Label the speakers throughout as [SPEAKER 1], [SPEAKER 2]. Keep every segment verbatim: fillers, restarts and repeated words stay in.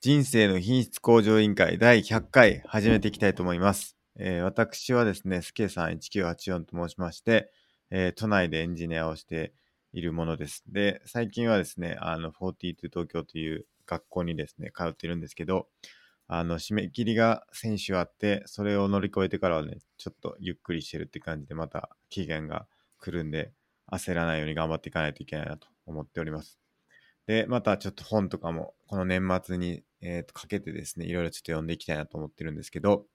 [SPEAKER 1] 人生の品質向上委員会だいひゃっかい始めていきたいと思います。えー私はですね、スケさんいちきゅうはちよんと申しまして、えー都内でエンジニアをしているものです。で、最近はですね、あの、フォーティーツー東京という学校にですね、通っているんですけど、あの、締め切りが先週あって、それを乗り越えてからはね、ちょっとゆっくりしてるって感じで、また期限が来るんで、焦らないように頑張っていかないといけないなと思っております。で、またちょっと本とかも、この年末に、えーとかけてですね、いろいろちょっと読んでいきたいなと思ってるんですけど、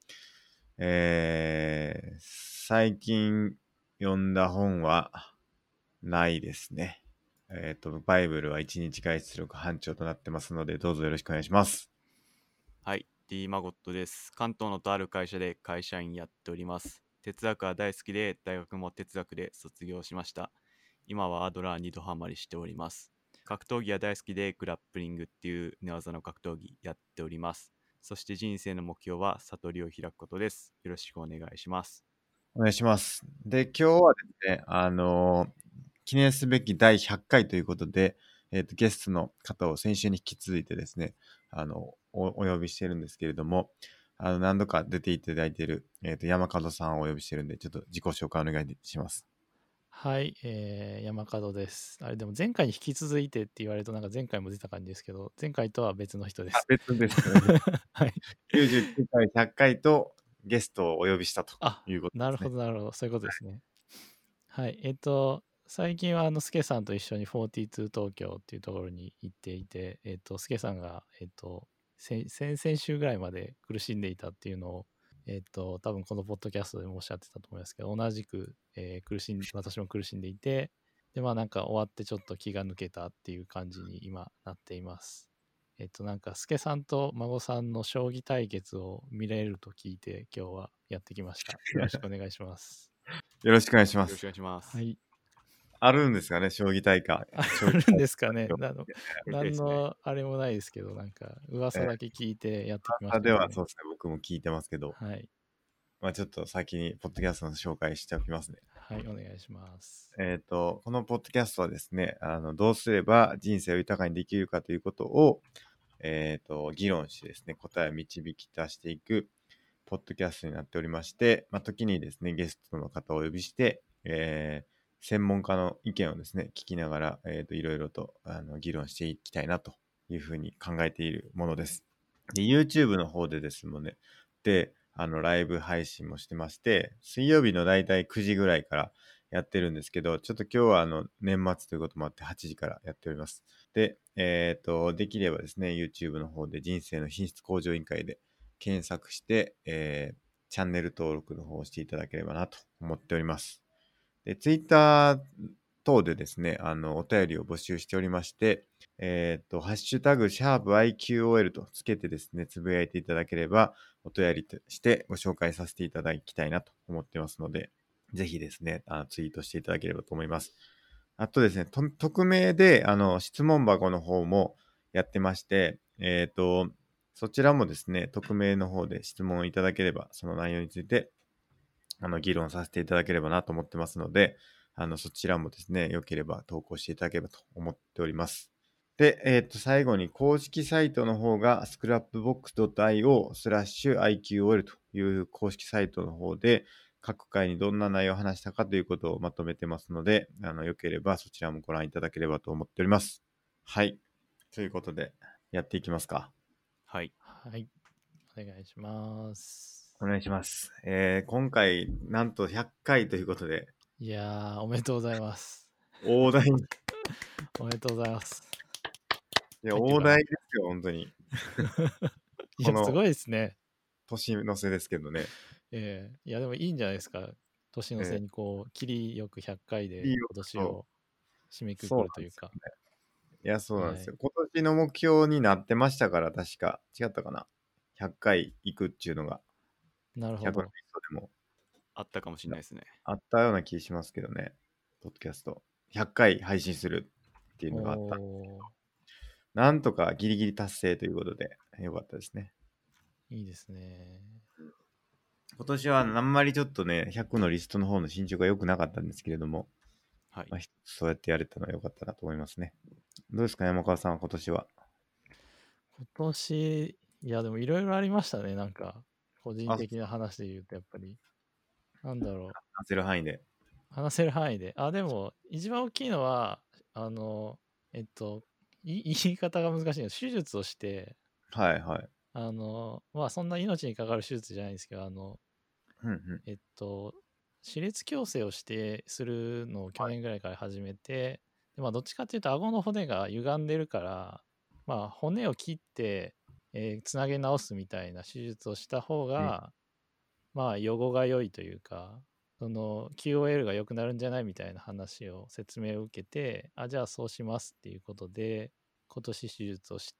[SPEAKER 1] えー、最近読んだ本はないですね。えっ、と、バイブルはいちにち外出力班長となってますので、どうぞよろしくお願いします。
[SPEAKER 2] はい、D マゴットです。関東のとある会社で会社員やっております。哲学は大好きで、大学も哲学で卒業しました。今はアドラーにドハマりしております。格闘技は大好きで、グラップリングっていう寝技の格闘技やっております。そして人生の目標は悟りを開くことです。よろしくお願いします。
[SPEAKER 1] お願いします。で、今日はですね、あのー記念すべきだいひゃっかいということで、えっ、と、ゲストの方を先週に引き続いてですね、あの、お、お呼びしてるんですけれども、あの、何度か出ていただいている、えっ、と、山門さんをお呼びしてるんで、ちょっと自己紹介お願いします。
[SPEAKER 3] はい、えー、山門です。あれ、でも前回に引き続いてって言われると、なんか前回も出た感じですけど、前回とは別の人で
[SPEAKER 1] あ、
[SPEAKER 3] す。
[SPEAKER 1] 別ですね。
[SPEAKER 3] はい。
[SPEAKER 1] きゅうじゅうきゅうかい、ひゃっかいとゲストをお呼びしたと
[SPEAKER 3] あ、
[SPEAKER 1] いうことですね。
[SPEAKER 3] なるほど、なるほど。そういうことですね。はい。えっと、最近は、あの、スケさんと一緒にフォーティーツー東京っていうところに行っていて、えっと、スケさんが、えっと、先先々週ぐらいまで苦しんでいたっていうのを、えっと、多分このポッドキャストでもおっしゃってたと思いますけど、同じく、えー苦しん、私も苦しんでいて、で、まあなんか終わってちょっと気が抜けたっていう感じに今なっています。えっと、なんか、スケさんと孫さんの将棋対決を見れると聞いて、今日はやってきました。よろしくお願いします。
[SPEAKER 1] よろしくお願いします。
[SPEAKER 2] よろしくお願いします。
[SPEAKER 3] はい。
[SPEAKER 1] あるんですかね、将棋大会。
[SPEAKER 3] あ
[SPEAKER 1] 将棋大
[SPEAKER 3] るんですかね。
[SPEAKER 1] 会
[SPEAKER 3] なの、
[SPEAKER 1] みたい
[SPEAKER 3] 何
[SPEAKER 1] ですね。
[SPEAKER 3] のあれもないですけど、なんか
[SPEAKER 1] えー、
[SPEAKER 3] 噂だけ聞いてやってきまし
[SPEAKER 1] 朝で
[SPEAKER 3] たけど。
[SPEAKER 1] はそうですね、僕も聞いてますけど、
[SPEAKER 3] はい。
[SPEAKER 1] まあちょっと先にポッドキャストの紹介しておきますね。
[SPEAKER 3] はい、お願いします。
[SPEAKER 1] えっ、と、このポッドキャストはですね、あの、どうすれば人生を豊かにできるかということを、えっ、と、議論してですね、答えを導き出していく、ポッドキャストになっておりまして、まあ、時にですね、ゲストの方をお呼びして、えー専門家の意見をですね、聞きながら、えっ、と、いろいろと、あの、議論していきたいなというふうに考えているものです。で、YouTube の方でですもんね、で、あの、ライブ配信もしてまして、水曜日のだいたいくじぐらいからやってるんですけど、ちょっと今日はあの、年末ということもあってはちじからやっております。で、えっ、と、できればですね、YouTube の方で人生の品質向上委員会で検索して、えー、チャンネル登録の方をしていただければなと思っております。で、Twitter 等でですね、あの、お便りを募集しておりまして、えっ、と、ハッシュタグ、シャープ アイキューオーエル とつけてですね、つぶやいていただければ、お便りとしてご紹介させていただきたいなと思ってますので、ぜひですね、あのツイートしていただければと思います。あとですね、と匿名で、あの、質問箱の方もやってまして、えっ、と、そちらもですね、匿名の方で質問いただければ、その内容について、あの、議論させていただければなと思ってますので、あの、そちらもですね、良ければ投稿していただければと思っております。で、えっ、と、最後に公式サイトの方が スクラップボックスドットアイオー スラッシュ アイキューオーエル という公式サイトの方で、各回にどんな内容を話したかということをまとめてますので、あの、良ければそちらもご覧いただければと思っております。はい。ということで、やっていきますか。
[SPEAKER 2] はい。
[SPEAKER 3] はい。お願いします。
[SPEAKER 1] お願いします。えー、今回、なんとひゃっかいということで、
[SPEAKER 3] いやー、おめでとうございます。
[SPEAKER 1] 大台、い
[SPEAKER 3] おめでとうございます。
[SPEAKER 1] や、
[SPEAKER 3] 入ってるかな。
[SPEAKER 1] 大台ですよ、本当に。
[SPEAKER 3] いや、す
[SPEAKER 1] この
[SPEAKER 3] ごいですね。
[SPEAKER 1] 年の瀬ですけどね。
[SPEAKER 3] えーいや、でもいいんじゃないですか。年の
[SPEAKER 1] えー、
[SPEAKER 3] 瀬にこう、切りよくひゃっかいで
[SPEAKER 1] いいよ、
[SPEAKER 3] 今年
[SPEAKER 1] そう、
[SPEAKER 3] を締めく
[SPEAKER 1] そう
[SPEAKER 3] く
[SPEAKER 1] なんですよ
[SPEAKER 3] るというか。
[SPEAKER 1] ね。いや、そうなん
[SPEAKER 3] はい。
[SPEAKER 1] ですよ。今年の目標になってましたから、確か。違ったかな。ひゃっかい行くっていうのが、ひゃくのリ
[SPEAKER 3] なるほど。
[SPEAKER 1] ストでも
[SPEAKER 2] あったかもしれないですね。
[SPEAKER 1] あったような気しますけどね。ポッドキャスト。ひゃっかい配信するっていうのがあった。
[SPEAKER 3] お
[SPEAKER 1] なんとかギリギリ達成ということで、よかったですね。
[SPEAKER 3] ー、いいですね。
[SPEAKER 1] 今年はあんまりちょっとね、ひゃくのリストの方の進捗が良くなかったんですけれども、
[SPEAKER 2] はい。
[SPEAKER 1] まあ、そうやってやれたのは良かったなと思いますね。どうですか、山川さんは今年は。
[SPEAKER 3] 今年、いやでもいろいろありましたね。なんか、個人
[SPEAKER 1] あ、
[SPEAKER 3] 的な話で言うと、やっぱり、なんだろう、
[SPEAKER 1] 話せる範囲で。
[SPEAKER 3] 話せる範囲で。あ、でも、一番大きいのは、あの、えっと、い言い方が難しいの。手術をして、
[SPEAKER 1] はいはい。
[SPEAKER 3] あの、まあ、そんな命にかかる手術じゃないんですけど、あの、
[SPEAKER 1] うんうん。
[SPEAKER 3] えっと、歯列矯正をしてするのを去年ぐらいから始めて、でまあ、どっちかっていうと、顎の骨が歪んでるから、まあ、骨を切って、えーつなげ直すみたいな手術をした方
[SPEAKER 1] うん
[SPEAKER 3] が、まあ、予後が良いというか、その キューオーエル が良くなるんじゃないみたいな話を説明を受けて、あ、じゃあそうしますっていうことで、今年手術をして、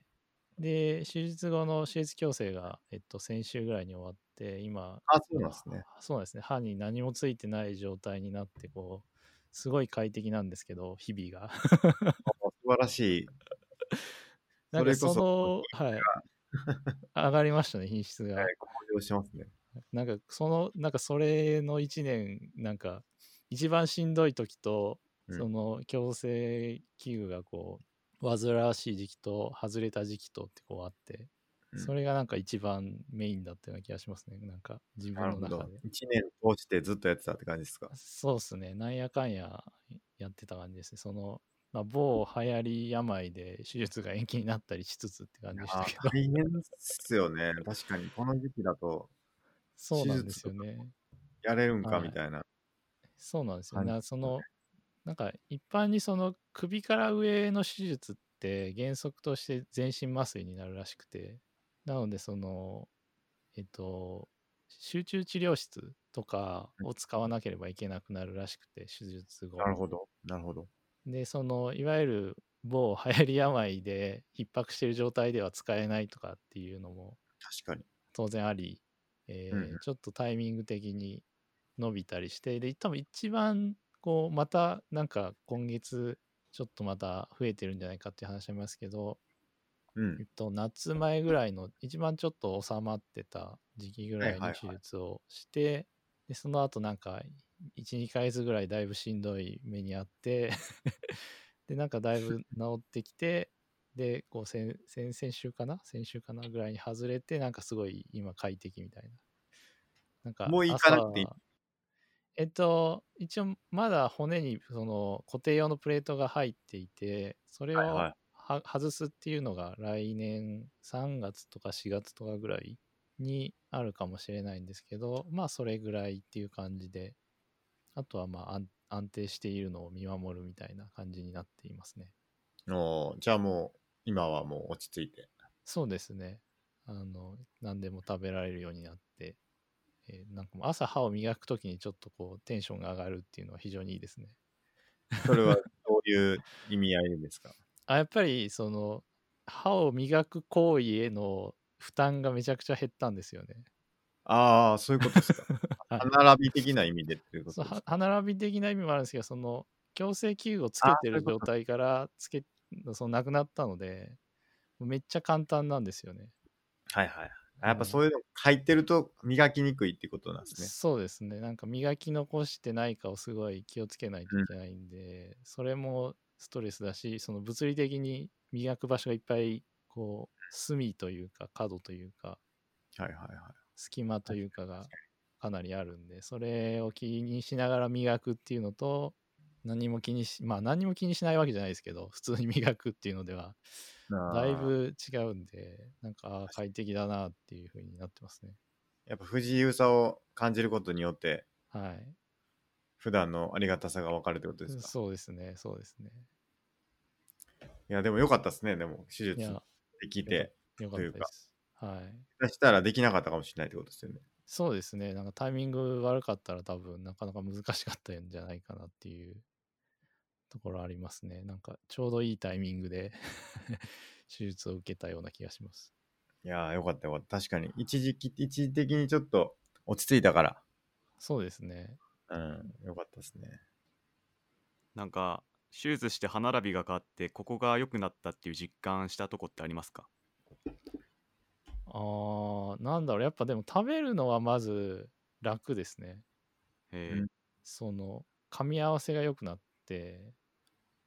[SPEAKER 3] で、手術後の手術矯正が、えっと、先週ぐらいに終わって、今、
[SPEAKER 1] あ、そう
[SPEAKER 3] あの、
[SPEAKER 1] なんですね。
[SPEAKER 3] そうなんですね、歯に何もついてない状態になって、こう、すごい快適なんですけど、日々が。
[SPEAKER 1] あ、素晴らしい。
[SPEAKER 3] なんかそ
[SPEAKER 1] それこそ、
[SPEAKER 3] の、はい、上がりましたね、品質が。
[SPEAKER 1] はい、向上しますね。
[SPEAKER 3] なんかその、なんかそれのいちねん、なんか一番しんどい時と、
[SPEAKER 1] うん
[SPEAKER 3] その矯正器具がこう、煩わしい時期と外れた時期とってこうあって、
[SPEAKER 1] うん
[SPEAKER 3] それがなんか一番メインだったような気がしますね。なんか自分
[SPEAKER 1] なるほど。
[SPEAKER 3] の中で。
[SPEAKER 1] いちねん通してずっとやってたって感じですか？
[SPEAKER 3] そうですね。なんやかんややってた感じですね。その、まあ、某流行り病で手術が延期になったりしつつって感じでした
[SPEAKER 1] あ
[SPEAKER 3] けど。
[SPEAKER 1] 大変っすよね。確かに、この時期だと、
[SPEAKER 3] そうなんで
[SPEAKER 1] 手術とか
[SPEAKER 3] すよね。
[SPEAKER 1] やれるんか
[SPEAKER 3] はい。
[SPEAKER 1] みたいな
[SPEAKER 3] そうなんですよ。
[SPEAKER 1] 感じ。
[SPEAKER 3] なそのなんか一般にその首から上の手術って原則として全身麻酔になるらしくて、なのでその、えっと、集中治療室とかを使わなければいけなくなるらしくて、手術後。
[SPEAKER 1] なるほど。なるほど。
[SPEAKER 3] で、その、いわゆる某流行り病で逼迫している状態では使えないとかっていうのも
[SPEAKER 1] 確かに。
[SPEAKER 3] 当然あり、
[SPEAKER 1] うんうん。
[SPEAKER 3] えーちょっとタイミング的に伸びたりして、で、多分一番、こう、また、なんか今月、ちょっとまた増えてるんじゃないかっていう話ありますけど、
[SPEAKER 1] うん。
[SPEAKER 3] えっと、夏前ぐらいの、一番ちょっと収まってた時期ぐらいに手
[SPEAKER 1] はいはいはい。
[SPEAKER 3] 術をして、で、その後なんか、いち、にかげつぐらいだいぶしんどい目にあってで、なんかだいぶ治ってきて、で、こう先、先々週かな先週かなぐらいに外れて、なんかすごい今快適みたいな。なんか
[SPEAKER 1] もう行かなくていい。
[SPEAKER 3] 朝、えっと、一応まだ骨にその固定用のプレートが入っていて、それを
[SPEAKER 1] はいはい。
[SPEAKER 3] は外すっていうのが来年さんがつとかしがつとかぐらいにあるかもしれないんですけど、まあそれぐらいっていう感じで、あとはまあ安安定しているのを見守るみたいな感じになっていますね。
[SPEAKER 1] おーじゃあもう、今はもう落ち着いて。
[SPEAKER 3] そうですね。あの、何でも食べられるようになって、えーなんかもう朝歯を磨くときにちょっとこうテンションが上がるっていうのは非常にいいですね。
[SPEAKER 1] それはどういう意味合いですか？
[SPEAKER 3] あ、やっぱりその歯を磨く行為への負担がめちゃくちゃ減ったんですよね。
[SPEAKER 1] ああ、そういうことですか。
[SPEAKER 3] はい。
[SPEAKER 1] 歯並び的な意味でっていうこ
[SPEAKER 3] そう、は
[SPEAKER 1] とですか？
[SPEAKER 3] 歯並び的な意味もあるんですけど、その矯正器具をつ
[SPEAKER 1] ああ、
[SPEAKER 3] けてる
[SPEAKER 1] そういうこと。
[SPEAKER 3] 状態からつけ、そのなくなったので、めっちゃ簡単なんですよね。
[SPEAKER 1] はいはい。あやっぱ
[SPEAKER 3] はい。
[SPEAKER 1] そういうの入ってると磨きにくいっていうことなんですね。
[SPEAKER 3] そうですね。なんか磨き残してないかをすごい気をつけないと
[SPEAKER 1] うん。
[SPEAKER 3] いけないんで、それもストレスだし、その物理的に磨く場所がいっぱい、こう、隅というか角というか、
[SPEAKER 1] はいはいはい。
[SPEAKER 3] 隙間と
[SPEAKER 1] 確
[SPEAKER 3] いうかが
[SPEAKER 1] か
[SPEAKER 3] かなりあるんで、それを気にしながら磨くっていうのと、何も気にし、まあ何も気にしないわけじゃないですけど、普通に磨くっていうのでは、
[SPEAKER 1] に。
[SPEAKER 3] だい
[SPEAKER 1] ああ、
[SPEAKER 3] ぶ違うんで、なんかあー
[SPEAKER 1] 確かに。
[SPEAKER 3] 快適だなっていう風になってますね。
[SPEAKER 1] やっぱ不自由さを感じることによって、
[SPEAKER 3] はい。
[SPEAKER 1] 普段のありがたさが分かるってことですか？
[SPEAKER 3] そうですね、そうですね。
[SPEAKER 1] いや、でもよかったですね。でも、手術
[SPEAKER 3] いや、
[SPEAKER 1] でき
[SPEAKER 3] よかっ
[SPEAKER 1] て、
[SPEAKER 3] た、よか
[SPEAKER 1] というか、
[SPEAKER 3] ったです。はい。
[SPEAKER 1] 下手したらできなかったかもしれないってことですよね。
[SPEAKER 3] そうですね。なんかタイミング悪かったら多分なかなか難しかったんじゃないかなっていうところありますね。なんかちょうどいいタイミングで手術を受けたような気がします。
[SPEAKER 1] いやー、よかったよかった。確かに、一時期、一時的にちょっと落ち着いたから、
[SPEAKER 3] そうですね。
[SPEAKER 1] うん、よかったですね。
[SPEAKER 2] なんか、手術して歯並びが変わって、ここが良くなったっていう実感したとこってありますか？
[SPEAKER 3] あー、なんだろう。やっぱでも食べるのはまず楽ですね。
[SPEAKER 2] へえ。
[SPEAKER 1] うん、
[SPEAKER 3] その噛み合わせが良くなって、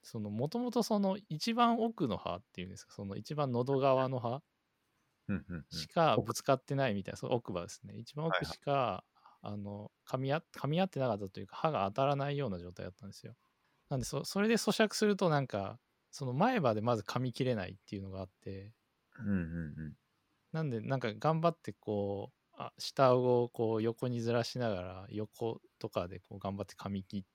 [SPEAKER 3] そのもともとその一番奥の歯っていうんですか、その一番喉側の歯
[SPEAKER 1] うんうんうん。
[SPEAKER 3] しかぶ
[SPEAKER 1] 奥。
[SPEAKER 3] つかってないみたいな、その奥歯ですね。一番奥
[SPEAKER 1] はいはい。
[SPEAKER 3] しか、あの、噛み合噛み合ってなかったというか、歯が当たらないような状態だったんですよ。なんでそ、それで咀嚼するとなんか、その前歯でまず噛み切れないっていうのがあって、
[SPEAKER 1] うんうんうん。
[SPEAKER 3] なんでなんか頑張ってこう、あ下顎をこう横にずらしながら、横とかでこう頑張って噛み切って、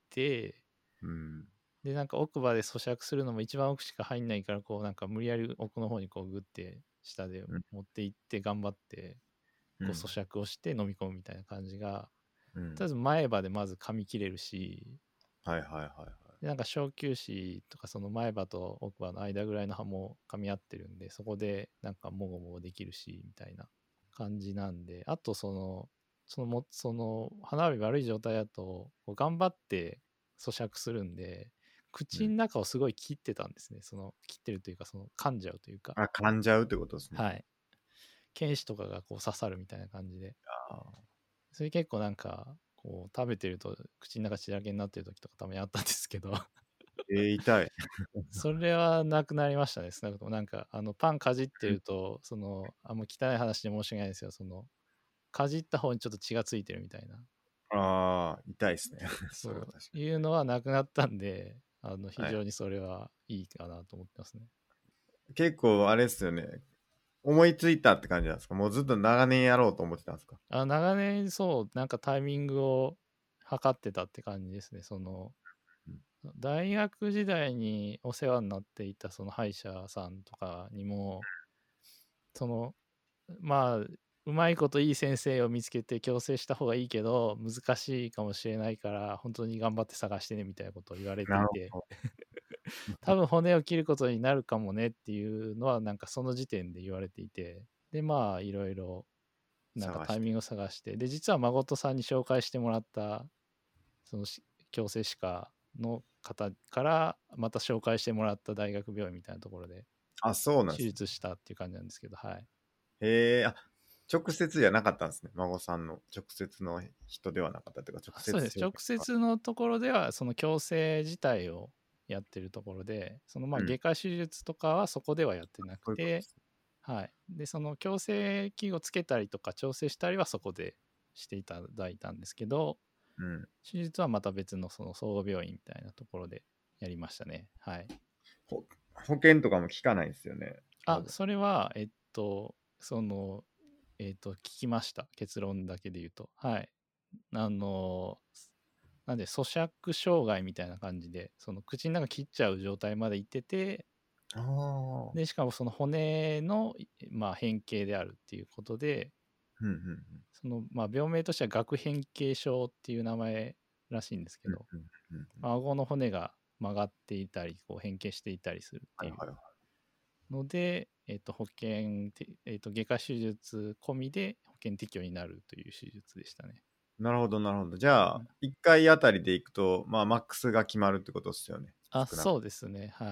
[SPEAKER 1] うん。
[SPEAKER 3] で、なんか奥歯で咀嚼するのも一番奥しか入んないから、こうなんか無理やり奥の方にこうグッて下で
[SPEAKER 1] うん
[SPEAKER 3] 持っていって頑張って
[SPEAKER 1] うん
[SPEAKER 3] こう咀嚼をして飲み込むみたいな感じが、
[SPEAKER 1] うん
[SPEAKER 3] とりあえず前歯でまず噛み切れるし、
[SPEAKER 1] はいはいはいはい。
[SPEAKER 3] でなんか小臼歯とかその前歯と奥歯の間ぐらいの歯も噛み合ってるんで、そこでなんかもごもごできるし、みたいな感じなんで、あとその、そのも、その歯並び悪い状態だと、こう頑張って咀嚼するんで、口の中をすごい切ってたんですね。その、切ってるというか、その噛んじゃうというか、
[SPEAKER 1] あ、噛んじゃうってことですね。
[SPEAKER 3] はい。犬歯とかがこう刺さるみたいな感じで。
[SPEAKER 1] あ
[SPEAKER 3] それ結構なんか、こう食べてると口の中血だらけになってる時とかたまにあったんですけど、
[SPEAKER 1] ーえー、痛い。
[SPEAKER 3] それはなくなりましたね。少なくともなんか、あのパンかじって
[SPEAKER 1] うん
[SPEAKER 3] ると、その、あんま汚い話で申し訳ないですよ。その、かじった方にちょっと血がついてるみたいな、
[SPEAKER 1] ああ、痛いですね。それは
[SPEAKER 3] そ
[SPEAKER 1] 確か
[SPEAKER 3] ういうのはなくなったんで、あの非
[SPEAKER 1] に。はい。
[SPEAKER 3] 常にそれはいいかなと思ってますね。
[SPEAKER 1] 結構あれですよね。思いついたって感じなんですか？もうずっと長年やろうと思ってたんですか？
[SPEAKER 3] あ、長年そう、なんかタイミングを測ってたって感じですね。その、
[SPEAKER 1] うん
[SPEAKER 3] 大学時代にお世話になっていたその歯医者さんとかにも、その、まあ、うまいこといい先生を見つけて矯正した方がいいけど、難しいかもしれないから、本当に頑張って探してねみたいなことを言われて
[SPEAKER 1] なる
[SPEAKER 3] いて、
[SPEAKER 1] ほ
[SPEAKER 3] 多分骨を切ることになるかもねっていうのは、なんかその時点で言われていて、で、まあ、いろいろ、
[SPEAKER 1] ど。探して。
[SPEAKER 3] なんかタイミングを探して、で、実は誠さんに紹介してもらった、そのし矯正歯科の方から、また紹介してもらった大学病院みたいなところで
[SPEAKER 1] あ、そうなん
[SPEAKER 3] 手
[SPEAKER 1] ですね。
[SPEAKER 3] 術したっていう感じなんですけど、はい。
[SPEAKER 1] へえ、あ、直接じゃなかったんですね。孫さんの直接の人ではなかったというか、直接
[SPEAKER 3] そうです。直
[SPEAKER 1] 紹介が。
[SPEAKER 3] 接のところでは、その矯正自体をやってるところで、そのまあ
[SPEAKER 1] うん。
[SPEAKER 3] 外科手術とかはそこではやってなくて、
[SPEAKER 1] そういうことです
[SPEAKER 3] はい。で、その矯正器をつけたりとか調整したりはそこでしていただいたんですけど、
[SPEAKER 1] ね。うん。
[SPEAKER 3] 手術はまた別のその総合病院みたいなところでやりましたね。はい。
[SPEAKER 1] ほ保険とかも効かないですよね。多
[SPEAKER 3] あ、
[SPEAKER 1] 分。
[SPEAKER 3] それは、えっと、その、えっと、聞きました。結論だけで言うと。はい。あの、なんで咀嚼障害みたいな感じで、その口の中切っちゃう状態までいってて、
[SPEAKER 1] ああ。
[SPEAKER 3] で、しかもその骨の、まあ、変形であるっていうことで、
[SPEAKER 1] うんうん
[SPEAKER 3] その、まあ、病名としては顎変形症っていう名前らしいんですけ
[SPEAKER 1] うん。
[SPEAKER 3] ど、
[SPEAKER 1] うんうんうん。
[SPEAKER 3] まあ顎の骨が曲がっていたり、こう変形していたりするっていう
[SPEAKER 1] はいはいはい。
[SPEAKER 3] ので、えっと、保険て、えっと、外科手術込みで保険適用になるという手術でしたね。
[SPEAKER 1] なるほどなるほど。じゃあ、
[SPEAKER 3] うん
[SPEAKER 1] いっかいあたりでいくと、まあ、マックスが決まるってことですよね。
[SPEAKER 3] あ、
[SPEAKER 1] 少なく
[SPEAKER 3] そうですね。はい。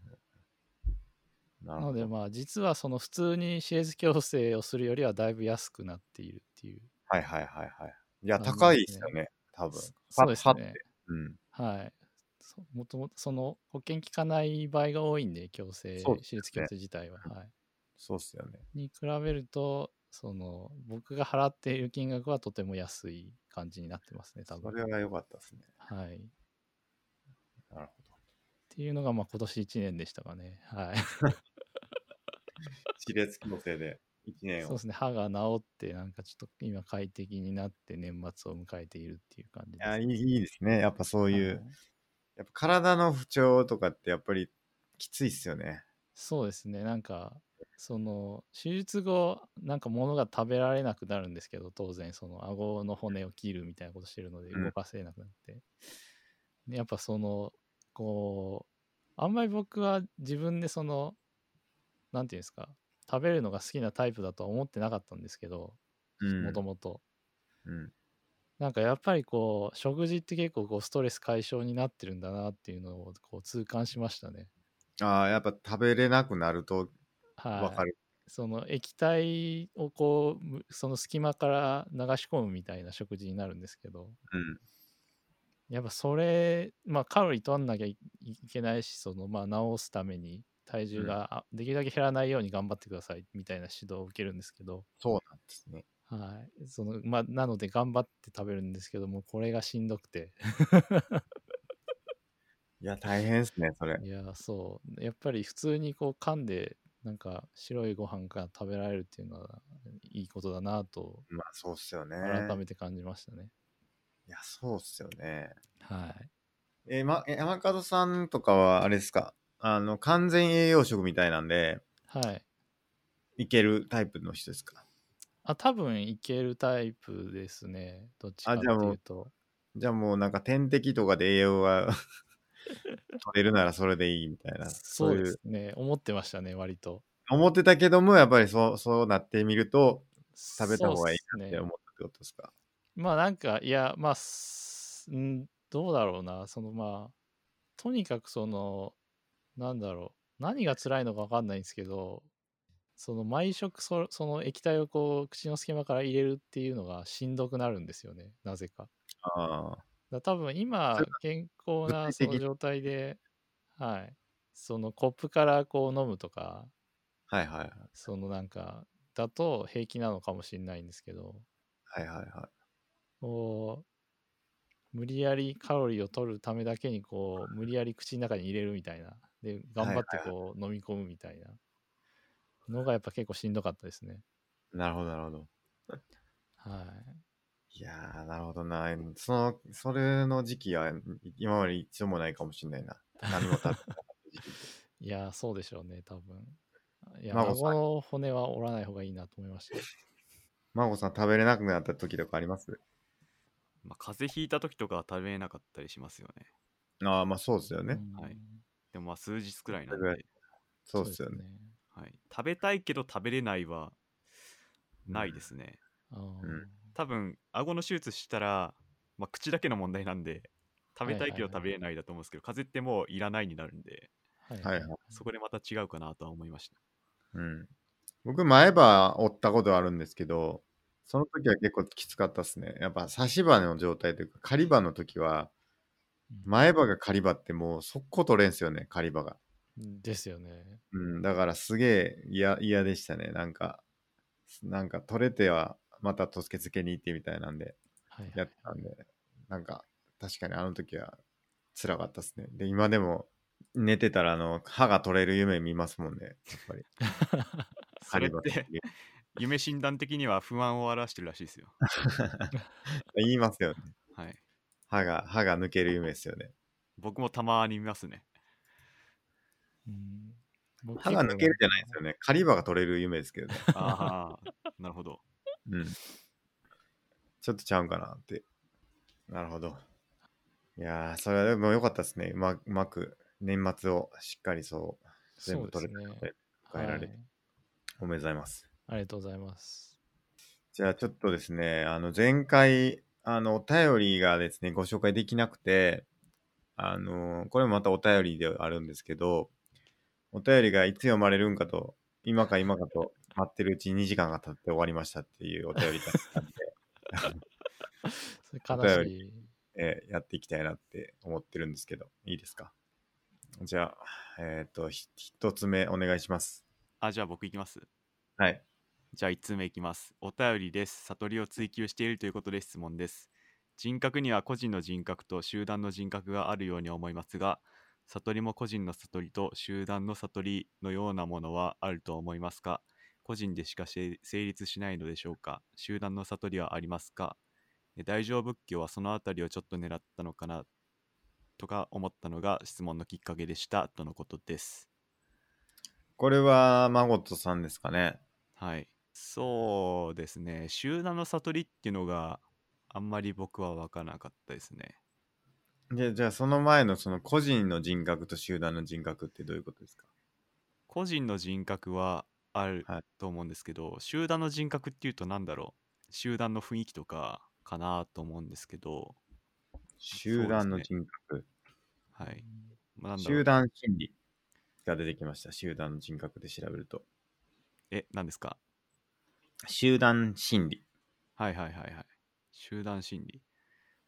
[SPEAKER 3] なので、
[SPEAKER 1] なるほど。
[SPEAKER 3] まあ、実はその普通に歯列矯正をするよりはだいぶ安くなっているっていう
[SPEAKER 1] はいはいはいはい。いや、
[SPEAKER 3] 感じ
[SPEAKER 1] 高い
[SPEAKER 3] ですね。
[SPEAKER 1] ですよね。多分。
[SPEAKER 3] そ
[SPEAKER 1] パッパって。
[SPEAKER 3] そうですね。
[SPEAKER 1] うん。
[SPEAKER 3] はい。そもともとその保険効かない場合が多いんで、矯正、
[SPEAKER 1] そうです
[SPEAKER 3] 歯列
[SPEAKER 1] よね。
[SPEAKER 3] 矯正自体は。はい。
[SPEAKER 1] そうっすよね。
[SPEAKER 3] に比べると、その僕が払っている金額はとても安い感じになってますね、多分。
[SPEAKER 1] それは良かったですね。
[SPEAKER 3] はい。っ
[SPEAKER 1] なるほ
[SPEAKER 3] ていうのが、まあ今年いちねんでしたかね。はい。
[SPEAKER 1] ど。歯列矯正でいちねんを。
[SPEAKER 3] そうですね。歯が治って、なんかちょっと今快適になって年末を迎えているっていう感じ
[SPEAKER 1] いや、
[SPEAKER 3] です。
[SPEAKER 1] いいいいですね。やっぱそういう、
[SPEAKER 3] はい。
[SPEAKER 1] やっぱ体の不調とかってやっぱりきついっすよね。
[SPEAKER 3] そうですね。なんか、その、手術後、なんか物が食べられなくなるんですけど、当然、その、顎の骨を切るみたいなことしてるので、
[SPEAKER 1] うん。
[SPEAKER 3] 動かせなくなって。でやっぱその、こう、あんまり僕は自分でその、なんていうんですか、食べるのが好きなタイプだとは思ってなかったんですけど、もと
[SPEAKER 1] うん。
[SPEAKER 3] もと。
[SPEAKER 1] うん。
[SPEAKER 3] なんかやっぱりこう、食事って結構こう、ストレス解消になってるんだなっていうのをこう痛感しましたね。
[SPEAKER 1] ああ、やっぱ食べれなくなるとわ
[SPEAKER 3] はい。
[SPEAKER 1] かる。
[SPEAKER 3] その液体をこう、その隙間から流し込むみたいな食事になるんですけど、
[SPEAKER 1] うん。
[SPEAKER 3] やっぱそれ、まあカロリー取んなきゃいけないし、そのまあ治すために体重があできるだけ減らないように頑張ってくださいみたいな指導を受けるんですけど、
[SPEAKER 1] そうなんですね。
[SPEAKER 3] はい。そのまあなので頑張って食べるんですけども、これがしんどくて。
[SPEAKER 1] いや、大変ですね、それ。
[SPEAKER 3] いや、そう。やっぱり普通にこう噛んで、なんか白いご飯が食べられるっていうのはいいことだなと
[SPEAKER 1] まあ、そうっすよね。
[SPEAKER 3] 改めて感じましたね。
[SPEAKER 1] いや、そうっすよね。
[SPEAKER 3] はい。
[SPEAKER 1] え、ま、え山門さんとかは、あれですか、あの、完全栄養食みたいなんで、
[SPEAKER 3] はい。
[SPEAKER 1] いけるタイプの人ですか？
[SPEAKER 3] あ、多分いけるタイプですね。どっち
[SPEAKER 1] あ、
[SPEAKER 3] かっ
[SPEAKER 1] じゃあもう、
[SPEAKER 3] ていうと。
[SPEAKER 1] じゃあもうなんか点滴とかで栄養が取れるならそれでいいみたいな、そ
[SPEAKER 3] そうで
[SPEAKER 1] ういう、
[SPEAKER 3] すね。思ってましたね、割と。
[SPEAKER 1] 思ってたけども、やっぱりそう、そうなってみると、食べた
[SPEAKER 3] そうっ
[SPEAKER 1] 方がいい
[SPEAKER 3] すね。
[SPEAKER 1] なって思ったってことですか？
[SPEAKER 3] まあなんか、いや、まあ、すんどうだろうな。そのまあ、とにかくその、なんだろう。何が辛いのか分かんないんですけど、その毎食そその液体をこう口の隙間から入れるっていうのがしんどくなるんですよね。なぜか。
[SPEAKER 1] ああ、
[SPEAKER 3] だ多分
[SPEAKER 1] それ
[SPEAKER 3] 今健康
[SPEAKER 1] 物理的。
[SPEAKER 3] なその状態で、はい。そのコップからこう飲むとか、
[SPEAKER 1] はいはいはい。
[SPEAKER 3] そのなんか、だと平気なのかもしれないんですけど、
[SPEAKER 1] はいはいはい。
[SPEAKER 3] こう、無理やりカロリーを取るためだけにこう、無理やり口の中に入れるみたいな。で、頑張って
[SPEAKER 1] はいはいは
[SPEAKER 3] こう飲み込むみたいなのがやっぱ結構しんどかったですね。
[SPEAKER 1] い。なるほどなるほど。
[SPEAKER 3] はい。
[SPEAKER 1] いやー、なるほどな。その、それの時期は今まで一度もないかもしれないな。何も食べなかった時期って。
[SPEAKER 3] いやー、そうでしょうね、多分。いや、
[SPEAKER 1] 孫さん、
[SPEAKER 3] 顎の骨は折らない方がいいなと思いました。
[SPEAKER 1] 孫さん食べれなくなった時とかあります？
[SPEAKER 2] まあ、風邪ひいた時とかは食べれなかったりしますよね。
[SPEAKER 1] ああ、まあそうですよね。
[SPEAKER 3] うん
[SPEAKER 2] はい。でもまあ数日くらい
[SPEAKER 1] それぐらい。
[SPEAKER 2] なんで、
[SPEAKER 1] そうですよね。
[SPEAKER 2] はい、食べたいけど食べれないは
[SPEAKER 1] うん
[SPEAKER 2] ないですね。
[SPEAKER 3] あー
[SPEAKER 1] うん
[SPEAKER 2] 多分、顎の手術したら、まあ、口だけの問題なんで、食べたいけど
[SPEAKER 3] はいはいはい
[SPEAKER 2] 食べれないだと思うんですけど、風邪ってもういらないになるんで、
[SPEAKER 3] はいはい。
[SPEAKER 1] はいはい。
[SPEAKER 2] そこでまた違うかなとは思いました。
[SPEAKER 1] うん。僕、前歯折ったことあるんですけど、その時は結構きつかったっすね。やっぱ差し歯の状態というか、仮歯の時は、前歯が仮歯ってもう速攻取れんすよね、仮歯が。
[SPEAKER 3] うんですよね。
[SPEAKER 1] うん、だからすげえ嫌嫌でしたね。なんか、なんか取れてはまたとつけつけに行ってみたいなんで、
[SPEAKER 3] はいはい。
[SPEAKER 1] やってたんで、なんか、確かにあの時は辛かったっすね。で、今でも寝てたらあの、歯が取れる夢見ますもんね、やっぱり。
[SPEAKER 2] それっ
[SPEAKER 1] 仮歯
[SPEAKER 2] て夢診断的には不安を表してるらしいですよ。
[SPEAKER 1] 言いますよね。
[SPEAKER 2] はい。
[SPEAKER 1] 歯が、歯が抜ける夢ですよね。
[SPEAKER 2] 僕もたまに見ますね。
[SPEAKER 3] うん僕
[SPEAKER 1] 歯が抜けるじゃないです
[SPEAKER 3] よ。
[SPEAKER 1] よね。仮歯が取れる夢ですけどね。
[SPEAKER 2] ああ、なるほど。
[SPEAKER 1] うん。ちょっとちゃうんかなって。なるほど。いやー、それはでも良かったですね。うまうまく年末をしっかりそう全部取れたので、迎えられて、おめでとうございます。
[SPEAKER 3] ありがとうございます。
[SPEAKER 1] じゃあちょっとですね、あの前回、あのお便りがですね、ご紹介できなくて、あのこれもまたお便りではあるんですけど、お便りがいつ読まれるんかと、今か今かと待ってるうちににじかんが経って終わりましたっていうお便りだったんで、
[SPEAKER 3] それ悲しい。
[SPEAKER 1] えーやっていきたいなって思ってるんですけど、いいですか？じゃあ、えっ、と、ひ一つ目お願いします。
[SPEAKER 2] あ、じゃあ僕いきます。
[SPEAKER 1] はい。
[SPEAKER 2] じゃあいちつめいきます。お便りです。悟りを追求しているということで質問です。人格には個人の人格と集団の人格があるように思いますが、悟りも個人の悟りと集団の悟りのようなものはあると思いますか？個人でしか成立しないのでしょうか？集団の悟りはありますか？大乗仏教はそのあたりをちょっと狙ったのかなとか思ったのが質問のきっかけでしたとのことです。
[SPEAKER 1] これは、マゴットさんですかね。
[SPEAKER 2] はい。そうですね。集団の悟りっていうのがあんまり僕は分からなかったですね。
[SPEAKER 1] で、じゃあその前のその個人の人格と集団の人格ってどういうことですか？
[SPEAKER 2] 個人の人格はある
[SPEAKER 1] はい。
[SPEAKER 2] と思うんですけど、集団の人格っていうとなんだろう。集団の雰囲気とかかなと思うんですけど、
[SPEAKER 1] 集団の人格。
[SPEAKER 2] はい。まあ、なんだろう。
[SPEAKER 1] 集団心理が出てきました。集団の人格で調べると。
[SPEAKER 2] え、何ですか？
[SPEAKER 1] 集団心理。
[SPEAKER 2] はいはいはいはい。集団心理。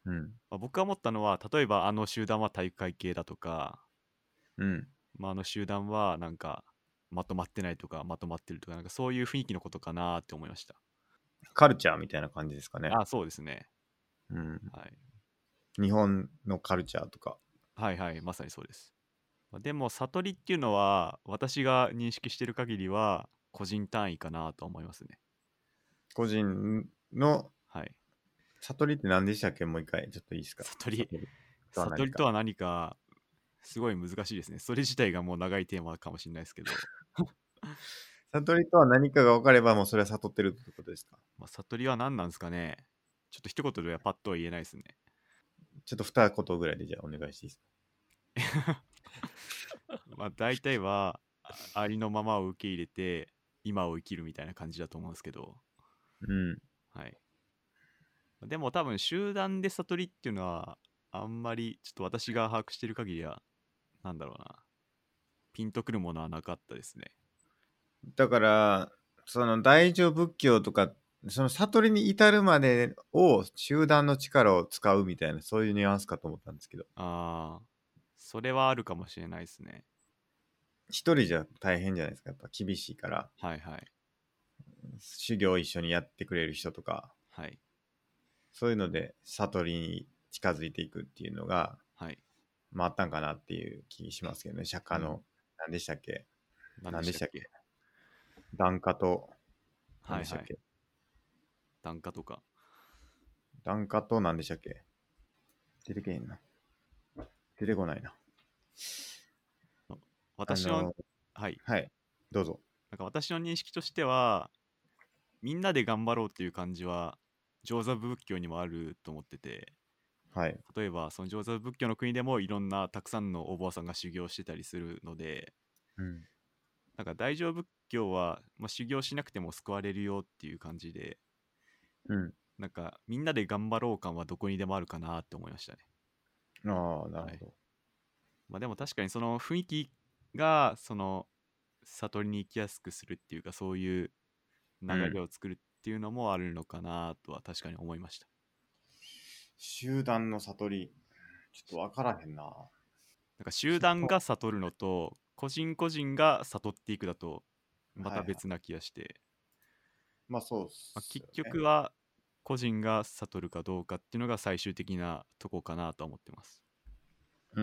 [SPEAKER 1] うん。
[SPEAKER 2] まあ、僕が思ったのは、例えばあの集団は体育会系だとか、
[SPEAKER 1] うん。
[SPEAKER 2] まあ、あの集団はなんかまとまってないとかまとまってるとか、なんかそういう雰囲気のことかなって思いました。
[SPEAKER 1] カルチャーみたいな感じですかね。
[SPEAKER 2] あ、そうですね。
[SPEAKER 1] うん。
[SPEAKER 2] はい。
[SPEAKER 1] 日本のカルチャーとか。
[SPEAKER 2] はいはい、まさにそうです。まあでも、悟りっていうのは、私が認識してる限りは、個人単位かなと思いますね。
[SPEAKER 1] 個人の
[SPEAKER 2] はい。
[SPEAKER 1] 悟りって何でしたっけ？もう一回ちょっといいですか？
[SPEAKER 2] 悟り、
[SPEAKER 1] 悟りとは何か。
[SPEAKER 2] 悟りとは何か、すごい難しいですね。それ自体がもう長いテーマかもしれないですけど、
[SPEAKER 1] 悟りとは何かが分かればもうそれは悟ってるってことですか？
[SPEAKER 2] まあ、悟りは何なんですかね。ちょっと一言ではパッとは言えないですね。
[SPEAKER 1] ちょっと二言ぐらいでじゃあお願いしていいですか？
[SPEAKER 2] まあ、大体は、あありのままを受け入れて、今を生きるみたいな感じだと思うんですけど、
[SPEAKER 1] うん。
[SPEAKER 2] はい。でも多分、集団で悟りっていうのは、あんまり、ちょっと私が把握してる限りは、なんだろうな、ピンとくるものはなかったですね。
[SPEAKER 1] だからその大乗仏教とかその悟りに至るまでを集団の力を使うみたいなそういうニュアンスかと思ったんですけど、
[SPEAKER 2] ああ、それはあるかもしれないですね。
[SPEAKER 1] 一人じゃ大変じゃないですか。やっぱ厳しいから
[SPEAKER 2] はいはい。
[SPEAKER 1] 修行一緒にやってくれる人とか
[SPEAKER 2] はい。
[SPEAKER 1] そういうので悟りに近づいていくっていうのが、
[SPEAKER 2] はい。
[SPEAKER 1] まあ、あったんかなっていう気しますけどね。釈迦の、
[SPEAKER 2] うん
[SPEAKER 1] 何でしたっけ？
[SPEAKER 2] 何
[SPEAKER 1] 何でしたっけ？
[SPEAKER 2] でしたっけ？
[SPEAKER 1] 檀家と、何
[SPEAKER 2] はいはい。
[SPEAKER 1] でしたっけ？
[SPEAKER 2] 檀家とか。
[SPEAKER 1] 檀家と何でしたっけ？出てけへんな。出てこないな。
[SPEAKER 2] あ
[SPEAKER 1] あ
[SPEAKER 2] 私の、
[SPEAKER 1] の、
[SPEAKER 2] はい。
[SPEAKER 1] はい。どうぞ。
[SPEAKER 2] なんか私の認識としては、みんなで頑張ろうっていう感じは、上座部仏教にもあると思ってて、
[SPEAKER 1] はい。
[SPEAKER 2] 例えばその上座部仏教の国でもいろんなたくさんのお坊さんが修行してたりするので、
[SPEAKER 1] うん。
[SPEAKER 2] なんか大乗仏教は、まあ、修行しなくても救われるよっていう感じで、
[SPEAKER 1] うん。
[SPEAKER 2] なんかみんなで頑張ろう感はどこにでもあるかなって思いましたね。
[SPEAKER 1] ああ、なる
[SPEAKER 2] はい。
[SPEAKER 1] ほど。
[SPEAKER 2] まあでも確かにその雰囲気がその悟りに行きやすくするっていうか、そういう流
[SPEAKER 1] うん。
[SPEAKER 2] れを作るっていうのもあるのかなとは確かに思いました。
[SPEAKER 1] 集団の悟り。ちょっとわからへんな。
[SPEAKER 2] なんか集団
[SPEAKER 1] 聞いた
[SPEAKER 2] が悟るのと個人個人が悟っていくだとま
[SPEAKER 1] はいはい。
[SPEAKER 2] た別な気がして、
[SPEAKER 1] まあそうっ
[SPEAKER 2] まあ、結
[SPEAKER 1] すよね。
[SPEAKER 2] 局は個人が悟るかどうかっていうのが最終的なとこかなと思ってます。
[SPEAKER 1] うん。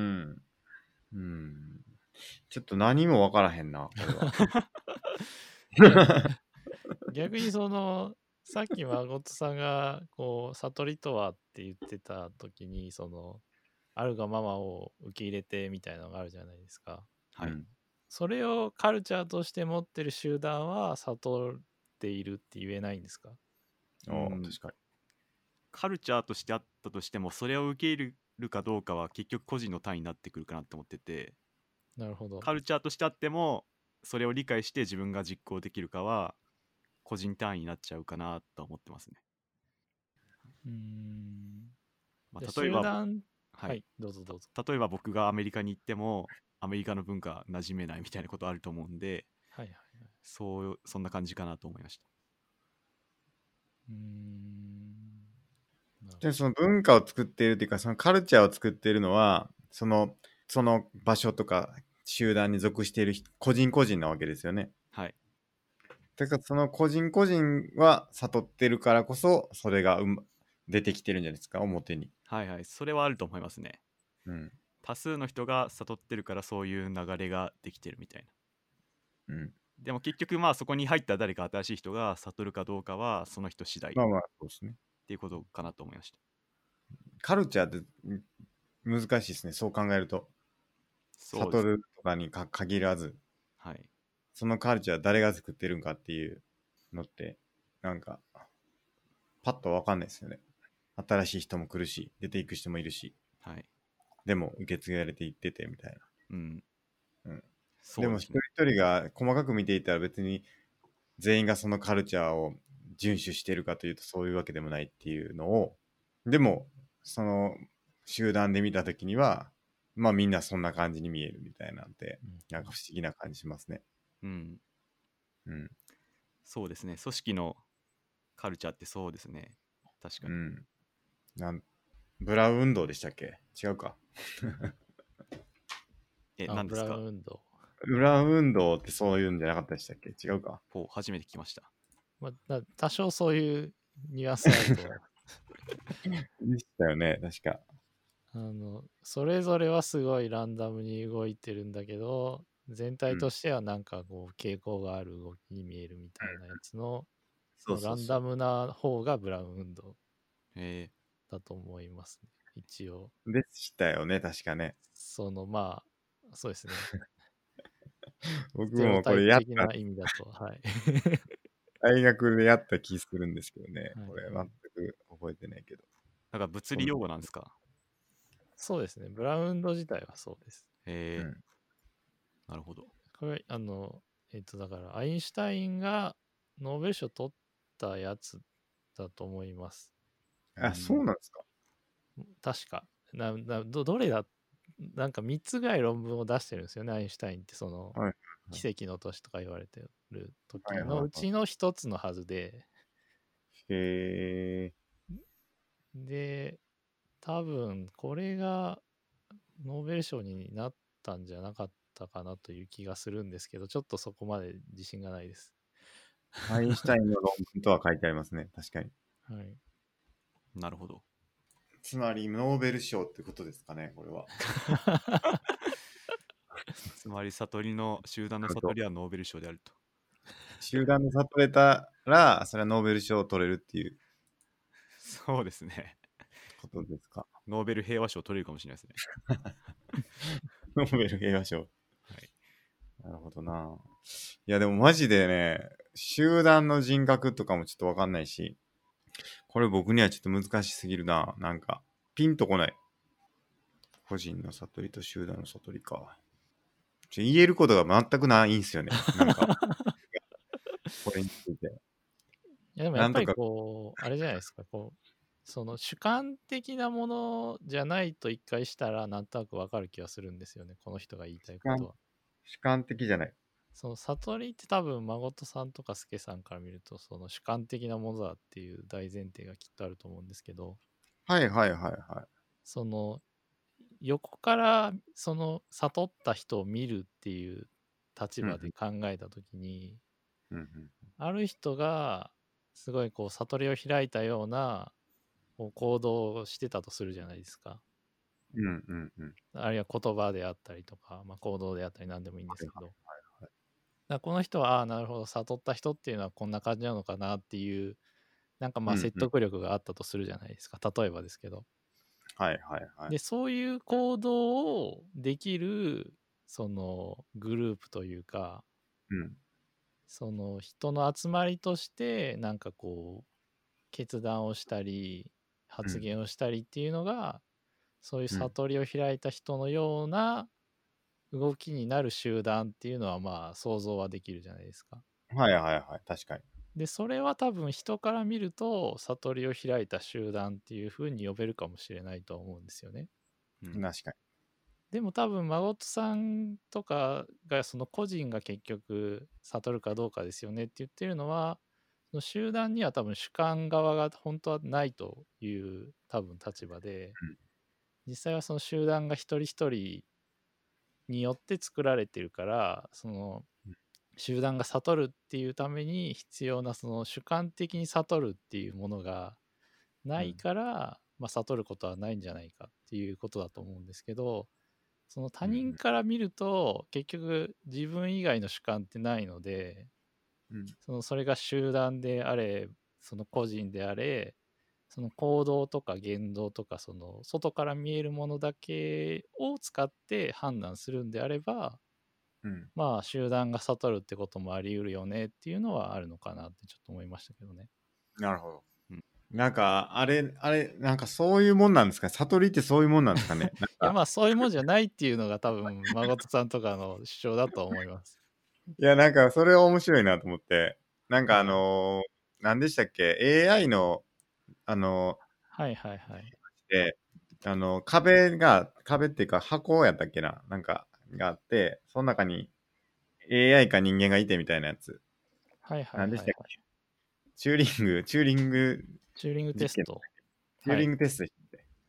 [SPEAKER 1] うん。ちょっと何もわからへんな、これは。
[SPEAKER 3] 逆逆にそのさっき誠さんがこう悟りとはって言ってた時にそのあるがままを受け入れてみたいなのがあるじゃないですか。
[SPEAKER 2] はい。
[SPEAKER 1] うん。
[SPEAKER 3] それをカルチャーとして持ってる集団は悟っているって言えないんですか？
[SPEAKER 2] うん、
[SPEAKER 1] おー確か
[SPEAKER 2] カルチャーとしてあったとしてもそれを受け入れるかどうかは結局個人の単位になってくるかなって思ってて、
[SPEAKER 3] なるほど。
[SPEAKER 2] カルチャーとしてあってもそれを理解して自分が実行できるかは個人単位になっちゃうかなと思ってますね。
[SPEAKER 3] うーん。で
[SPEAKER 2] まあ、例えば、
[SPEAKER 3] 集団、
[SPEAKER 2] はい、
[SPEAKER 3] はい、どうぞどうぞ。
[SPEAKER 2] 例えば僕がアメリカに行ってもアメリカの文化馴染めないみたいなことあると思うんで、
[SPEAKER 3] はいはいはい。
[SPEAKER 2] そうそんな感じかなと思いました。
[SPEAKER 3] うーん。なる
[SPEAKER 1] で、その文化を作っているっていうか、そのカルチャーを作っているのは、その、その場所とか集団に属している人個人個人なわけですよね。
[SPEAKER 2] はい。
[SPEAKER 1] だからその個人個人は悟ってるからこそ、それが、うん、出てきてるんじゃないですか、表に。
[SPEAKER 2] はいはい、それはあると思いますね。
[SPEAKER 1] うん。
[SPEAKER 2] 多数の人が悟ってるからそういう流れができてるみたいな。
[SPEAKER 1] うん。
[SPEAKER 2] でも結局まあそこに入った誰か新しい人が悟るかどうかはその人次第っ
[SPEAKER 1] まあまあ、そうですね。
[SPEAKER 2] ていうことかなと思いました。
[SPEAKER 1] カルチャーってうん難しいですね、そう考えると。
[SPEAKER 2] そうです。
[SPEAKER 1] 悟るとかにか限らず、
[SPEAKER 2] はい。
[SPEAKER 1] そのカルチャー誰が作ってるんかっていうのって、なんか、パッとわかんないですよね。新しい人も来るし、出ていく人もいるし、
[SPEAKER 2] はい。
[SPEAKER 1] でも受け継がれていっててみたい
[SPEAKER 2] うん。
[SPEAKER 1] な。うん。でも一人
[SPEAKER 2] そうですね。
[SPEAKER 1] 一人が細かく見ていたら別に全員がそのカルチャーを遵守してるかというとそういうわけでもないっていうのを、でも、その集団で見たときには、まあみんなそんな感じに見えるみたいなんて、
[SPEAKER 3] ほど。
[SPEAKER 1] なんか不思議な感じしますね。
[SPEAKER 2] うん。
[SPEAKER 1] うん。
[SPEAKER 2] そうですね。組織のカルチャーってそうですね。確かに。
[SPEAKER 1] うん。なんブラウン運動でしたっけ？違うか。
[SPEAKER 2] え、
[SPEAKER 3] あブラ
[SPEAKER 2] 何ですか？
[SPEAKER 3] ウン運動。
[SPEAKER 1] ブラウン運動ってそういうんじゃなかったでしたっけ？違うか。
[SPEAKER 2] ほう、初めて聞きました。
[SPEAKER 3] まあ、だ多少そういうニュアンスあると思います。
[SPEAKER 1] でしたよね、確か。
[SPEAKER 3] あの、それぞれはすごいランダムに動いてるんだけど、全体としてはなんかこう傾向がある動きに見えるみたいなやつの、そのランダムな方がブラウン運動
[SPEAKER 2] え
[SPEAKER 3] だと思いますね。一応。
[SPEAKER 1] でしたよね、確かね。
[SPEAKER 3] そのまあ、そうですね。
[SPEAKER 1] 僕
[SPEAKER 3] ステレオタイプ
[SPEAKER 1] もこれやった、
[SPEAKER 3] 的な意味だと、はい。
[SPEAKER 1] 大学でやった気するんですけどね。
[SPEAKER 3] はい
[SPEAKER 1] これ全
[SPEAKER 3] はい
[SPEAKER 1] く覚えてないけど。
[SPEAKER 2] ー、なんか物理用語なんですか？
[SPEAKER 3] そうですね。ブラウン運動自体はそうです。
[SPEAKER 2] えー、
[SPEAKER 1] うん。
[SPEAKER 2] なるほど。
[SPEAKER 3] これ、あの、えっと、だから、アインシュタインがノーベル賞取ったやつだと思います。
[SPEAKER 1] あ、そうなんですか。
[SPEAKER 3] 確か。ななどどれだなんかみっつぐらい論文を出してるんですよね、アインシュタインって、その、
[SPEAKER 1] はい。
[SPEAKER 3] 奇跡の年とか言われてる時
[SPEAKER 1] はいはいは
[SPEAKER 3] のうちの一つのはずで、
[SPEAKER 1] い。へえ。
[SPEAKER 3] で、多分、これがノーベル賞になったんじゃなかったかなという気がするんですけど、ちょっとそこまで自信がないです。
[SPEAKER 1] アインシュタインの論文とは書いてありますね。確かに。
[SPEAKER 3] はい。
[SPEAKER 2] なるほど。
[SPEAKER 1] つまり、ノーベル賞ってことですかね、これは。
[SPEAKER 2] つまり、悟りの、集団の悟りはノーベル賞であると。
[SPEAKER 1] 集団で悟れたら、それはノーベル賞を取れるっていう
[SPEAKER 2] そうですね。
[SPEAKER 1] ことですか。
[SPEAKER 2] ノーベル平和賞取れるかもしれないですね。
[SPEAKER 1] ノーベル平和賞。
[SPEAKER 2] はい。
[SPEAKER 1] なるほどな。いや、でもマジでね、集団の人格とかもちょっとわかんないし、これ僕にはちょっと難しすぎるな。なんか、ピンとこない。個人の悟りと集団の悟りか。ちょ言えることが全くないんすよね。なんか、これについて。
[SPEAKER 3] いやでもやっぱり
[SPEAKER 1] なんとか、
[SPEAKER 3] こう、あれじゃないですか、こう、その主観的なものじゃないと一回したらなんとなくわかる気がするんですよね、この人が言いたい
[SPEAKER 1] 主観
[SPEAKER 3] ことは。
[SPEAKER 1] 主観的じゃない。
[SPEAKER 3] その悟りって多分、誠さんとか助さんから見ると、その主観的なものだっていう大前提がきっとあると思うんですけど、
[SPEAKER 1] はいはいはいは
[SPEAKER 3] その横からその悟った人を見るっていう立場で考えたときに、
[SPEAKER 1] い。うんうん
[SPEAKER 3] ある人がすごいこう悟りを開いたようなこう行動をしてたとするじゃないですか。
[SPEAKER 1] うんうんうん。
[SPEAKER 3] あるいは言葉であったりとか、まあ、行動であったり何でもいいんですけど。
[SPEAKER 1] はい
[SPEAKER 3] だからこの人は、ああ、なるほど、悟った人っていうのはこんな感じなのかなっていう、なんかまあ
[SPEAKER 1] うんうん
[SPEAKER 3] 説得力があったとするじゃないですか。例えばですけど。
[SPEAKER 1] はいはいはい。
[SPEAKER 3] で、そういう行動をできる、そのグループというか、
[SPEAKER 1] うん
[SPEAKER 3] その人の集まりとして、なんかこう、決断をしたり、発言をしたりっていうのが、そういう悟りを開いた人のような動きになる集団っていうのはまあ想像はできるじゃないですか。
[SPEAKER 1] はいはいはい。確かに。
[SPEAKER 3] で、それは多分人から見ると悟りを開いた集団っていう風に呼べるかもしれないと思うんですよね。
[SPEAKER 2] うん、
[SPEAKER 1] 確か
[SPEAKER 3] でも多分、誠さんとかがその個人が結局悟るかどうかですよねって言ってるのは、その集団には多分主観側が本当はないという多分立場で、
[SPEAKER 1] うん
[SPEAKER 3] 実際はその集団が一人一人によって作られてるから、その集団が悟るっていうために必要なその主観的に悟るっていうものがないから、まあ、悟ることはないんじゃないかっていうことだと思うんですけど、その他人から見ると結局自分以外の主観ってないので、
[SPEAKER 1] に。うん
[SPEAKER 3] そのそれが集団であれ、その個人であれ、その行動とか言動とかその外から見えるものだけを使って判断するんであれば、
[SPEAKER 1] うん
[SPEAKER 3] まあ集団が悟るってこともあり得るよねっていうのはあるのかなってちょっと思いましたけどね。
[SPEAKER 1] なるほど。
[SPEAKER 2] うん、
[SPEAKER 1] なんか、あれ、あれ、なんかそういうもんなんですか？悟りってそういうもんなんですかね？なん
[SPEAKER 3] いや
[SPEAKER 1] か、
[SPEAKER 3] まあそういうもんじゃないっていうのが多分誠さんとかの主張だと思います。
[SPEAKER 1] いや、なんかそれは面白いなと思って、なんかあ
[SPEAKER 3] はい
[SPEAKER 1] のー、何でしたっけ？ エーアイ の、あの
[SPEAKER 3] はいはいはい。
[SPEAKER 1] ー、で、あの、壁が、壁っていうか箱やったっけな？なんか、があって、その中に エーアイ か人間がいてみたいなやつ。
[SPEAKER 3] はいはいはいはい。
[SPEAKER 1] 何でしたっけ？チューリング、チューリング
[SPEAKER 3] チューリングテ
[SPEAKER 1] 実験。
[SPEAKER 3] スト。
[SPEAKER 1] チュー
[SPEAKER 3] はい。
[SPEAKER 1] リングテストでしたっけ？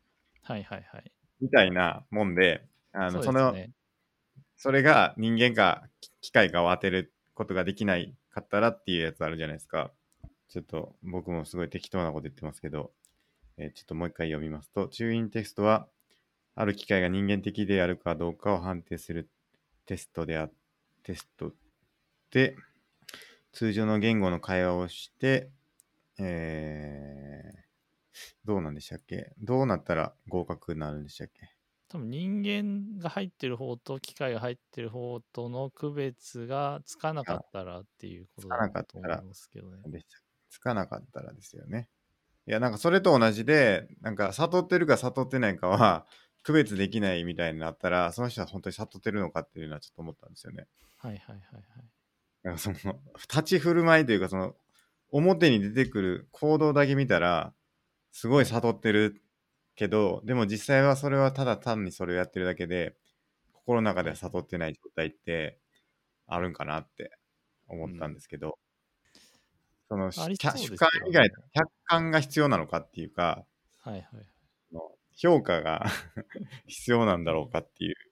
[SPEAKER 3] はいはいはい。
[SPEAKER 1] みたいなもんで、あの、
[SPEAKER 3] そう
[SPEAKER 1] その、
[SPEAKER 3] ですね。
[SPEAKER 1] それが人間かき機械かを当てることができないかったらっていうやつあるじゃないですか。ちょっと僕もすごい適当なこと言ってますけど、えーちょっともう一回読みますと、チューインテストは、ある機械が人間的であるかどうかを判定するテストであ、テストで、通常の言語の会話をして、えー、どうなんでしたっけ？どうなったら合格になるんでしたっけ？
[SPEAKER 3] 多分人間が入ってる方と機械が入ってる方との区別がつかなか
[SPEAKER 1] あ、
[SPEAKER 3] ったらっていうことだ
[SPEAKER 1] つかなかっ
[SPEAKER 3] と思い
[SPEAKER 1] たら
[SPEAKER 3] ますけどね。
[SPEAKER 1] でした。つかなかったらですよね。いや、なんかそれと同じで、なんか悟ってるか悟ってないかは区別できないみたいになったら、その人は本当に悟ってるのかっていうのはちょっと思ったんですよね。
[SPEAKER 3] はいはいはいはい。
[SPEAKER 1] なんかその、立ち振る舞いというか、その、表に出てくる行動だけ見たら、すごい悟ってるけど、でも実際はそれはただ単にそれをやってるだけで、心の中では悟ってない状態ってあるんかなって思ったんですけど、その
[SPEAKER 3] あり
[SPEAKER 1] 客主
[SPEAKER 3] そうですよ
[SPEAKER 1] 観以外の
[SPEAKER 3] ね。
[SPEAKER 1] 客観が必要なのかっていうか、
[SPEAKER 3] はいはいはい。
[SPEAKER 1] その評価が必要なんだろうかっていう。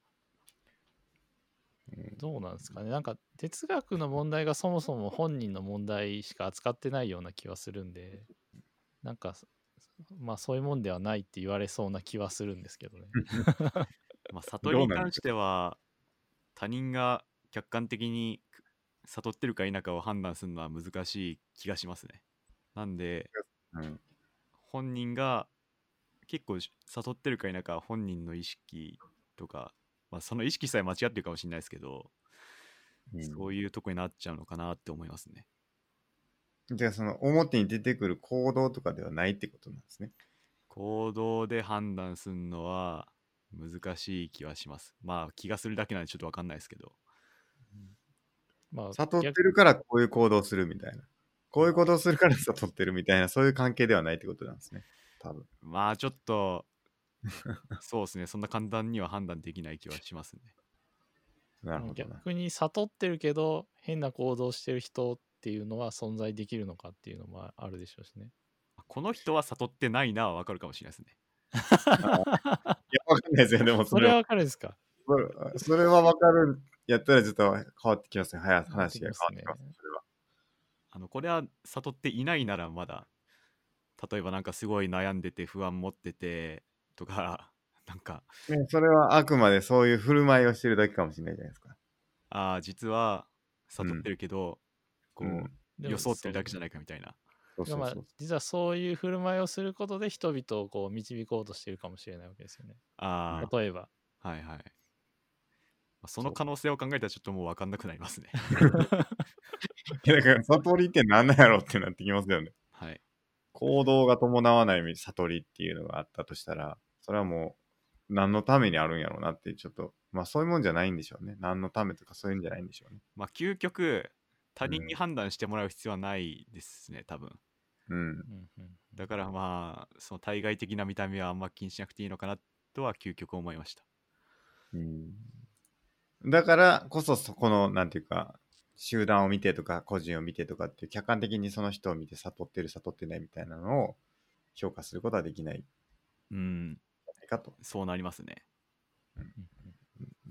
[SPEAKER 1] うん、
[SPEAKER 3] どうなんですかね。なんか哲学の問題がそもそも本人の問題しか扱ってないような気はするんで、なんかまあそういうもんではないって言われそうな気はするんですけどね。
[SPEAKER 2] まあ、悟り
[SPEAKER 1] どう
[SPEAKER 2] に関し
[SPEAKER 1] なんですか？
[SPEAKER 2] ては、他人が客観的に悟ってるか否かを判断するのは難しい気がしますね。なんで、
[SPEAKER 1] うん、
[SPEAKER 2] 本人が結構悟ってるか否かは本人の意識とか、まあ、その意識さえ間違ってるかもしれないですけど、
[SPEAKER 1] うん、
[SPEAKER 2] そういうとこになっちゃうのかなって思いますね。
[SPEAKER 1] じゃあその表に出てくる行動とかではないってことなんですね。
[SPEAKER 2] 行動で判断するのは難しい気はします。まあ気がするだけなんでちょっとわかんないですけど。
[SPEAKER 3] まあ
[SPEAKER 1] 悟っ
[SPEAKER 3] 逆
[SPEAKER 1] てるからこういう行動をするみたいな。こういう行動をするから悟ってるみたいな、そういう関係ではないってことなんですね。多分。
[SPEAKER 2] まあちょっと、そうですね。そんな簡単には判断できない気はしますね。
[SPEAKER 1] なるほどな。
[SPEAKER 3] 逆に悟ってるけど変な行動してる人っていうのは存在できるのかっていうのもあるでしょうしね。
[SPEAKER 2] この人は悟ってないなはわかるかもしれないですね。
[SPEAKER 1] あ、いや、わかんないですよ。でもそれは、
[SPEAKER 3] それはわかるんですか？
[SPEAKER 1] それそれはわかるやったらちょっと変わってきますね。話
[SPEAKER 3] 変わって
[SPEAKER 1] 話が変
[SPEAKER 3] きますね。
[SPEAKER 1] わってきますね。それは。
[SPEAKER 2] あのこれは悟っていないならまだ、例えばなんかすごい悩んでて不安持っててとか、なんか、
[SPEAKER 1] ね、それはあくまでそういう振る舞いをしてるだけかもしれないじゃないですか。
[SPEAKER 2] ああ、実は
[SPEAKER 1] うん。
[SPEAKER 2] 悟ってるけど、こう、
[SPEAKER 1] うん。
[SPEAKER 3] でも
[SPEAKER 2] 装って
[SPEAKER 3] そう
[SPEAKER 2] るだけじゃないかみたいな。
[SPEAKER 3] まあ
[SPEAKER 1] そうそうそう。
[SPEAKER 3] 実はそういう振る舞いをすることで人々をこう導こうとしてるかもしれないわけですよね。
[SPEAKER 1] うん。
[SPEAKER 2] あ
[SPEAKER 3] 例えば。
[SPEAKER 2] あ、はいはい。その
[SPEAKER 1] そう。
[SPEAKER 2] 可能性を考えたらちょっともう分かんなくなりますね。
[SPEAKER 1] いやだから悟りって何なんやろってなってきますよね。
[SPEAKER 2] はい。
[SPEAKER 1] 行動が伴わない悟りっていうのがあったとしたら、それはもう何のためにあるんやろうなってちょっと、まあそういうもんじゃないんでしょうね。何のためとかそういうんじゃないんでしょうね。
[SPEAKER 2] まあ、究極、他人に
[SPEAKER 1] うん。
[SPEAKER 2] 判断してもらう必要はないですね、多分。
[SPEAKER 1] うん。
[SPEAKER 3] うんうん、
[SPEAKER 2] だからまあ、その対外的な見た目はあんま気にしなくていいのかなとは究極思いました。
[SPEAKER 1] うん、だからこそ、そこの、なんていうか、集団を見てとか、個人を見てとかっていう客観的にその人を見て悟ってる、悟ってないみたいなのを評価することはできないんじ
[SPEAKER 2] うん、
[SPEAKER 1] ゃないかと。
[SPEAKER 2] そうなりますね。
[SPEAKER 1] うん、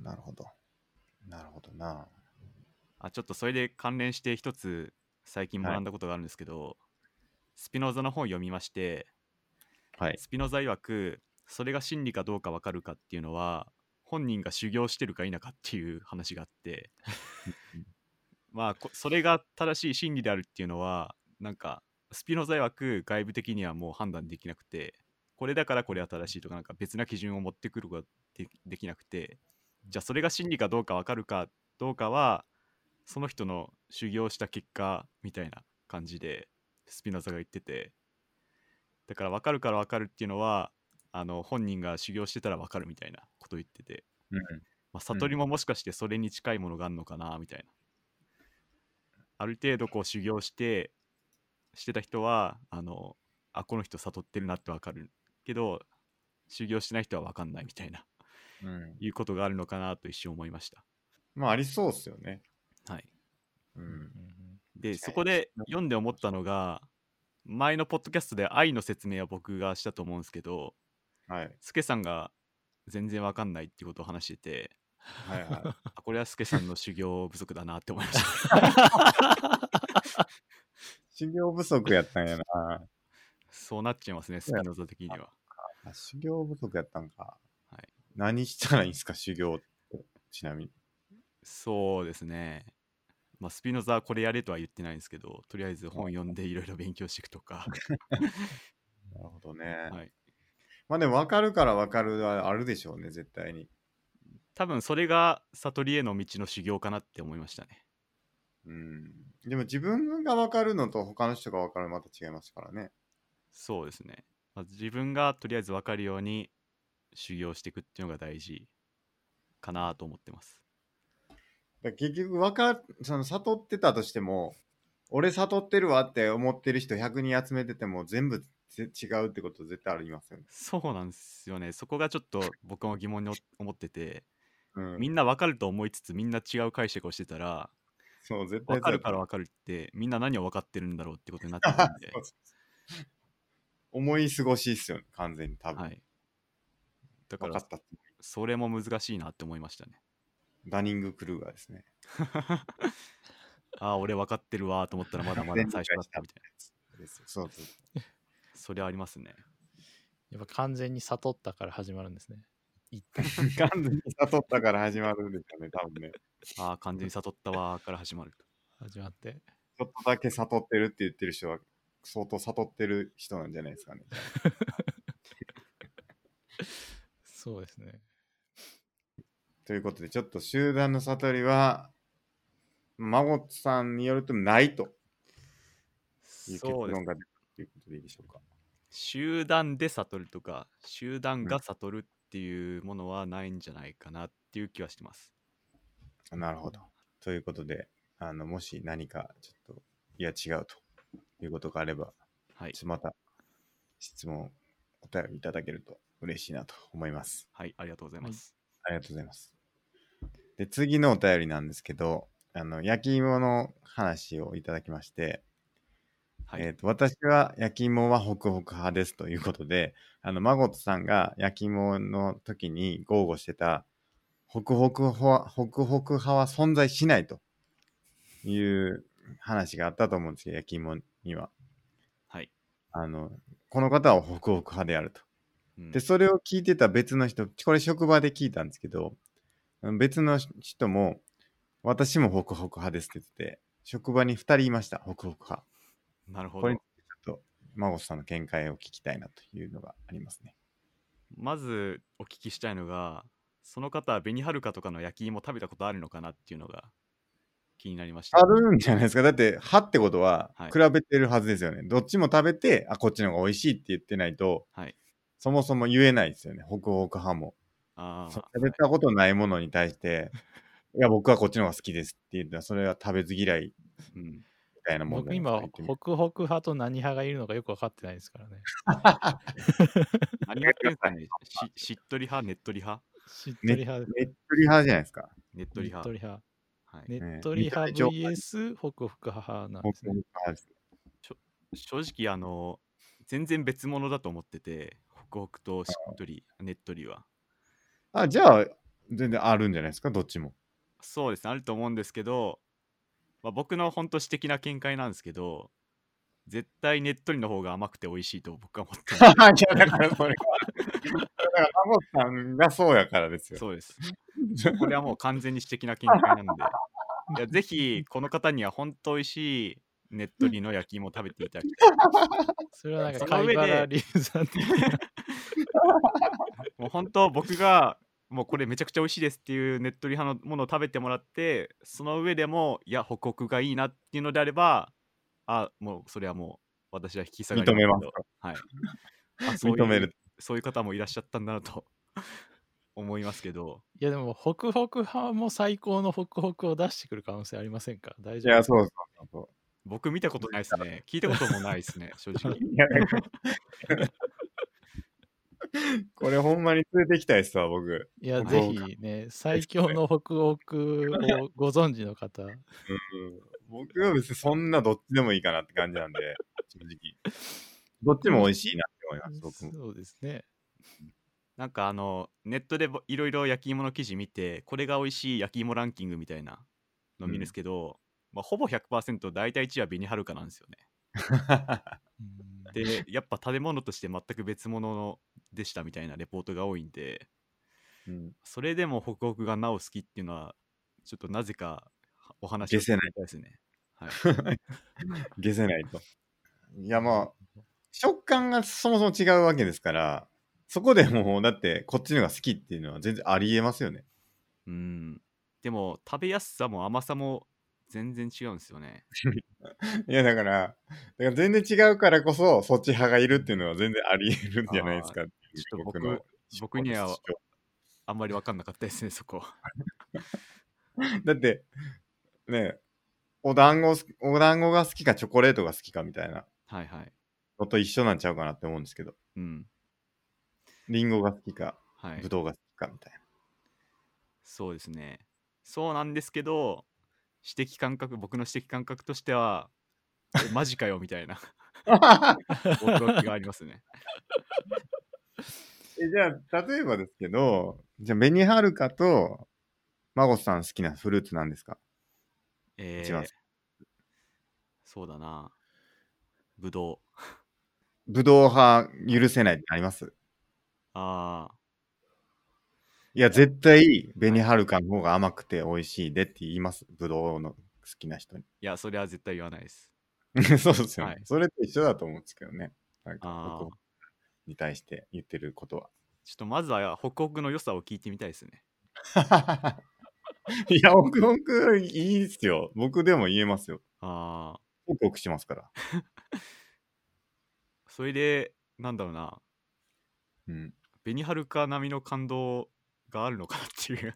[SPEAKER 1] なるほど。なるほどな。
[SPEAKER 2] あ、ちょっとそれで関連して一つ最近
[SPEAKER 1] はい。
[SPEAKER 2] 学んだことがあるんですけど、スピノザの本を読みまして、
[SPEAKER 1] はい。
[SPEAKER 2] スピノザ曰く、それが真理かどうか分かるかっていうのは、本人が修行してるか否かっていう話があって、まあ、こそれが正しい真理であるっていうのは、なんか、スピノザ曰く外部的にはもう判断できなくて、これだからこれは正しいとか、なんか別な基準を持ってくることがでできなくて、じゃあそれが真理かどうか分かるかどうかは、その人の修行した結果みたいな感じで、スピノザが言ってて、だから分かるから分かるっていうのは、あの本人が修行してたら分かるみたいなことを言ってて、
[SPEAKER 1] うん。
[SPEAKER 2] まあ、悟りももしかしてそれに近いものがあるのかなみたいな。ある程度こう修行してしてた人はあのあこの人悟ってるなって分かるけど、修行してない人は分かんないみたいな
[SPEAKER 1] うん。
[SPEAKER 2] いうことがあるのかなと一瞬思いました。
[SPEAKER 1] まあ、ありそうっすよね。
[SPEAKER 2] はい。
[SPEAKER 1] う
[SPEAKER 3] うんうん
[SPEAKER 1] ん。
[SPEAKER 2] で
[SPEAKER 1] 確かに。
[SPEAKER 2] そこで読んで思ったのが、前のポッドキャストで愛の説明は僕がしたと思うんですけど、
[SPEAKER 1] はい。
[SPEAKER 2] スケさんが全然わかんないってことを話してて、
[SPEAKER 1] はいはい。
[SPEAKER 2] あこれはスケさんの修行不足だなって思いました。
[SPEAKER 1] 修行不足やったんやな。
[SPEAKER 2] そうなっちゃいますね、スピノザ的には。
[SPEAKER 1] あ修行不足やったんか。
[SPEAKER 2] はい、
[SPEAKER 1] 何したらいいんですか、修行って。ちなみに。
[SPEAKER 2] そうですね。まあ、スピノザはこれやれとは言ってないんですけど、とりあえず本読んでいろいろ勉強していくとか。
[SPEAKER 1] なるほどね。
[SPEAKER 2] はい、
[SPEAKER 1] まあでも分かるから分かるはあるでしょうね、絶対に。
[SPEAKER 2] 多分それが悟りへの道の修行かなって思いましたね。
[SPEAKER 1] うん。でも自分が分かるのと他の人が分かるのまた違いますからね。
[SPEAKER 2] そうですね。まあ、自分がとりあえず分かるように修行していくっていうのが大事かなと思ってます。
[SPEAKER 1] だ結局分かその悟ってたとしても、俺悟ってるわって思ってる人ひゃくにん集めてても全部違うってこと絶対ありますよね。
[SPEAKER 2] そうなんですよね。そこがちょっと僕も疑問に思ってて、
[SPEAKER 1] うん、
[SPEAKER 2] みんな分かると思いつつみんな違う解釈をしてたら、
[SPEAKER 1] そう、絶
[SPEAKER 2] 分
[SPEAKER 1] 対そうやと思う。
[SPEAKER 2] かるから分かるってみんな何を分かってるんだろうってことになっちゃうんで
[SPEAKER 1] そうそう思い過ごしっすよね、完全に多分。
[SPEAKER 2] はい、だから
[SPEAKER 1] 分かった。
[SPEAKER 2] それも難しいなって思いましたね。
[SPEAKER 1] ダニング・クルーガーですね。
[SPEAKER 2] ああ俺分かってるわと思ったらまだまだ最初だったみたいな。
[SPEAKER 1] そうそうそう。
[SPEAKER 2] それありますね。
[SPEAKER 3] やっぱ完全に悟ったから始まるんですね。一旦
[SPEAKER 1] 完全に悟ったから始まるんですよね、多分ね。
[SPEAKER 2] ああ完全に悟ったわーから始まると。
[SPEAKER 3] 始まって。
[SPEAKER 1] ちょっとだけ悟ってるって言ってる人は相当悟ってる人なんじゃないですかね。
[SPEAKER 3] そうですね。
[SPEAKER 1] ということで、ちょっと集団の悟りは、孫さんによるとないという結
[SPEAKER 2] そうです。
[SPEAKER 1] 論が出たということでいいでしょうか。
[SPEAKER 2] 集団で悟るとか集団が悟るっていうものはないんじゃないかなっていう気はしてます。
[SPEAKER 1] うん、なるほど。ということで、あのもし何かちょっといや違うということがあれば、
[SPEAKER 2] はい、
[SPEAKER 1] また質問お便りいただけると嬉しいなと思います。
[SPEAKER 2] はい、ありがとうございます。
[SPEAKER 1] ありがとうございます。で、次のお便りなんですけど、あの焼き芋の話をいただきまして、はい、えーと、私は焼き芋はホクホク派ですということで、あの、マゴットさんが焼き芋の時に豪語してた、ホクホク派、ホクホク派は存在しないという話があったと思うんですけど、焼き芋には。
[SPEAKER 2] はい。
[SPEAKER 1] あの、この方はホクホク派であると。うん、で、それを聞いてた別の人、これ職場で聞いたんですけど、別の人も、私もホクホク派ですって言ってて、職場にふたりいました、ホクホク派。
[SPEAKER 2] なるほど。
[SPEAKER 1] これにちょっと、マゴさんの見解を聞きたいなというのがありますね。
[SPEAKER 2] まずお聞きしたいのが、その方は紅はるかとかの焼き芋食べたことあるのかなっていうのが気になりました。
[SPEAKER 1] あるんじゃないですか。だって、歯ってことは比べてるはずですよね。はい、どっちも食べて、あ、こっちの方が美味しいって言ってないと、はい、そもそも言えないですよね。ホクホク派も。あ食べたことないものに対して、はい、いや、僕はこっちの方が好きですって言ったら、それは食べず嫌い。うん、みたいなもん
[SPEAKER 3] 僕今、ホクホク派と何派がいるのかよく分かってないですからね。
[SPEAKER 2] 何やってるんですかね。し, しっとり派、ねっとり派
[SPEAKER 3] しっとり派。
[SPEAKER 1] ね、ねっとり派じゃないですか。
[SPEAKER 2] ねっとり派。
[SPEAKER 3] ねっとり派。
[SPEAKER 2] はい、
[SPEAKER 3] ねっとり派 ブイエス ホクホク派なんですね。
[SPEAKER 2] 正直、あの、全然別物だと思ってて、ホクホクとしっとり、ねっとりは。
[SPEAKER 1] あ、じゃあ、全然あるんじゃないですか、どっちも。
[SPEAKER 2] そうですね、あると思うんですけど、まあ、僕の本当私的な見解なんですけど、絶対ねっとりの方が甘くて美味しいと僕は思ってます。
[SPEAKER 1] いや、だからそれは。だから、タモさんがそうやからですよ。
[SPEAKER 2] そうです。これはもう完全に私的な見解なんで、いやぜひこの方には本当美味しいねっとりの焼き芋を食べていただきたい。
[SPEAKER 3] それはなんか貝原龍さん的な。
[SPEAKER 2] もう本当僕がもうこれめちゃくちゃ美味しいですっていうねっとり派のものを食べてもらって、その上でもいやホクホクがいいなっていうのであれば、あもうそれはもう私は引き下がり
[SPEAKER 1] 認めます。
[SPEAKER 2] はい。あそういう認めるそういう方もいらっしゃったんだなと思いますけど。
[SPEAKER 3] いやでもホクホク派も最高のホクホクを出してくる可能性ありませんか？大丈夫？
[SPEAKER 1] いや、そうそうそう。
[SPEAKER 2] 僕見たことないですね。聞いたこともないですね、正直。
[SPEAKER 1] これほんまに連れてきたいっすわ、僕。
[SPEAKER 3] いや、ぜひね、最強のホクホクをご存知の方。うん、
[SPEAKER 1] 僕は別にそんなどっちでもいいかなって感じなんで、正直。どっちも美味しいなって思います、僕も。
[SPEAKER 3] そうですね。
[SPEAKER 2] なんかあのネットでぼいろいろ焼き芋の記事見て、これが美味しい焼き芋ランキングみたいなの見るんですけど、まあ、ほぼ ひゃくパーセント 大体いちいは紅はるかなんですよね。
[SPEAKER 3] うん
[SPEAKER 2] でやっぱ食べ物として全く別物のでしたみたいなレポートが多いんで、
[SPEAKER 1] うん、
[SPEAKER 2] それでもホクホクがなお好きっていうのはちょっとなぜかお話を聞
[SPEAKER 1] 消せない
[SPEAKER 2] きたいですね。はい。
[SPEAKER 1] 消せないと。いやまあ食感がそもそも違うわけですから、そこでもうだってこっちのが好きっていうのは全然ありえますよね。
[SPEAKER 2] うん。でも食べやすさも甘さも全然違うんですよね。
[SPEAKER 1] いやだから、だから全然違うからこそそっち派がいるっていうのは全然ありえるんじゃないですかっていう
[SPEAKER 2] ちょっと
[SPEAKER 1] 僕の
[SPEAKER 2] 僕僕には
[SPEAKER 1] 主張
[SPEAKER 2] あんまり分かんなかったですね、そこ。
[SPEAKER 1] だってね、お団子お団子が好きかチョコレートが好きかみたいな
[SPEAKER 2] はいはい。
[SPEAKER 1] のと一緒なんちゃうかなって思うんですけど、
[SPEAKER 2] うん。
[SPEAKER 1] リンゴが好きか
[SPEAKER 2] はい
[SPEAKER 1] ブ。ドウが好きかみたい
[SPEAKER 2] そうですね。そうなんですけど、指摘感覚、僕の指摘感覚としては、え、マジかよみたいな
[SPEAKER 1] な。
[SPEAKER 2] 驚きがありますね。
[SPEAKER 1] えじゃあ例えばですけど、じゃあ紅はるかとマゴさん好きなフルーツなんですか？一番
[SPEAKER 2] えー、そうだな。ぶどう。
[SPEAKER 1] ブドウ派許せないってあります？
[SPEAKER 2] ああ、
[SPEAKER 1] いや、絶対、紅はるかの方が甘くて美味しいでって言います。ブドウの好きな人に。
[SPEAKER 2] いや、それは絶対言わないです。
[SPEAKER 1] そうですよね、
[SPEAKER 2] はい。
[SPEAKER 1] それと一緒だと思うんですけどね。なんか、
[SPEAKER 2] ああ、
[SPEAKER 1] 僕に対して言ってることは。
[SPEAKER 2] ちょっとまずはホクホクの良さを聞いてみたいですね。
[SPEAKER 1] いや、僕、僕、いいっすよ。僕でも言えますよ。
[SPEAKER 2] ああ、
[SPEAKER 1] ホクホクしますから。
[SPEAKER 2] それで、なんだろうな、
[SPEAKER 1] うん。
[SPEAKER 2] 紅はるか並みの感動があるのかなっていう。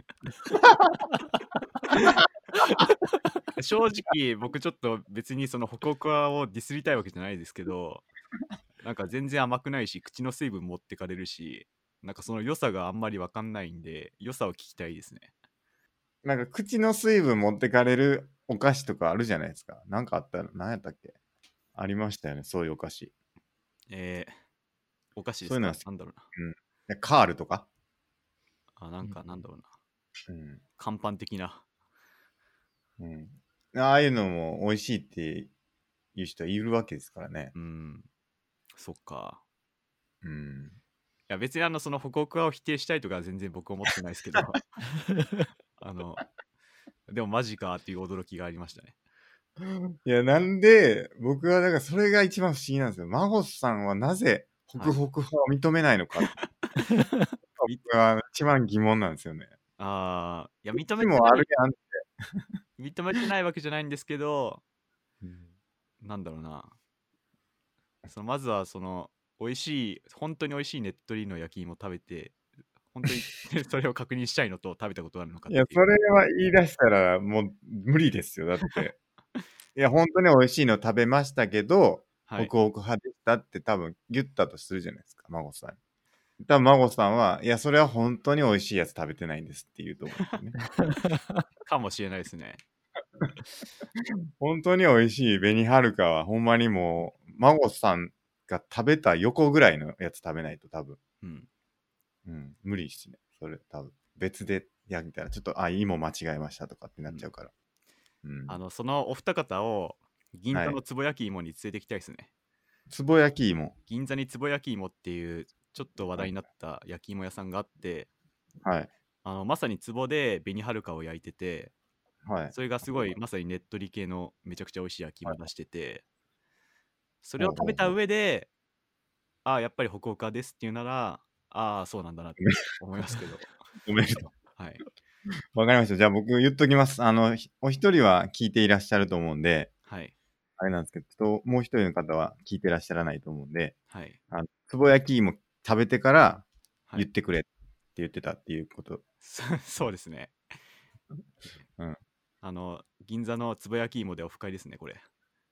[SPEAKER 2] 正直、僕ちょっと別にそのホクホクをディスりたいわけじゃないですけど、なんか全然甘くないし、口の水分持ってかれるし、なんかその良さがあんまりわかんないんで、良さを聞きたいですね。
[SPEAKER 1] なんか、口の水分持ってかれるお菓子とかあるじゃないですか。なんかあったら、何やったっけ？ありましたよね、そういうお菓子。
[SPEAKER 2] えー、お菓子ですか？
[SPEAKER 1] そういうのは好き。
[SPEAKER 2] なんだろうな。
[SPEAKER 1] うんで。カールとか。
[SPEAKER 2] あ、なんかなんだろうな。
[SPEAKER 1] うん。
[SPEAKER 2] 乾パン的な。
[SPEAKER 1] うん。ああいうのも美味しいっていう人いるわけですからね。
[SPEAKER 2] うん、そっか。
[SPEAKER 1] うん。
[SPEAKER 2] いや別にあのそのホクホクを否定したいとかは全然僕思ってないですけど、あの、でもマジかっていう驚きがありましたね。
[SPEAKER 1] いや、なんで、僕はだからそれが一番不思議なんですよ。マゴスさんはなぜホクホク派を認めないのか。
[SPEAKER 2] み
[SPEAKER 1] 僕は一番疑問なんですよね。
[SPEAKER 2] ああ、いや認
[SPEAKER 1] いつ
[SPEAKER 2] めてない、
[SPEAKER 1] もあるやん。
[SPEAKER 2] 認めてないわけじゃないんですけど、
[SPEAKER 1] うん
[SPEAKER 2] なんだろうな。そのまずはその美味しい、本当に美味しいねっとりの焼き芋食べて、本当にそれを確認したいのと食べたことあるのかっ
[SPEAKER 1] いや、
[SPEAKER 2] ていう。
[SPEAKER 1] それは言い出したらもう無理ですよ。だって。いや、本当に美味しいの食べましたけど、
[SPEAKER 2] はい。
[SPEAKER 1] ホクホク派でしたって多分言ったとするじゃないですか、マゴさん。多分マゴさんは、いや、それは本当に美味しいやつ食べてないんですって言うと思うんですよね。
[SPEAKER 2] かもしれないですね。
[SPEAKER 1] 本当に美味しい紅はるかはほんまにもう、マゴさんが食べた横ぐらいのやつ食べないと多分、
[SPEAKER 2] うん。
[SPEAKER 1] うん、無理っすね。それ多分。別でやったら、ちょっと、あ、芋間違えましたとかってなっちゃうから。うん。
[SPEAKER 2] あの、そのお二方を銀座
[SPEAKER 1] はい
[SPEAKER 2] のつぼ焼き芋に連れてきたいですね。
[SPEAKER 1] つぼ焼き芋。
[SPEAKER 2] 銀座につぼ焼き芋っていうちょっと話題になった焼き芋屋さんがあって、
[SPEAKER 1] はい。
[SPEAKER 2] あのまさにつぼで紅はるかを焼いてて、
[SPEAKER 1] はい。
[SPEAKER 2] それがすごいまさにねっとり系のめちゃくちゃ美味しい焼き芋出してて、それを
[SPEAKER 1] ほうほうほう
[SPEAKER 2] 食べた上で、ああ、やっぱりホクホクですっていうなら、ああ、そうなんだなって思いますけど。
[SPEAKER 1] ごめんなさい。
[SPEAKER 2] はい。
[SPEAKER 1] わかりました。じゃあ僕言っときます。あの、ひお一人は聞いていらっしゃると思うんで、
[SPEAKER 2] はい。
[SPEAKER 1] あれなんですけど、ちょっともう一人の方は聞いてらっしゃらないと思うんで、
[SPEAKER 2] はい。
[SPEAKER 1] あのつぼ焼き芋食べてから
[SPEAKER 2] はい
[SPEAKER 1] 言ってくれって言ってたっていうこと。
[SPEAKER 2] そそうですね。
[SPEAKER 1] うん。
[SPEAKER 2] あの、銀座のつぼ焼き芋でオフ会ですね、これ。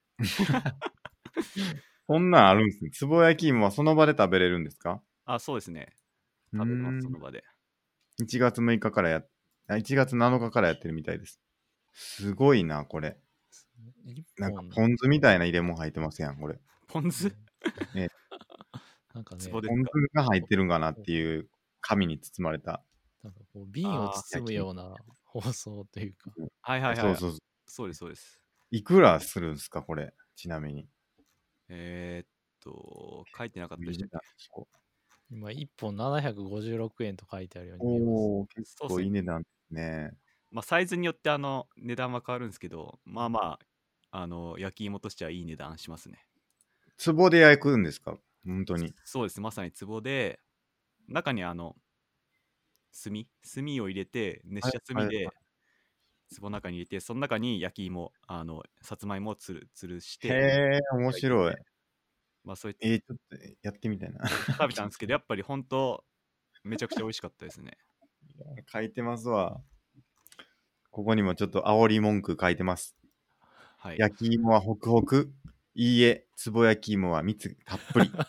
[SPEAKER 1] そんなんあるんですね。つぼ焼き芋はその場で食べれるんですか？
[SPEAKER 2] あ、そうですね。
[SPEAKER 1] うー
[SPEAKER 2] 食べれます、そ
[SPEAKER 1] ん
[SPEAKER 2] の場で。
[SPEAKER 1] いちがつむいかからや、あいちがつなのかからやってるみたいです。すごいな、これ。
[SPEAKER 3] 一
[SPEAKER 1] なんか
[SPEAKER 3] 本
[SPEAKER 1] ポン酢みたいな入れ物入ってますやん、これ。
[SPEAKER 2] ポン酢
[SPEAKER 1] ね
[SPEAKER 3] なんかね
[SPEAKER 2] つぼ、です
[SPEAKER 1] ポン
[SPEAKER 2] か？
[SPEAKER 1] 酢が入ってるんかなっていう紙に包まれた。
[SPEAKER 3] なんかこう瓶を包むような放送というか。
[SPEAKER 2] はいはいはい。
[SPEAKER 1] そうそうそう。
[SPEAKER 2] そうですそうです。
[SPEAKER 1] いくらするんですか、これ。ちなみに。
[SPEAKER 2] えー、っと、書いてなかったでしたっけ？
[SPEAKER 1] そう
[SPEAKER 3] 今いっぽんななひゃくごじゅうろくえんと書いてあるように見えます。
[SPEAKER 1] おー、結
[SPEAKER 2] そうっすね
[SPEAKER 1] 構いい値段ですね。
[SPEAKER 2] まあ、サイズによってあの値段は変わるんですけど、まあまあ、あの焼き芋としてはいい値段しますね。
[SPEAKER 1] 壺で焼くんですか、本当に。
[SPEAKER 2] そうです、まさに壺で、中にあの炭、炭を入れて、熱した炭
[SPEAKER 1] はいはい
[SPEAKER 2] で壺の中に入れて、その中に焼き芋、あのさつまいもをつるつるして
[SPEAKER 1] へえ、面白い。
[SPEAKER 2] まあそうい
[SPEAKER 1] えー、ちょっとやってみたいな。
[SPEAKER 2] 食べたんですけど、やっぱり本当めちゃくちゃ美味しかったですね。
[SPEAKER 1] 書いてますわ。ここにもちょっと煽り文句書いてます。
[SPEAKER 2] はい。
[SPEAKER 1] 焼き芋はホクホク。いいえ、つぼ焼き芋は蜜たっぷり。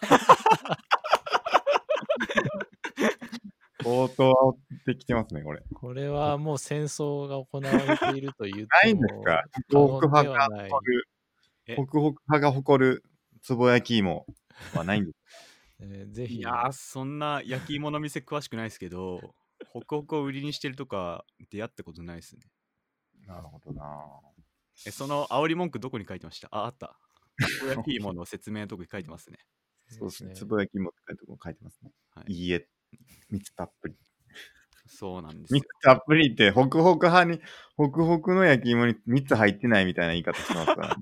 [SPEAKER 1] 相当煽ってきてますね、これ。
[SPEAKER 3] これはもう戦争が行われていると言っ
[SPEAKER 1] ない
[SPEAKER 3] ても
[SPEAKER 1] んですか、
[SPEAKER 3] 過
[SPEAKER 1] ホクホク
[SPEAKER 3] 言で
[SPEAKER 1] 派が
[SPEAKER 3] はない。
[SPEAKER 1] 誇る、
[SPEAKER 2] え
[SPEAKER 1] ホクホク派が誇るつぼ焼き芋はないんですか。
[SPEAKER 3] えーぜひ。
[SPEAKER 2] いやー、そんな焼き芋の店詳しくないですけど、ホクホクを売りにしてるとか出会ったことないですね。
[SPEAKER 1] なるほどな。
[SPEAKER 2] え、その煽り文句どこに書いてました？あ、あった。つぼ焼き芋の説明のとこに書いてますね。
[SPEAKER 1] そうですね。
[SPEAKER 3] ですね
[SPEAKER 1] つぼ焼き芋って書いて書いてますね。
[SPEAKER 2] はい。
[SPEAKER 1] いいえ、蜜たっぷり。
[SPEAKER 2] そうなんですよ
[SPEAKER 1] 蜜。たっぷりって、ホクホク派に、ホクホクの焼き芋に蜜入ってないみたいな言い方してますから、ね。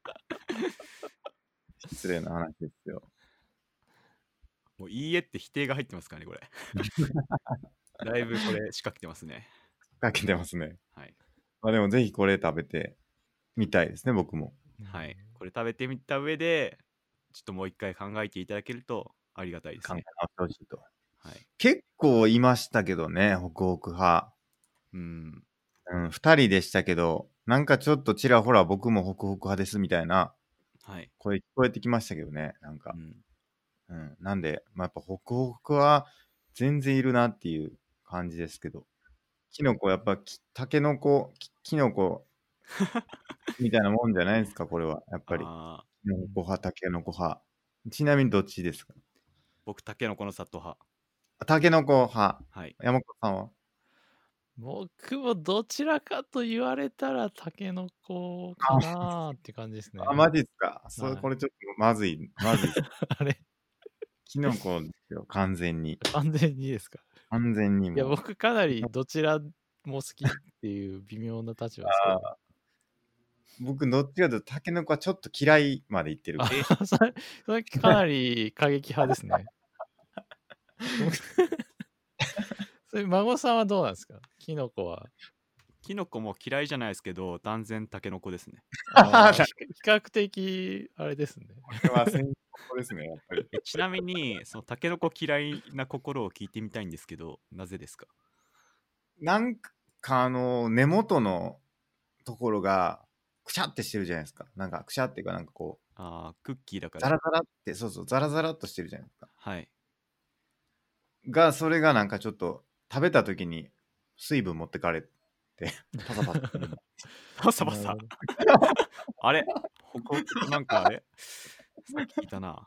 [SPEAKER 1] 失礼な話ですよ。
[SPEAKER 2] もういいえって否定が入ってますからね、これ。だいぶこれ仕掛けてますね。
[SPEAKER 1] かけてますね。
[SPEAKER 2] はい。
[SPEAKER 1] まあでもぜひこれ食べてみたいですね、僕も。
[SPEAKER 2] はい。これ食べてみた上で、ちょっともう一回考えていただけるとありがたいです
[SPEAKER 1] 考え
[SPEAKER 2] ね。
[SPEAKER 1] 直してほしいと。
[SPEAKER 2] はい。
[SPEAKER 1] 結構いましたけどね、ホクホク派。
[SPEAKER 2] うん。
[SPEAKER 1] うん、二人でしたけど、なんかちょっとちらほら僕もホクホク派ですみたいな
[SPEAKER 2] はい。
[SPEAKER 1] 声聞こえてきましたけどね、なんか
[SPEAKER 2] う。ん。
[SPEAKER 1] うん、なんで、まあ、やっぱホクホクは全然いるなっていう感じですけど、キノコやっぱきタケノコ、きキノコみたいなもんじゃないですか、これは。やっぱり。
[SPEAKER 2] ああ、
[SPEAKER 1] キノコ派、タケノコ派。ちなみにどっちですか？
[SPEAKER 2] 僕、タケノコの里派。
[SPEAKER 1] タケノコ派。
[SPEAKER 2] はい。
[SPEAKER 1] 山子さんは？
[SPEAKER 3] 僕もどちらかと言われたらタケノコかなーって感じですね。
[SPEAKER 1] あ、マジっすか。それ、
[SPEAKER 3] はい
[SPEAKER 1] これちょっとまずい、まずいっす。
[SPEAKER 3] あれ
[SPEAKER 1] キノコですよ、完全に。
[SPEAKER 3] 完全にですか。
[SPEAKER 1] 完全にもう。
[SPEAKER 3] いや、僕かなりどちらも好きっていう微妙な立場ですけど。
[SPEAKER 1] あ僕、どっちかというと、タケノコはちょっと嫌いまでいってる。
[SPEAKER 3] あそれ、それかなり過激派ですね。僕それ孫さんはどうなんですか？キノコは。
[SPEAKER 2] キノコも嫌いじゃないですけど、断然タケノコですね。
[SPEAKER 3] あー比較的、あれですね。
[SPEAKER 1] これは先行ですね、やっぱり。
[SPEAKER 2] えちなみに、そのタケノコ嫌いな心を聞いてみたいんですけど、なぜですか？
[SPEAKER 1] なんかあの、根元のところが、くしゃってしてるじゃないですか。なんか、くしゃっていうか、なんかこう、
[SPEAKER 2] ああ、クッキーだか
[SPEAKER 1] ザ
[SPEAKER 2] ら。
[SPEAKER 1] ラザラって、そうそう、ザラザラっとしてるじゃないですか。
[SPEAKER 2] はい。
[SPEAKER 1] が、それがなんかちょっと、食べた時に水分持ってかれて、パサパサする。
[SPEAKER 2] パサパサ
[SPEAKER 3] なるほ。ど
[SPEAKER 2] あれほこなんかあれさっき聞いたな。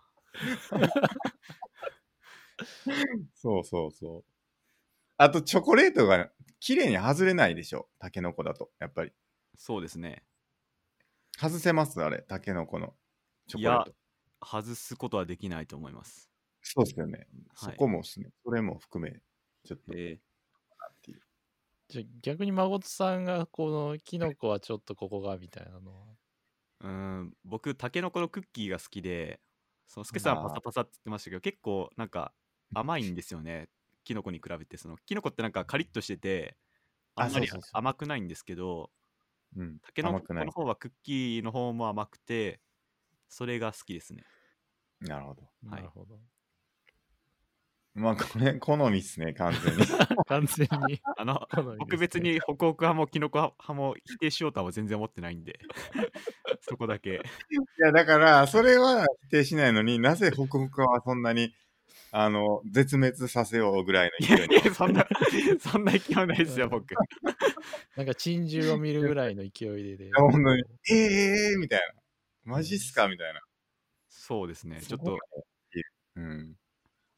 [SPEAKER 1] そうそうそう。あと、チョコレートが綺麗に外れないでしょ。タケノコだと。やっぱり。
[SPEAKER 2] そうですね。
[SPEAKER 1] 外せますあれ、タケノコのチョコレート。
[SPEAKER 2] 外すことはできないと思います。
[SPEAKER 1] そうですよね。
[SPEAKER 2] はい
[SPEAKER 1] そこもですね。それも含め、ちょっと、な
[SPEAKER 2] え
[SPEAKER 1] っていう。
[SPEAKER 3] じゃあ逆に誠さんがこのキノコはちょっとここがみたいなのは。
[SPEAKER 2] ー、うーん、僕、タケノコのクッキーが好きで、そのスケさんはパサパサって言ってましたけど、結構なんか甘いんですよね。キノコに比べて、そのキノコってなんかカリッとしてて、あんまり
[SPEAKER 1] あそうそうそう
[SPEAKER 2] 甘くないんですけど、
[SPEAKER 1] うん。
[SPEAKER 2] タケノ
[SPEAKER 1] 甘くない
[SPEAKER 2] コの。方はクッキーの方も甘くて、それが好きですね。
[SPEAKER 1] なるほど。
[SPEAKER 2] はい
[SPEAKER 3] なるほど。
[SPEAKER 1] まあ、これ、好みっすね、完全に。
[SPEAKER 3] 完全に。
[SPEAKER 2] あの
[SPEAKER 3] 好みですね
[SPEAKER 2] 僕別にホクホク派もキノコ派も否定しようとは全然思ってないんでそこだけ
[SPEAKER 1] いや、だから、それは否定しないのになぜホクホクはそんなに、あの、絶滅させようぐらいの
[SPEAKER 2] い
[SPEAKER 1] 勢いに。
[SPEAKER 2] やいやそんなそんな勢いないですよ僕。
[SPEAKER 3] なんか珍獣を見るぐらいの勢いでで。
[SPEAKER 1] 本当に、えー、えー、みたいな。マジっすかみたいな。
[SPEAKER 2] そうですねちょっと
[SPEAKER 1] うん。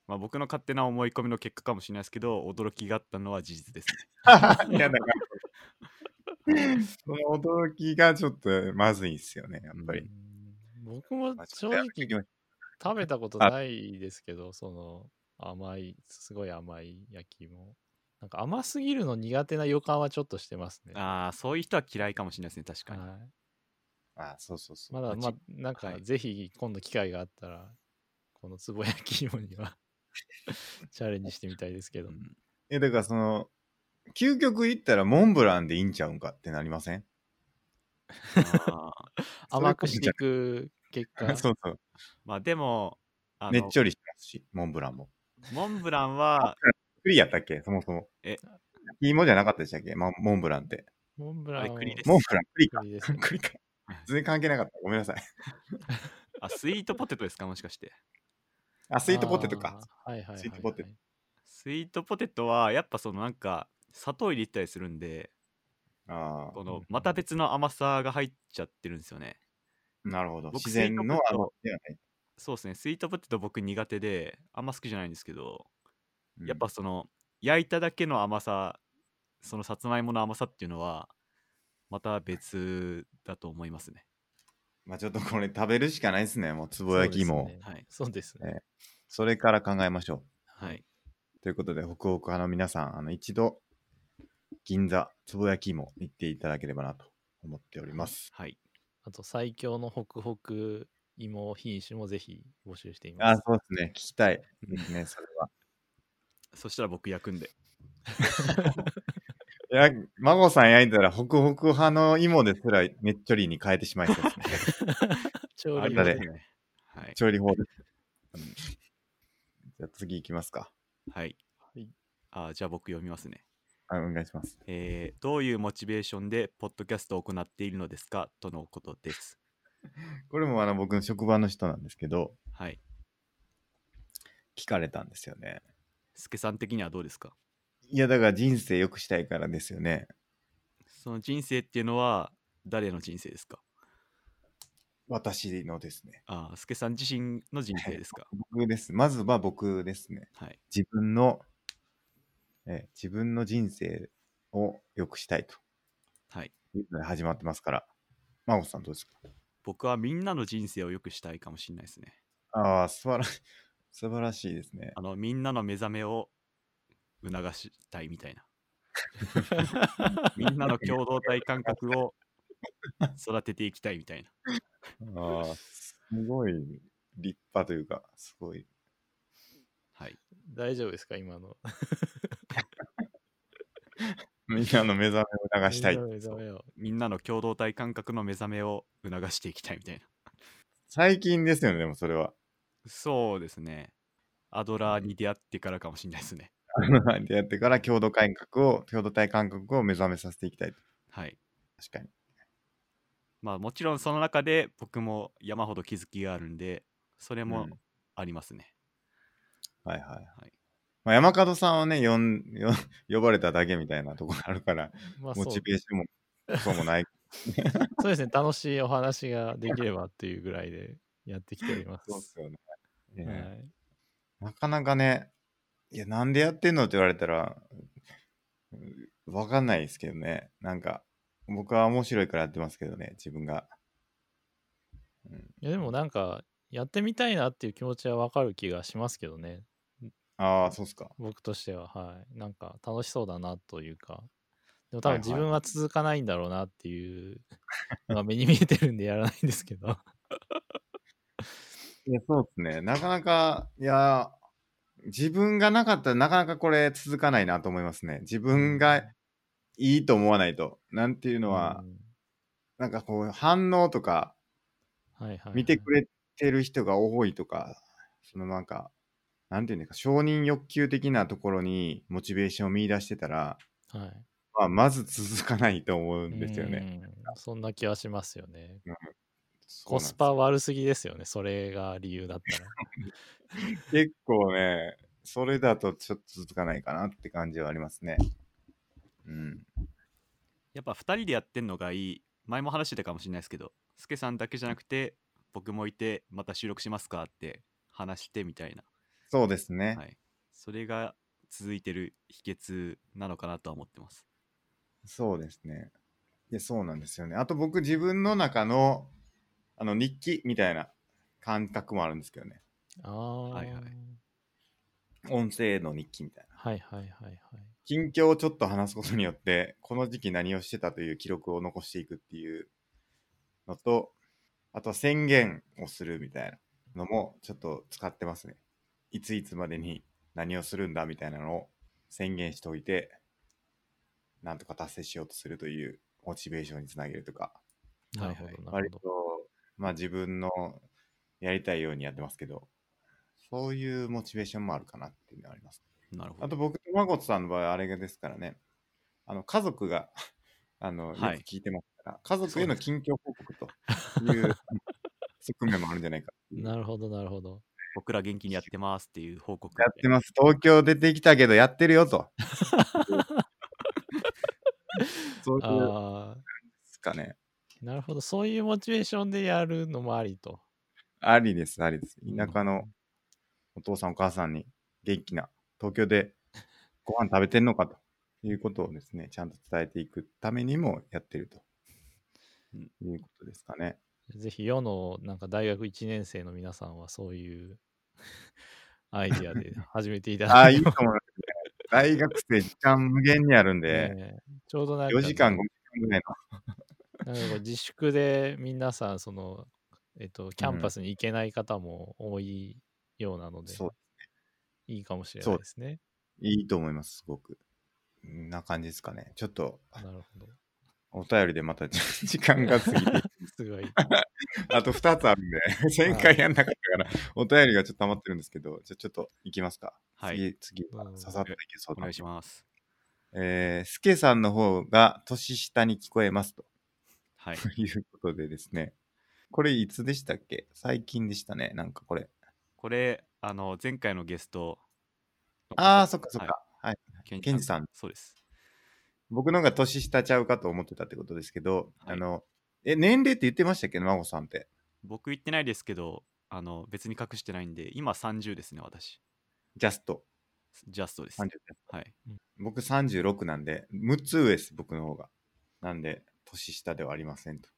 [SPEAKER 2] まあ僕の勝手な思い込みの結果かもしれないですけど、驚きがあったのは事実ですね。
[SPEAKER 1] いや、だからその驚きがちょっとまずいっすよね、やっぱり。
[SPEAKER 3] うん僕も
[SPEAKER 1] まあちょっ
[SPEAKER 3] 正直
[SPEAKER 1] とやめてきまし
[SPEAKER 3] 食べたこと
[SPEAKER 1] あ
[SPEAKER 3] ないですけど、その甘い、すごい甘い焼き芋。なんか甘すぎるの苦手な予感はちょっとしてますね。
[SPEAKER 2] ああ、そういう人は嫌いかもしれないですね、確かに。
[SPEAKER 3] はい。
[SPEAKER 1] あ、そうそうそう。
[SPEAKER 3] まだ、まあ
[SPEAKER 1] ち、
[SPEAKER 3] なんか
[SPEAKER 2] はい
[SPEAKER 3] ぜひ今度機会があったら、このつぼ焼き芋にはチャレンジしてみたいですけど。
[SPEAKER 2] うん
[SPEAKER 1] え、だからその、究極言ったらモンブランでいいんちゃうんかってなりません？
[SPEAKER 2] あー
[SPEAKER 1] それ
[SPEAKER 3] 甘くしてい
[SPEAKER 1] こそじゃ
[SPEAKER 3] く結
[SPEAKER 1] ない
[SPEAKER 3] 果。
[SPEAKER 1] そうそう。
[SPEAKER 2] まあでも、あの、
[SPEAKER 1] ねっちょりしてますし、モンブランも。
[SPEAKER 2] モンブランは、
[SPEAKER 1] 栗やったっけそもそも。
[SPEAKER 2] え、
[SPEAKER 1] 焼き芋じゃなかったでしたっけ、ま、モンブランって。
[SPEAKER 3] モンブランを
[SPEAKER 2] あれ栗です。
[SPEAKER 1] モンブラン、栗か。
[SPEAKER 3] 栗ですね。
[SPEAKER 1] 栗か。全然関係なかった。ごめんなさい。
[SPEAKER 2] あ、スイートポテトですか、もしかして。
[SPEAKER 1] あ、スイートポテトか。
[SPEAKER 3] あーはいはいはい、はい。
[SPEAKER 1] スイートポテト
[SPEAKER 2] スイートポテトは、やっぱそのなんか、砂糖入れたりするんで、
[SPEAKER 1] あ
[SPEAKER 2] このまた別の甘さが入っちゃってるんですよね。
[SPEAKER 1] あ、なるほど。
[SPEAKER 2] 僕
[SPEAKER 1] 自然の
[SPEAKER 2] スイートポテト
[SPEAKER 1] 甘さではない。
[SPEAKER 2] そうですね、スイートポテト僕苦手で、あんま好きじゃないんですけど、
[SPEAKER 1] うん
[SPEAKER 2] やっぱその、焼いただけの甘さ、そのさつまいもの甘さっていうのは、また別だと思いますね。
[SPEAKER 1] まあちょっとこれ食べるしかないですね。もうつぼ
[SPEAKER 3] そう
[SPEAKER 1] 焼き芋。
[SPEAKER 3] ですね。
[SPEAKER 2] はい。
[SPEAKER 3] そうですね。
[SPEAKER 1] えそれから考えましょ
[SPEAKER 2] はい。
[SPEAKER 1] う。ということで、北北派の皆さん、あの一度、銀座つぼ焼き芋行っていただければなと思っております。
[SPEAKER 2] はい。
[SPEAKER 3] あと最強のホクホク芋品種もぜひ募集してい
[SPEAKER 1] あ、
[SPEAKER 3] ます。
[SPEAKER 1] そうですね。聞きたいですね、それは。
[SPEAKER 2] そしたら僕焼くんで。
[SPEAKER 1] いや、孫さん焼いたら、ホクホク派の芋ですら、ねっちょりに変えてしまいそうですね。
[SPEAKER 3] 調理
[SPEAKER 1] あれだね
[SPEAKER 3] 法で。
[SPEAKER 2] はい。
[SPEAKER 1] 調理法で。
[SPEAKER 2] うん
[SPEAKER 1] じゃあ次行きますか。
[SPEAKER 2] はい。
[SPEAKER 3] はい
[SPEAKER 2] あじゃあ僕読みますね。
[SPEAKER 1] あお願いします。
[SPEAKER 2] えーどういうモチベーションでポッドキャストを行っているのですかとのことです。
[SPEAKER 1] これもあの僕の職場の人なんですけど、
[SPEAKER 2] はい。
[SPEAKER 1] 聞かれたんですよね。
[SPEAKER 2] スケさん的にはどうですか？
[SPEAKER 1] いや、だから人生良くしたいからですよね。
[SPEAKER 2] その人生っていうのは誰の人生ですか？
[SPEAKER 1] 私のですね。
[SPEAKER 2] ああ、スケさん自身の人生ですか？
[SPEAKER 1] 僕です。まずは僕ですね。
[SPEAKER 2] はい。
[SPEAKER 1] 自分の、え自分の人生を良くしたいと
[SPEAKER 2] はい。
[SPEAKER 1] いうので始まってますから。孫さんどうですか？
[SPEAKER 2] 僕はみんなの人生を良くしたいかもしれないですね。
[SPEAKER 1] ああ、素晴らしい。素晴らしいですね。
[SPEAKER 2] あの、みんなの目覚めを促したいみたいな。みんなの共同体感覚を育てていきたいみたいな。
[SPEAKER 1] ああ、すごい立派というか、すごい。
[SPEAKER 2] はい。
[SPEAKER 3] 大丈夫ですか今の。
[SPEAKER 1] みんなの目覚めを流したい。
[SPEAKER 3] 目覚めを。
[SPEAKER 2] みんなの共同体感覚の目覚めを促していきたいみたいな。
[SPEAKER 1] 最近ですよね、でもそれは。
[SPEAKER 2] そうですね。アドラーに出会ってからかもしれないですね。
[SPEAKER 1] でやってから共同感覚を、共同体感覚を目覚めさせていきたいと。
[SPEAKER 2] はい。
[SPEAKER 1] 確かに。
[SPEAKER 2] まあもちろんその中で僕も山ほど気づきがあるんで、それも
[SPEAKER 1] うん
[SPEAKER 2] ありますね。
[SPEAKER 1] はいはい。
[SPEAKER 2] はい。
[SPEAKER 1] まあ、山門さんはね、呼んよ呼ばれただけみたいなところあるから、
[SPEAKER 3] まあそう
[SPEAKER 1] モチベーションもそうもない。
[SPEAKER 3] そうですね。楽しいお話ができればっていうぐらいでやってきております。
[SPEAKER 1] そうっすよね。え
[SPEAKER 3] は
[SPEAKER 1] え
[SPEAKER 3] い。
[SPEAKER 1] なかなかね、いや、なんでやってんのって言われたら、うんわかんないですけどね。なんか、僕は面白いからやってますけどね、自分が。うん、
[SPEAKER 3] いやでもなんか、やってみたいなっていう気持ちはわかる気がしますけどね。
[SPEAKER 1] ああ、そうっすか。
[SPEAKER 3] 僕としては。はい。なんか楽しそうだなというか。でも多
[SPEAKER 1] はいはい
[SPEAKER 3] 分自分は続かないんだろうなっていうのが目に見えてるんでやらないんですけど。
[SPEAKER 1] いや、そうですね。なかなか、いや、自分がなかったらなかなかこれ続かないなと思いますね。自分がいいと思わないと。なんていうのは、
[SPEAKER 3] うん
[SPEAKER 1] なんかこう反応とか、
[SPEAKER 3] はいはいはい、
[SPEAKER 1] 見てくれてる人が多いとか、そのなんか、なんていうんですか、承認欲求的なところにモチベーションを見出してたら、
[SPEAKER 3] はい。
[SPEAKER 1] まあ、まず続かないと思うんですよね。
[SPEAKER 3] うんそんな気はしますよね。
[SPEAKER 1] そうなんですよ
[SPEAKER 3] コスパ悪すぎですよね。それが理由だったら。
[SPEAKER 1] 結構ね、それだとちょっと続かないかなって感じはありますね。うん。
[SPEAKER 2] やっぱふたりでやってんのがいい。前も話してたかもしれないですけど、スケさんだけじゃなくて僕もいてまた収録しますかって話してみたいな。
[SPEAKER 1] そうですね。
[SPEAKER 2] はい。それが続いてる秘訣なのかなとは思ってます。
[SPEAKER 1] そうですね。いや、そうなんですよね。あと僕自分の中のあの日記みたいな感覚もあるんですけどね。
[SPEAKER 3] ああ、
[SPEAKER 2] はいはい
[SPEAKER 1] 音声の日記みたいな。
[SPEAKER 3] はいはいはいはい。
[SPEAKER 1] 近況をちょっと話すことによって、この時期何をしてたという記録を残していくっていうのと、あとは宣言をするみたいなのもちょっと使ってますね。いついつまでに何をするんだみたいなのを宣言しておいて、なんとか達成しようとするというモチベーションにつなげるとか、
[SPEAKER 3] なるほ
[SPEAKER 2] はいはい
[SPEAKER 3] どなるほど。
[SPEAKER 1] 割と、まあ自分のやりたいようにやってますけど、そういうモチベーションもあるかなっていうのがあります。
[SPEAKER 2] なるほど。
[SPEAKER 1] あと僕とまごとさんの場合、あれがですからね、あの家族があの、
[SPEAKER 2] はい
[SPEAKER 1] よく聞いてますから、家族への
[SPEAKER 2] そうです
[SPEAKER 1] 近況報告という側面もあるんじゃないかっていう。
[SPEAKER 3] なるほどなるほど。
[SPEAKER 2] 僕ら元気にやってますっていう報告。
[SPEAKER 1] やってます。東京出てきたけどやってるよと。そういう
[SPEAKER 3] ああ、
[SPEAKER 1] ですかね。
[SPEAKER 3] なるほど。そういうモチベーションでやるのもありと。
[SPEAKER 1] ありです、ありです。
[SPEAKER 3] うん
[SPEAKER 1] 田舎のお父さんお母さんに元気な東京でご飯食べてんのかということをですね、ちゃんと伝えていくためにもやってるということですかね。
[SPEAKER 3] ぜひ世のなんか大学いちねん生の皆さんはそういうアイディアで始めていた
[SPEAKER 1] ああ、
[SPEAKER 3] だいても
[SPEAKER 1] いいと思いますね。大学生時間無限にあるんで、
[SPEAKER 3] ねえちょうどなん
[SPEAKER 1] よ
[SPEAKER 3] か、ね、
[SPEAKER 1] じかん、ごじかんぐらい
[SPEAKER 3] なんかこう自粛で皆さんその、えっと、キャン
[SPEAKER 1] の。うん、
[SPEAKER 3] パスに行けない方も多いようなので、
[SPEAKER 1] そう、
[SPEAKER 3] いいかもしれ
[SPEAKER 1] そう
[SPEAKER 3] ないですね。
[SPEAKER 1] いいと思います、すごく。んな感じですかね。ちょっと、
[SPEAKER 3] なるほど。
[SPEAKER 1] お便りでまた時間が過ぎて、
[SPEAKER 3] すごい。
[SPEAKER 1] あとふたつあるんで、せんかいやんなかったから、お便りがちょっと溜まってるんですけど、じゃあちょっといきますか。
[SPEAKER 2] はい
[SPEAKER 1] 次、次は
[SPEAKER 3] うん
[SPEAKER 1] ささっといけそうだ。
[SPEAKER 2] お願いします。
[SPEAKER 1] えー、スケさんの方が年下に聞こえますと
[SPEAKER 2] はい。
[SPEAKER 1] いうことでですね。これいつでしたっけ？最近でしたね。なんかこれ。
[SPEAKER 2] これ、あの、前回のゲストの方、
[SPEAKER 1] ああ、そっかそっ
[SPEAKER 2] はい
[SPEAKER 1] か。はい。
[SPEAKER 2] ケン
[SPEAKER 1] ケンジさん。
[SPEAKER 2] そうです。
[SPEAKER 1] 僕の方が年下ちゃうかと思ってたってことですけど、
[SPEAKER 2] はい
[SPEAKER 1] あの、え、年齢って言ってましたっけ？孫さんって。
[SPEAKER 2] 僕言ってないですけど、あの、別に隠してないんで、今さんじゅうですね、私。
[SPEAKER 1] ジャスト。
[SPEAKER 2] ジャストです。
[SPEAKER 1] さんじゅうです。
[SPEAKER 2] はい。
[SPEAKER 1] 僕さんじゅうろくなんで、むっつ上です、僕の方が。なんで、年下ではありませんと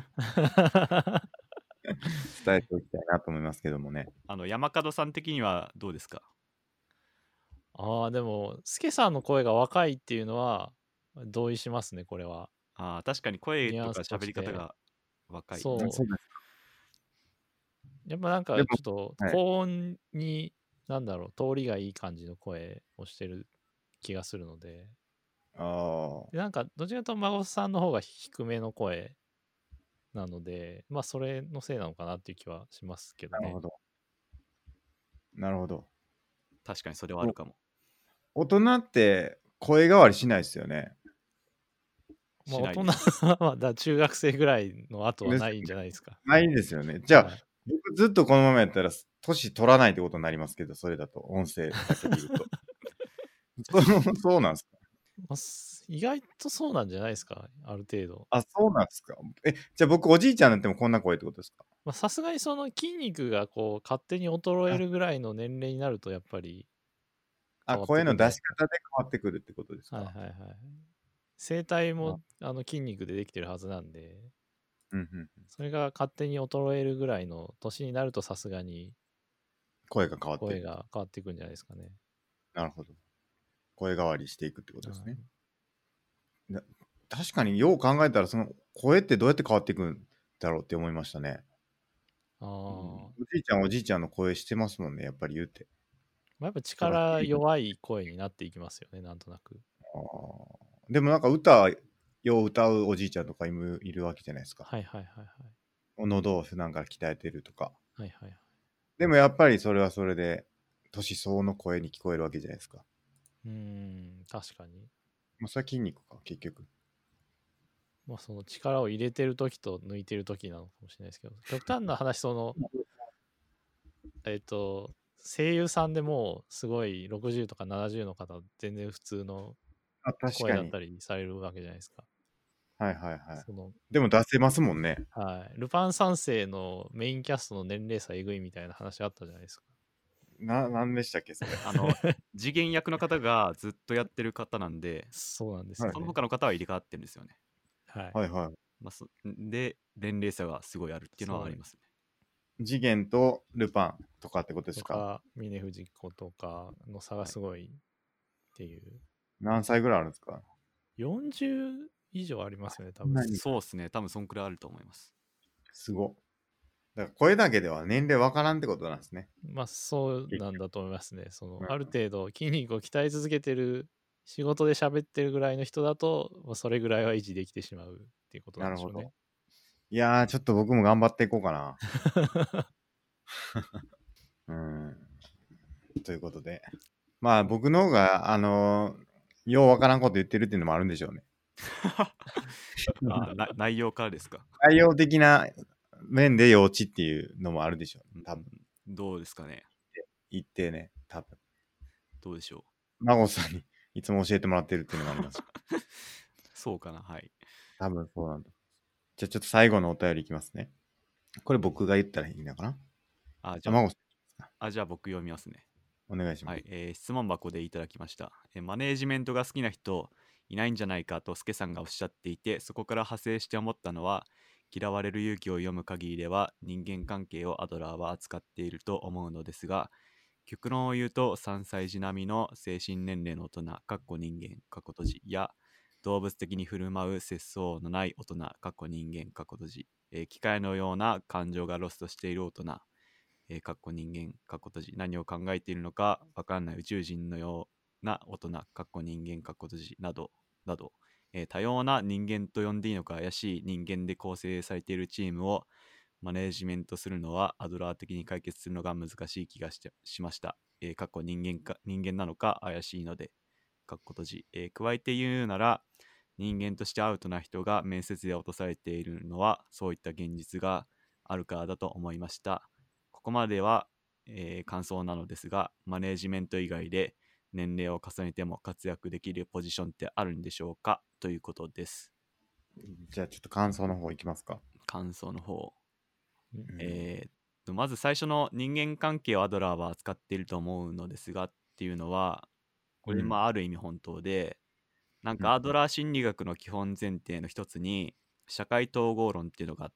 [SPEAKER 1] 伝えておきたいなと思いますけどもね。
[SPEAKER 2] あの、山門さん的にはどうですか？
[SPEAKER 3] ああ、でも、スケさんの声が若いっていうのは同意しますね、これは。
[SPEAKER 2] ああ、確かに声
[SPEAKER 3] ニュア
[SPEAKER 2] とか
[SPEAKER 3] ンスとして
[SPEAKER 2] 喋り方が若い。
[SPEAKER 3] そう
[SPEAKER 1] そうです。
[SPEAKER 3] やっぱなんか
[SPEAKER 1] でも
[SPEAKER 3] ちょっと
[SPEAKER 1] はい
[SPEAKER 3] 高音に、なんだろう、通りがいい感じの声をしてる気がするので、
[SPEAKER 1] あ
[SPEAKER 3] でなんかどちらかというと孫さんの方が低めの声なので、まあそれのせいなのかなっていう気はしますけど
[SPEAKER 1] あ、なる
[SPEAKER 3] ね
[SPEAKER 1] ほ。ど。なるほど。
[SPEAKER 2] 確かにそれはあるかも。
[SPEAKER 1] 大人って声変わりしないですよね。
[SPEAKER 3] まあ大人
[SPEAKER 2] しないです。
[SPEAKER 3] はまだ中学生ぐらいの後は
[SPEAKER 1] です
[SPEAKER 3] ないんじゃないですか。
[SPEAKER 1] ないんですよね。じゃあ、
[SPEAKER 3] はい
[SPEAKER 1] 僕ずっとこのままやったら、年取らないってことになりますけど、それだと、音声だけで言うと。そうそうなんですか？
[SPEAKER 3] まあす意外とそうなんじゃないですか、ある程度。
[SPEAKER 1] あ、そうなんですか？え、じゃあ僕おじいちゃんになってもこんな声ってことですか？
[SPEAKER 3] まあさすがにその筋肉がこう勝手に衰えるぐらいの年齢になるとやっぱり
[SPEAKER 1] あ、
[SPEAKER 3] 変わってく
[SPEAKER 1] 声の
[SPEAKER 3] るんじゃないですか。
[SPEAKER 1] 出し方で変わってくるってことですか？
[SPEAKER 3] はいはいはい。声帯もあの筋肉でできてるはずなんで、
[SPEAKER 1] うんうんうん、
[SPEAKER 3] それが勝手に衰えるぐらいの年になるとさすがに
[SPEAKER 1] 声が変わって
[SPEAKER 3] 声
[SPEAKER 1] る。
[SPEAKER 3] が変わっていくんじゃないですかね。
[SPEAKER 1] なるほど。声変わりしていくってことですね。
[SPEAKER 3] はい
[SPEAKER 1] な確かによう考えたら、その声ってどうやって変わっていくんだろうって思いましたね。
[SPEAKER 3] あー、
[SPEAKER 1] おじいちゃんおじいちゃんの声してますもんね、やっぱり言うて。
[SPEAKER 3] まあ、やっぱ力弱い声になっていきますよね、なんとなく。
[SPEAKER 1] あーでもなんか歌よう歌うおじいちゃんとかいるいるわけじゃないですか。
[SPEAKER 3] はいはいはいはい。
[SPEAKER 1] 喉を普段から鍛えてるとか。
[SPEAKER 3] はいはいはい。
[SPEAKER 1] でもやっぱりそれはそれで年相応の声に聞こえるわけじゃないですか。
[SPEAKER 3] うーん、確かに。
[SPEAKER 1] まあ、それは筋肉か、結局。
[SPEAKER 3] まあその力を入れてる時と抜いてる時なのかもしれないですけど、極端な話、その、えっと、声優さんでもすごいろくじゅうとかななじゅうの方、全然普通の
[SPEAKER 1] あ、確かに。
[SPEAKER 3] 声だったりされるわけじゃないですか。
[SPEAKER 1] はいはいはい。
[SPEAKER 3] その
[SPEAKER 1] でも出せますもんね。
[SPEAKER 3] はい、ルパン三世のメインキャストの年齢差えぐいみたいな話あったじゃないですか。
[SPEAKER 1] な、なんでしたっけ、それ。
[SPEAKER 2] あの、次元役の方がずっとやってる方なんで、
[SPEAKER 3] そうなんです
[SPEAKER 1] はい
[SPEAKER 3] よね。
[SPEAKER 2] その他の方は入れ替わってるんですよね。
[SPEAKER 3] はい。
[SPEAKER 1] はいはい。
[SPEAKER 2] まあ、そで、年齢差がすごいあるっていうのはありますね。
[SPEAKER 1] 次元とルパンとかってことですか？
[SPEAKER 3] とか、峰不二子とかの差がすごいっていう。
[SPEAKER 1] 何歳ぐらいあるんですか？
[SPEAKER 3] よんじゅう以上ありますよね、多分。
[SPEAKER 1] 何
[SPEAKER 2] そうですね。多分そんくらいあると思います。
[SPEAKER 1] すご。だから声だけでは年齢わからんってことなんですね。
[SPEAKER 3] まあそうなんだと思いますね。その、
[SPEAKER 1] うん
[SPEAKER 3] ある程度筋肉を鍛え続けてる、仕事で喋ってるぐらいの人だと、まあ、それぐらいは維持できてしまうっていうことな
[SPEAKER 1] なんるほ
[SPEAKER 3] でしょうね。
[SPEAKER 1] ど。いやー、ちょっと僕も頑張っていこうかな。うん。ということで。まあ僕の方が、あのーようわからんこと言ってるっていうのもあるんでしょうね。
[SPEAKER 2] あな内容からですか？
[SPEAKER 1] 内容的な面で幼稚っていうのもあるでしょう。多分。
[SPEAKER 2] どうですかね？
[SPEAKER 1] 言ってね、多分。
[SPEAKER 2] どうでしょ
[SPEAKER 1] 孫さんにいつも教えてもらってるっていうのもあります。
[SPEAKER 2] うそうかな、はい。
[SPEAKER 1] 多分そうなんだ。じゃあちょっと最後のお便りいきますね。これ僕が言ったらいいのかな？
[SPEAKER 2] あ、じゃあ、
[SPEAKER 1] 孫さ
[SPEAKER 2] あじゃあ僕読みますね。
[SPEAKER 1] ん、お願いします。
[SPEAKER 2] はい、えー質問箱でいただきました、えーマネージメントが好きな人いないんじゃないかとスケさんがおっしゃっていて、そこから派生して思ったのは、嫌われる勇気を読む限りでは人間関係をアドラーは扱っていると思うのですが、極論を言うとさんさい児並みの精神年齢の大人かっこ人間かっこ閉じや、動物的に振る舞う節操のない大人かっこ人間かっこ閉じ、えー機械のような感情がロストしている大人、えー、かっこ人間かっこ閉じ、何を考えているのかわからない宇宙人のような大人かっこ人間かっこ閉じなどなど、えー多様な人間と呼んでいいのか怪しい人間で構成されているチームをマネージメントするのはアドラー的に解決するのが難しい気がしてしました。えー、かっこ人間か人間なのか怪しいのでかっこ閉じ、えー加えて言うなら、人間としてアウトな人が面接で落とされているのはそういった現実があるからだと思いました。ここまでは、えー感想なのですが、マネージメント以外で年齢を重ねても活躍できるポジションってあるんでしょうかということです。
[SPEAKER 1] じゃあちょっと感想の方いきますか。
[SPEAKER 2] 感想の方。
[SPEAKER 3] うん
[SPEAKER 2] えーっとまず最初の人間関係をアドラーは扱っていると思うのですがっていうのは、これ
[SPEAKER 1] うん
[SPEAKER 2] まあある意味本当で、なん
[SPEAKER 1] うん
[SPEAKER 2] かアドラー心理学の基本前提の一つに社会統合論っていうのがあって、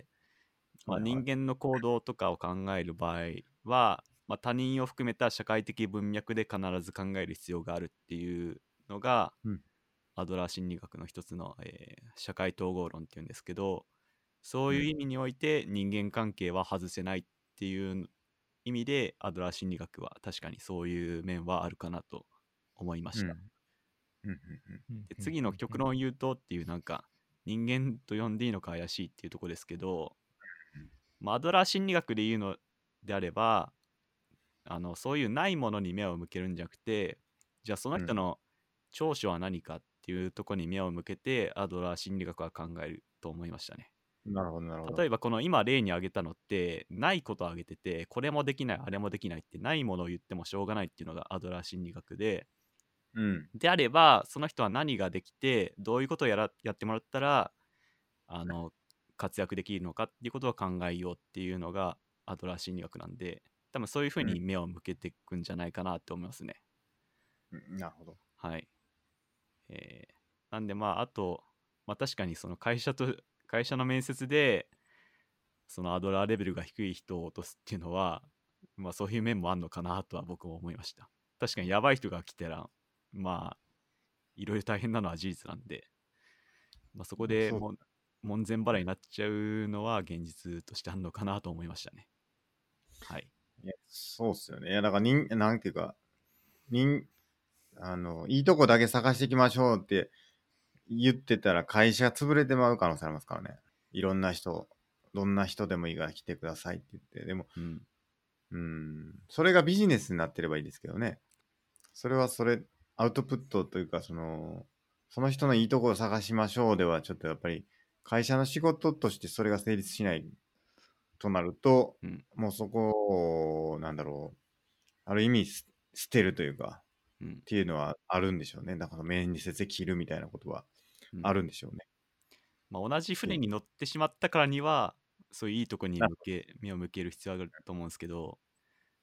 [SPEAKER 2] まあ、
[SPEAKER 1] はいはい
[SPEAKER 2] 人間の行動とかを考える場合は、まあ、他人を含めた社会的文脈で必ず考える必要があるっていうのが、
[SPEAKER 1] うん
[SPEAKER 2] アドラー心理学の一つの、えー社会統合論っていうんですけど、そういう意味において人間関係は外せないっていう意味でアドラー心理学は確かにそういう面はあるかなと思いました。
[SPEAKER 1] うんうんうん
[SPEAKER 3] うん
[SPEAKER 2] で次の極論を言うとっていう、なんか人間と呼んでいいのか怪しいっていうところですけど、まあ、アドラー心理学で言うのであれば、あのそういうないものに目を向けるんじゃなくて、じゃあその人の長所は何かっていうところに目を向けてアドラー心理学は考えると思いましたね。
[SPEAKER 1] うんなるほどなるほど。
[SPEAKER 2] 例えばこの今例に挙げたのってないことを挙げてて、これもできないあれもできないってないものを言ってもしょうがないっていうのがアドラー心理学で、
[SPEAKER 1] うん
[SPEAKER 2] であればその人は何ができてどういうことをやらやってもらったらあの活躍できるのかっていうことを考えようっていうのがアドラー心理学なんで、多分そういうふうに目を向けていくんじゃないかなって思いますね。
[SPEAKER 1] うんなるほど。
[SPEAKER 2] はい。えーなんでまああと、まあ、確かにその会社と会社の面接でそのアドラーレベルが低い人を落とすっていうのは、まあそういう面もあるのかなとは僕も思いました。確かにやばい人が来たらまあいろいろ大変なのは事実なんで、まあ、そこで
[SPEAKER 1] そう
[SPEAKER 2] も門前払いになっちゃうのは現実としてあるのかなと思いましたね。はい。
[SPEAKER 1] いやそうっすよね。いやだから人なんていうか人あのいいとこだけ探していきましょうって言ってたら会社潰れてまう可能性ありますからね。いろんな人、どんな人でもいいから来てくださいって言って。でも、
[SPEAKER 2] うん。
[SPEAKER 1] うーん、それがビジネスになってればいいですけどね。それはそれ、アウトプットというか、その、その人のいいところを探しましょうでは、ちょっとやっぱり会社の仕事としてそれが成立しないとなると、
[SPEAKER 2] うん。
[SPEAKER 1] もうそこを、なんだろう、ある意味す捨てるというか、
[SPEAKER 2] うん
[SPEAKER 1] っていうのはあるんでしょうね。だから面接で切るみたいなことは
[SPEAKER 2] うん
[SPEAKER 1] あるんでしょうね。
[SPEAKER 2] まあ、同じ船に乗ってしまったからにはそういういいとこに向け目を向ける必要があると思うんですけど、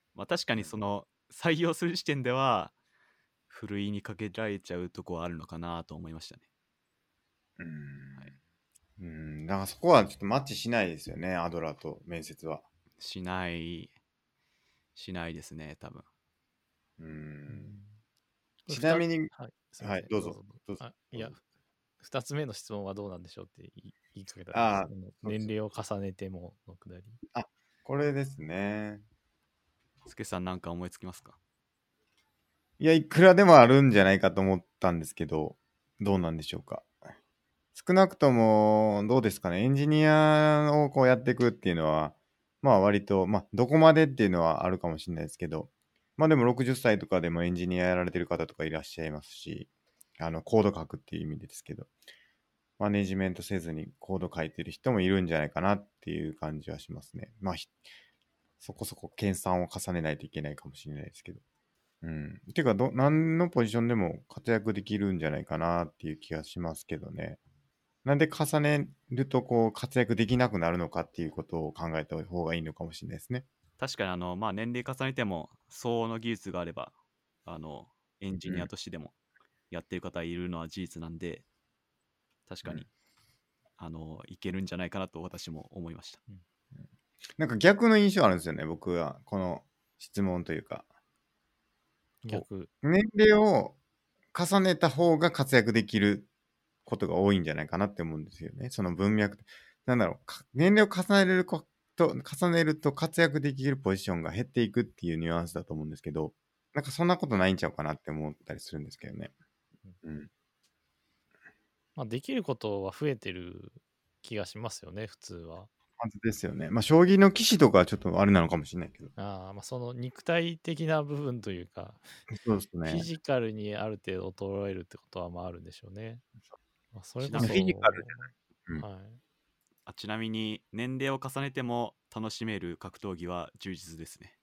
[SPEAKER 2] まあ確かにその採用する時点ではふるいにかけられちゃうとこはあるのかなと思いましたね。
[SPEAKER 1] うーん。
[SPEAKER 2] はい
[SPEAKER 1] うん。だからそこはちょっとマッチしないですよね、アドラーと面接は。
[SPEAKER 2] しないしないですね多分。
[SPEAKER 1] うー。
[SPEAKER 3] うんんこれ
[SPEAKER 1] ちなみに、
[SPEAKER 3] ふたはい、すいません。
[SPEAKER 1] はい、どうぞ。
[SPEAKER 3] どうぞどうぞ。
[SPEAKER 1] どうぞ。
[SPEAKER 3] あ、いや、
[SPEAKER 1] どうぞ。
[SPEAKER 3] ふたつめの質問はどうなんでしょうって言い言いかけたんです。
[SPEAKER 1] ああ、
[SPEAKER 3] その
[SPEAKER 1] そうです。
[SPEAKER 3] 年齢を重ねてものくだり。
[SPEAKER 1] あ、これですね。
[SPEAKER 2] スケさんなんか思いつきますか？
[SPEAKER 1] いや、いくらでもあるんじゃないかと思ったんですけど、どうなんでしょうか。少なくとも、どうですかね、エンジニアをこうやっていくっていうのは、まあ割と、まあどこまでっていうのはあるかもしれないですけど、まあでもろくじゅっさいとかでもエンジニアやられてる方とかいらっしゃいますし、あの、コード書くっていう意味ですけど、マネジメントせずにコード書いてる人もいるんじゃないかなっていう感じはしますね。まあ、ひそこそこ研鑽を重ねないといけないかもしれないですけど。うん。ていうかど、何のポジションでも活躍できるんじゃないかなっていう気がしますけどね。なんで重ねるとこう活躍できなくなるのかっていうことを考えた方がいいのかもしれないですね。
[SPEAKER 2] 確かにあの、まあ、年齢重ねても相応の技術があればあのエンジニア
[SPEAKER 1] うん。
[SPEAKER 2] としてでもやってる方いるのは事実なんで、確かに、
[SPEAKER 1] うん。
[SPEAKER 2] あのいけるんじゃないかなと私も思いました。
[SPEAKER 1] なんか逆の印象あるんですよね、僕は。この質問というか。こ
[SPEAKER 3] 逆。
[SPEAKER 1] う年齢を重ねた方が活躍できることが多いんじゃないかなって思うんですよね。その文脈。なんだろう、か年齢を重ねること、重ねると活躍できるポジションが減っていくっていうニュアンスだと思うんですけど、なんかそんなことないんちゃうかなって思ったりするんですけどね。うん。
[SPEAKER 3] まあ、できることは増えてる気がしますよね、普通は。
[SPEAKER 1] はずですよね。まあ、将棋の棋士とかはちょっとあれなのかもしれないけど。
[SPEAKER 3] ああ、まあ、その肉体的な部分というか、
[SPEAKER 1] そうです
[SPEAKER 3] フィ
[SPEAKER 1] ね。
[SPEAKER 3] ジカルにある程度衰えるってことはまああるんでしょうね。まあ、それこ
[SPEAKER 2] ちなみに
[SPEAKER 1] フィジカル
[SPEAKER 3] そ、
[SPEAKER 1] じゃない。うん。
[SPEAKER 3] はい。
[SPEAKER 2] あちなみに年齢を重ねても楽しめる格闘技は充実ですね。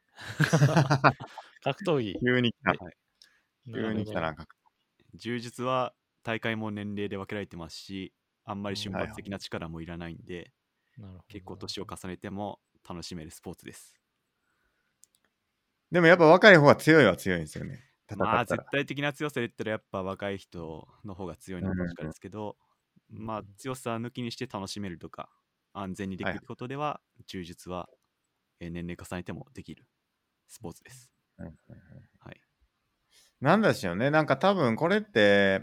[SPEAKER 3] 格闘技。
[SPEAKER 1] 急に来た。
[SPEAKER 3] で
[SPEAKER 2] はい、
[SPEAKER 3] なるほど。
[SPEAKER 1] 急に来たな、格
[SPEAKER 2] 充実は大会も年齢で分けられてますし、あんまり
[SPEAKER 3] うん
[SPEAKER 2] 瞬
[SPEAKER 1] はいはい。
[SPEAKER 2] 発的な力もいらないんで、
[SPEAKER 3] なるほ
[SPEAKER 2] 結構
[SPEAKER 3] ど。
[SPEAKER 2] 年を重ねても楽しめるスポーツです。
[SPEAKER 1] でもやっぱ若い方が強いは強いんですよね。戦
[SPEAKER 2] まあ
[SPEAKER 1] ったら。
[SPEAKER 2] 絶対的な強さで言ったらやっぱ若い人の方が強いのは確か
[SPEAKER 1] うん。
[SPEAKER 2] ですけど、
[SPEAKER 3] うん
[SPEAKER 2] まあ強さ抜きにして楽しめるとか安全にで
[SPEAKER 1] はいはい。
[SPEAKER 2] きることでは柔術はえー年齢重ねてもできるスポーツです。
[SPEAKER 1] うん。
[SPEAKER 2] はい。
[SPEAKER 1] なんでしょうね。なんか多分これって、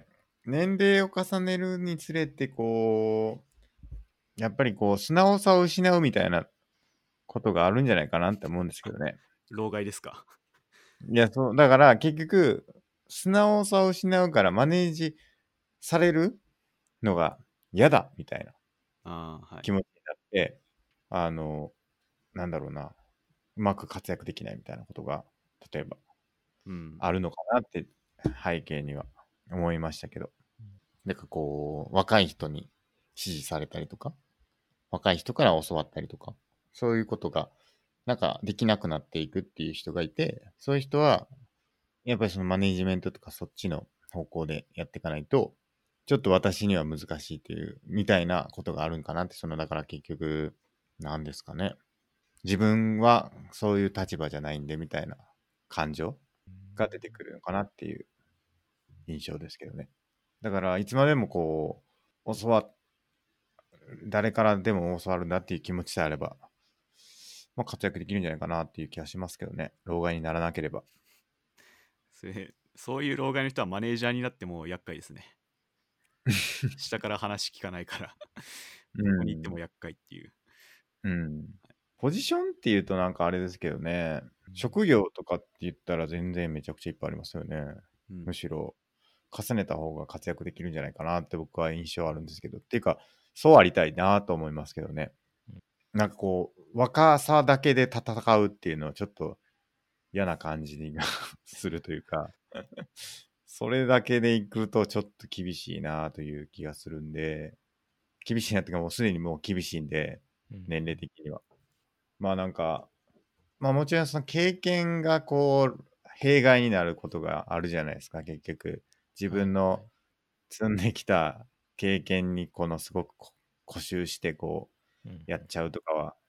[SPEAKER 1] 年齢を重ねるにつれて、こう、やっぱりこう、素直さを失うみたいなことがあるんじゃないかなって思うんですけどね。
[SPEAKER 2] 老害ですか？
[SPEAKER 1] いや、そう、だから結局、素直さを失うからマネージされるのが嫌だみたいな
[SPEAKER 2] ああ、はい。
[SPEAKER 1] 気持ちになって、あの、なんだろうな、うまく活躍できないみたいなことが、例えば
[SPEAKER 2] うん。
[SPEAKER 1] あるのかなって背景には思いましたけど。なんかこう、若い人に指示されたりとか、若い人から教わったりとか、そういうことが、なんかできなくなっていくっていう人がいて、そういう人は、やっぱりそのマネジメントとかそっちの方向でやっていかないと、ちょっと私には難しいっていう、みたいなことがあるんかなって、その、だから結局、なんですかね。自分はそういう立場じゃないんで、みたいな感情が出てくるのかなっていう印象ですけどね。だから、いつまでもこう、教わ、誰からでも教わるんだっていう気持ちさえあれば、まあ、活躍できるんじゃないかなっていう気がしますけどね。老害にならなければ。
[SPEAKER 2] それそういう老害の人はマネージャーになっても厄介ですね。下から話聞かないから
[SPEAKER 1] う
[SPEAKER 2] どこに行って
[SPEAKER 1] ん。
[SPEAKER 2] も厄介っていう。
[SPEAKER 1] うん。ポジションっていうとなんかあれですけどね、
[SPEAKER 3] うん
[SPEAKER 1] 職業とかって言ったら全然めちゃくちゃいっぱいありますよね。
[SPEAKER 2] うん
[SPEAKER 1] むしろ、重ねた方が活躍できるんじゃないかなって僕は印象あるんですけど、っていうか、そうありたいなと思いますけどね。なんかこう、若さだけで戦うっていうのはちょっと嫌な感じがするというか、それだけでいくとちょっと厳しいなという気がするんで、厳しいなっていうかもうすでにもう厳しいんで、
[SPEAKER 3] うん
[SPEAKER 1] 年齢的には。まあなんか、まあもちろんその経験がこう、弊害になることがあるじゃないですか、結局。自
[SPEAKER 3] はい
[SPEAKER 1] 分の積んできた経験にこのすごくこ固執してこ
[SPEAKER 3] うん
[SPEAKER 1] う、やっちゃうとかは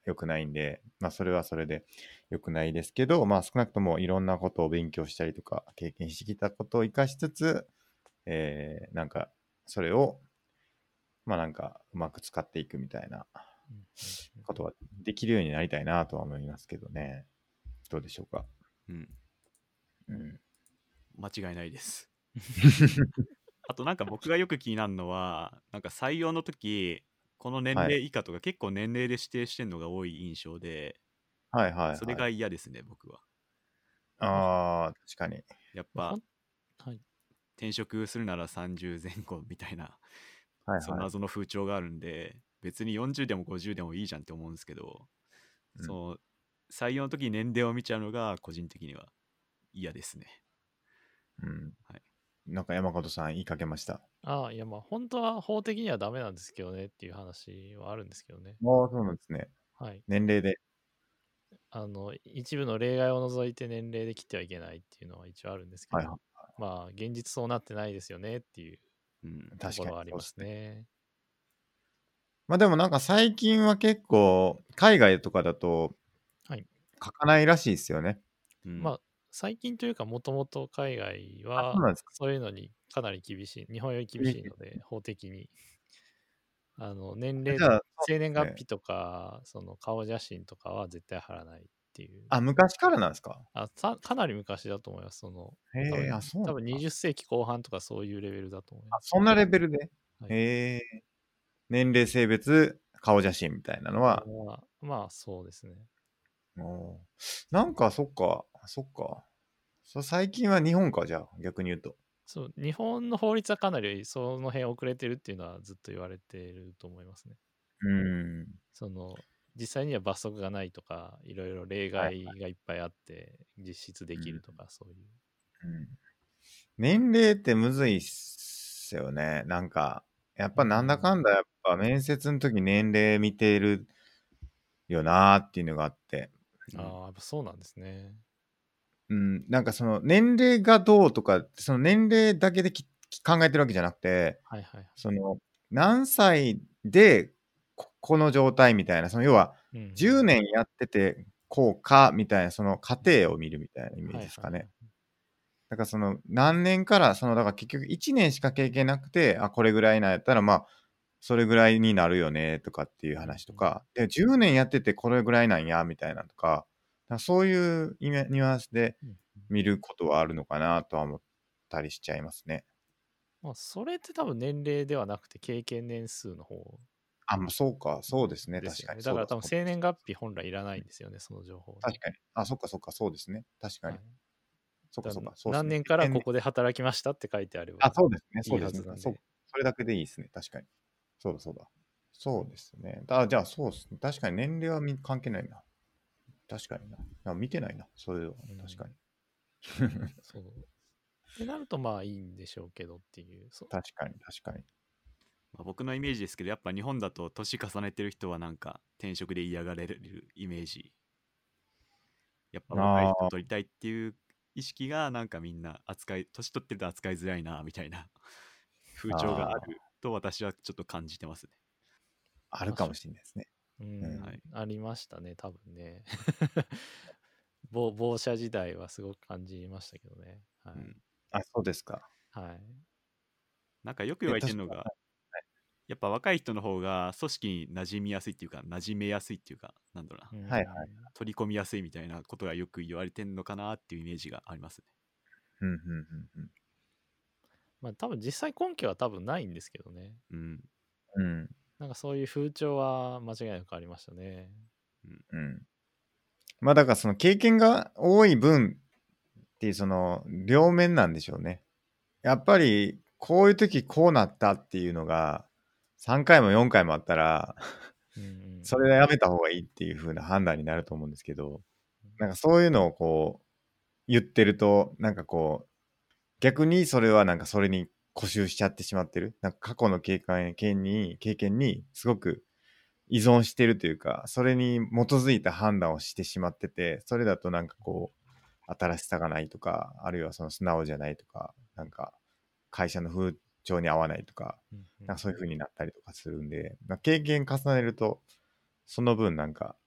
[SPEAKER 1] 良くないんで、まあそれはそれで良くないですけど、まあ少なくともいろんなことを勉強したりとか経験してきたことを活かしつつ、えー、なんかそれをまあなんかうまく使っていくみたいなことはできるようになりたいなとは思いますけどね。どうでしょうか。
[SPEAKER 2] うん。
[SPEAKER 1] うん、
[SPEAKER 2] 間違いないです。あとなんか僕がよく気になるのは、なんか採用の時、この年
[SPEAKER 1] はい、
[SPEAKER 2] 齢以下とか結構年齢で指定してるのが多い印象で、
[SPEAKER 1] はいはい
[SPEAKER 2] それが
[SPEAKER 1] はい。
[SPEAKER 2] 嫌ですね、僕は。
[SPEAKER 1] ああ、確かに。
[SPEAKER 2] やっぱ
[SPEAKER 3] ほんはい。
[SPEAKER 2] 転職するならさんじゅう前後みたいな、その
[SPEAKER 1] はいはい。
[SPEAKER 2] 謎の風潮があるんで、別によんじゅうでもごじゅうでもいいじゃんって思うんですけど、
[SPEAKER 1] うん、
[SPEAKER 2] その採用の時に年齢を見ちゃうのが個人的には嫌ですね。
[SPEAKER 1] うん。
[SPEAKER 2] はい。
[SPEAKER 1] なんか山本さん言いかけました。
[SPEAKER 3] ああ、いやまあ本当は法的にはダメなんですけどねっていう話はあるんですけどね。
[SPEAKER 1] ああ、そうなんですね。
[SPEAKER 3] はい。
[SPEAKER 1] 年齢で。
[SPEAKER 3] あの、一部の例外を除いて年齢で切ってはいけないっていうのは一応あるんですけど、
[SPEAKER 1] はいはい。
[SPEAKER 3] まあ現実そうなってないですよねっていう
[SPEAKER 2] うん。
[SPEAKER 3] とこ
[SPEAKER 1] 確かに
[SPEAKER 3] ろはありま
[SPEAKER 1] そうですね。
[SPEAKER 3] すね。
[SPEAKER 1] まあでもなんか最近は結構海外とかだと
[SPEAKER 3] はい。
[SPEAKER 1] 書かないらしいですよね。
[SPEAKER 2] うん、
[SPEAKER 3] まあ最近というかもともと海外
[SPEAKER 1] あ、そ
[SPEAKER 3] は
[SPEAKER 1] うなんですか。
[SPEAKER 3] そういうのにかなり厳しい、日本より厳
[SPEAKER 1] 厳しい。
[SPEAKER 3] しいので法的に。あの年齢、
[SPEAKER 1] じゃあ、
[SPEAKER 3] 生年
[SPEAKER 1] そうですね。
[SPEAKER 3] 月日とか、その顔写真とかは絶対貼らないっていう。
[SPEAKER 1] あ、昔からなんですか。
[SPEAKER 3] あさかなり昔だと思います。その多
[SPEAKER 1] へえ、
[SPEAKER 3] 分
[SPEAKER 1] あ、そうなん
[SPEAKER 3] 多分
[SPEAKER 1] だ。
[SPEAKER 3] にじゅっ世紀後半とかそういうレベルだと思い
[SPEAKER 1] あ、
[SPEAKER 3] ます。
[SPEAKER 1] そんなレベルで。
[SPEAKER 3] はい。
[SPEAKER 1] へえ。年齢、性別、顔写真みたいなのは。
[SPEAKER 3] まあ、まあそうですね。
[SPEAKER 1] おーなんかそっか、そっか。そ最近は日本か、じゃあ、逆に言うと。
[SPEAKER 3] そう、日本の法律はかなりその辺遅れてるっていうのはずっと言われてると思いますね。
[SPEAKER 1] うーん。
[SPEAKER 3] その実際には罰則がないとか、いろいろ例
[SPEAKER 1] はい。
[SPEAKER 3] 外がいっぱいあって実質で
[SPEAKER 1] うん。
[SPEAKER 3] きるとか、そういう。
[SPEAKER 1] うん、年齢ってむずいっすよね。なんか、やっ
[SPEAKER 3] う
[SPEAKER 1] ぱなんだかん
[SPEAKER 3] ん。
[SPEAKER 1] だ、やっぱ面接の時年齢見てるよなーっていうのがあって。
[SPEAKER 2] うん、
[SPEAKER 3] ああ、やっぱそうなんですね。
[SPEAKER 1] うん、なんかその年齢がどうとか、その年齢だけでき考えてるわけじゃなくて、
[SPEAKER 3] はいはい。
[SPEAKER 1] その何歳でここの状態みたいな、その要は
[SPEAKER 3] うんうん、
[SPEAKER 1] じゅうねんやっててこうかみたいな、その過程を見るみたいなイメージですかね。
[SPEAKER 3] はいはいはい。
[SPEAKER 1] だからその何年から、そのだから結局いちねんしか経験なくて、あ、これぐらいなんやったら、まあ、それぐらいになるよねとかっていう話とか、で、じゅうねんやっててこれぐらいなんやみたいなとか、だからそういうイメニュアンスで
[SPEAKER 3] うんうん、
[SPEAKER 1] 見ることはあるのかなとは思ったりしちゃいますね。
[SPEAKER 3] まあ、それって多分年齢ではなくて経験年数の方
[SPEAKER 1] あ、まあ、そうか、そうですね。
[SPEAKER 3] ですよね。
[SPEAKER 1] 確かに。
[SPEAKER 3] だから
[SPEAKER 1] そうだ、そうだ。
[SPEAKER 3] 多分生年月日本来いらないんですよね、その情報で。
[SPEAKER 1] 確かに。あ、そっかそっか、そうですね。確かに。
[SPEAKER 3] はい。だから
[SPEAKER 1] そっかそっか、そうですね。
[SPEAKER 3] 何年から
[SPEAKER 1] 経験ね。
[SPEAKER 3] ここで働きましたって書いてあれ
[SPEAKER 1] あ、
[SPEAKER 3] ば
[SPEAKER 1] そうですね。
[SPEAKER 3] いい
[SPEAKER 1] そうですね。そう。
[SPEAKER 3] はずなんで。
[SPEAKER 1] それだけでいいですね。確かに。そうだそうだ。そうですね。あ、じゃあそうですね。確かに年齢はみ関係ないな。確かにな。あ見てないな。それは。
[SPEAKER 3] うん、
[SPEAKER 1] 確かに。
[SPEAKER 3] そう。ってなるとまあいいんでしょうけどっていう。そ
[SPEAKER 1] 確かに、確かに。
[SPEAKER 2] まあ、僕のイメージですけど、やっぱ日本だと年重ねてる人はなんか転職で嫌がられるイメージ。やっぱ若い人
[SPEAKER 1] ああ、
[SPEAKER 2] 取りたいっていう意識がなんかみんな扱い、年取ってると扱いづらいなみたいな風潮があ
[SPEAKER 1] あ
[SPEAKER 2] ると私はちょっと感じてますね。
[SPEAKER 1] あ、あるかもしれないですね。
[SPEAKER 3] う
[SPEAKER 1] うん
[SPEAKER 3] ん、
[SPEAKER 2] はい。
[SPEAKER 3] ありましたね、多分ね。某某社時代はすごく感じましたけどね。はい。
[SPEAKER 2] うん、
[SPEAKER 1] あ、そうですか。
[SPEAKER 3] はい。
[SPEAKER 2] なんかよく言
[SPEAKER 1] え、
[SPEAKER 2] われて
[SPEAKER 1] 確か
[SPEAKER 2] るのが、やっぱ若い人の方が組織に馴染みやすいっていうか、馴染めやすいっていうか、なんだろうな、
[SPEAKER 3] うん、
[SPEAKER 1] はいはい。
[SPEAKER 2] 取り込みやすいみたいなことがよく言われてんのかなっていうイメージがありますね。
[SPEAKER 1] うん、うん、うん、うん。
[SPEAKER 3] まあ多分実際根拠は多分ないんですけどね。
[SPEAKER 2] うん。
[SPEAKER 1] うん、
[SPEAKER 3] なんかそういう風潮は間違いなくありましたね。
[SPEAKER 2] うん。
[SPEAKER 1] うん。まあだからその経験が多い分っていうその両面なんでしょうね。やっぱりこういう時こうなったっていうのがさんかいもよんかいもあったら
[SPEAKER 3] うんうん
[SPEAKER 1] それはやめた方がいいっていう風な判断になると思うんですけど、なんかそういうのをこう言ってると、なんかこう逆にそれはなんかそれに固執しちゃってしまってる。なんか過去の経験に、経験にすごく依存してるというか、それに基づいた判断をしてしまってて、それだとなんかこう、新しさがないとか、あるいはその素直じゃないとか、なんか会社の風潮に合わないとか、
[SPEAKER 3] うんうん
[SPEAKER 1] なんかそういう風になったりとかするんで、まあ経験重ねると、その分なんか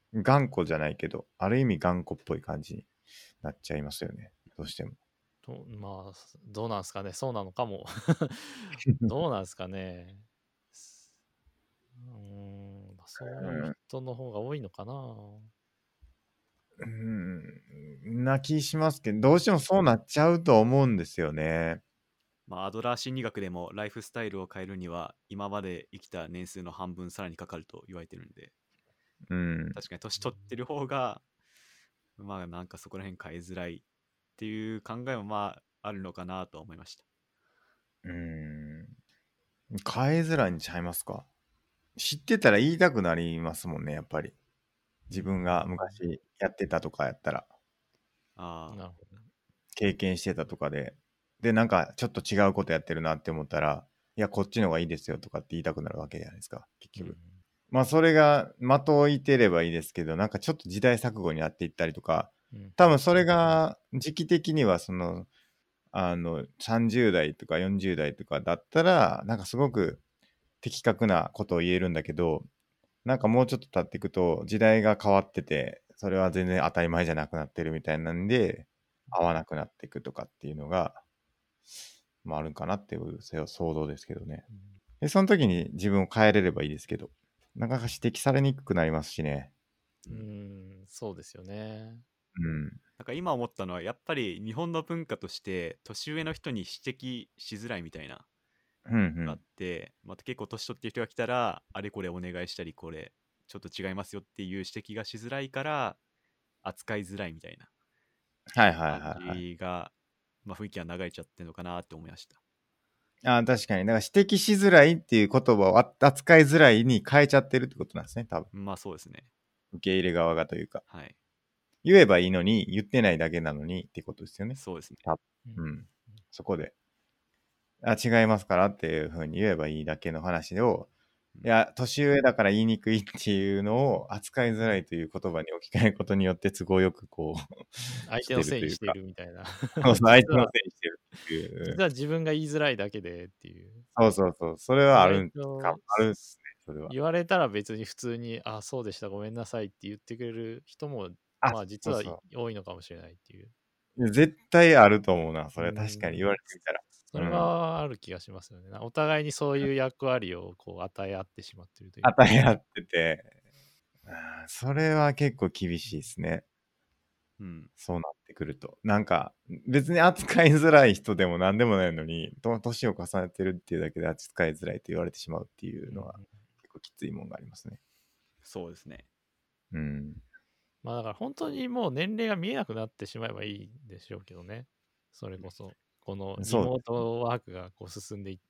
[SPEAKER 1] 頑固じゃないけど、ある意味頑固っぽい感じになっちゃいますよね。どうしても。
[SPEAKER 3] とまあ、どうなんですかね。そうなのかも。どうなんですかね。うーん、まあそういう人の方が多いのかな。
[SPEAKER 1] うーん、な気しますけど、どうしてもそうなっちゃうと思うんですよね。
[SPEAKER 2] まあ、アドラー心理学でもライフスタイルを変えるには今まで生きた年数の半分さらにかかると言われてるんで、
[SPEAKER 1] うん。
[SPEAKER 2] 確かに年取ってる方がまあなんかそこら辺変えづらいっていう考えもまああるのかなと思いました。
[SPEAKER 1] うーん。変えづらいんちゃいますか。知ってたら言いたくなりますもんね、やっぱり。自分が昔やってたとかやったら、
[SPEAKER 2] ああ、
[SPEAKER 3] なるほど。
[SPEAKER 1] 経験してたとかで、で、なんかちょっと違うことやってるなって思ったら、いや、こっちの方がいいですよとかって言いたくなるわけじゃないですか、結局。
[SPEAKER 3] うん
[SPEAKER 1] まあ、それが的を射てればいいですけど、なんかちょっと時代錯誤になっていったりとか、
[SPEAKER 3] うん
[SPEAKER 1] 多分それが時期的にはその、あの、さんじゅう代とかよんじゅう代とかだったら、なんかすごく的確なことを言えるんだけど、なんかもうちょっと経っていくと時代が変わってて、それは全然当たり前じゃなくなってるみたいなんで、合わなくなっていくとかっていうのが、まああるんかなっていう想像ですけどね。で、その時に自分を変えれればいいですけど、なかなか指摘されにくくなりますしね。
[SPEAKER 3] うーん、そうですよね。
[SPEAKER 1] うん。
[SPEAKER 2] なんか今思ったのはやっぱり日本の文化として年上の人に指摘しづらいみたいな
[SPEAKER 1] うんう
[SPEAKER 2] があっ
[SPEAKER 1] ん。
[SPEAKER 2] て、また結構年取ってる人が来たらあれこれお願いしたりこれちょっと違いますよっていう指摘がしづらいから扱いづらいみたいな
[SPEAKER 1] はいはいはい
[SPEAKER 2] 感
[SPEAKER 1] はい。
[SPEAKER 2] じが、まあ、雰囲気が流れちゃってるのかなって思いました。
[SPEAKER 1] ああ、確かに。だから指摘しづらいっていう言葉をあ扱いづらいに変えちゃってるってことなんですね、多分。
[SPEAKER 2] まあそうですね。
[SPEAKER 1] 受け入れ側がというか。
[SPEAKER 2] はい。
[SPEAKER 1] 言えばいいのに、言ってないだけなのにってことですよね。
[SPEAKER 2] そうですね。
[SPEAKER 1] 多分。うん。そこで。あ、違いますからっていう風に言えばいいだけの話を、
[SPEAKER 2] うん
[SPEAKER 1] いや、年上だから言いにくいっていうのを扱いづらいという言葉に置き換えることによって都合よくこう、
[SPEAKER 3] 相手のせいにしているみたいな。
[SPEAKER 1] そうそう、相手の
[SPEAKER 3] 実は、
[SPEAKER 1] せいにしてるっていう。
[SPEAKER 3] 実は自分が言いづらいだけでっていう。
[SPEAKER 1] そうそうそう。それは
[SPEAKER 3] 意
[SPEAKER 1] あるんか、
[SPEAKER 3] 外と
[SPEAKER 1] あるんですね、それは。
[SPEAKER 3] 言われたら別に普通に、あ、そうでした、ごめんなさいって言ってくれる人も、
[SPEAKER 1] あ、
[SPEAKER 3] まあ実は
[SPEAKER 1] そうそ
[SPEAKER 3] 多いのかもしれないっていう。
[SPEAKER 1] う。いや絶対あると思うな、それ。
[SPEAKER 3] うん
[SPEAKER 1] 確かに言われてみたら。
[SPEAKER 3] それはある気がしますよね。お互いにそういう役割をこう与え合ってしまってるというか。
[SPEAKER 1] 与え合ってて、あーそれは結構厳しいですね。
[SPEAKER 2] うん。
[SPEAKER 1] そうなってくると。なんか、別に扱いづらい人でも何でもないのに、と年を重ねてるっていうだけで扱いづらいと言われてしまうっていうのは、
[SPEAKER 3] うん
[SPEAKER 1] 結構きついもんがありますね。
[SPEAKER 2] そうですね。
[SPEAKER 1] うん。
[SPEAKER 3] まあだから本当にもう年齢が見えなくなってしまえばいいんでしょうけどね。それこそ、このリ
[SPEAKER 1] そう
[SPEAKER 3] モートワークがこう進んでいって。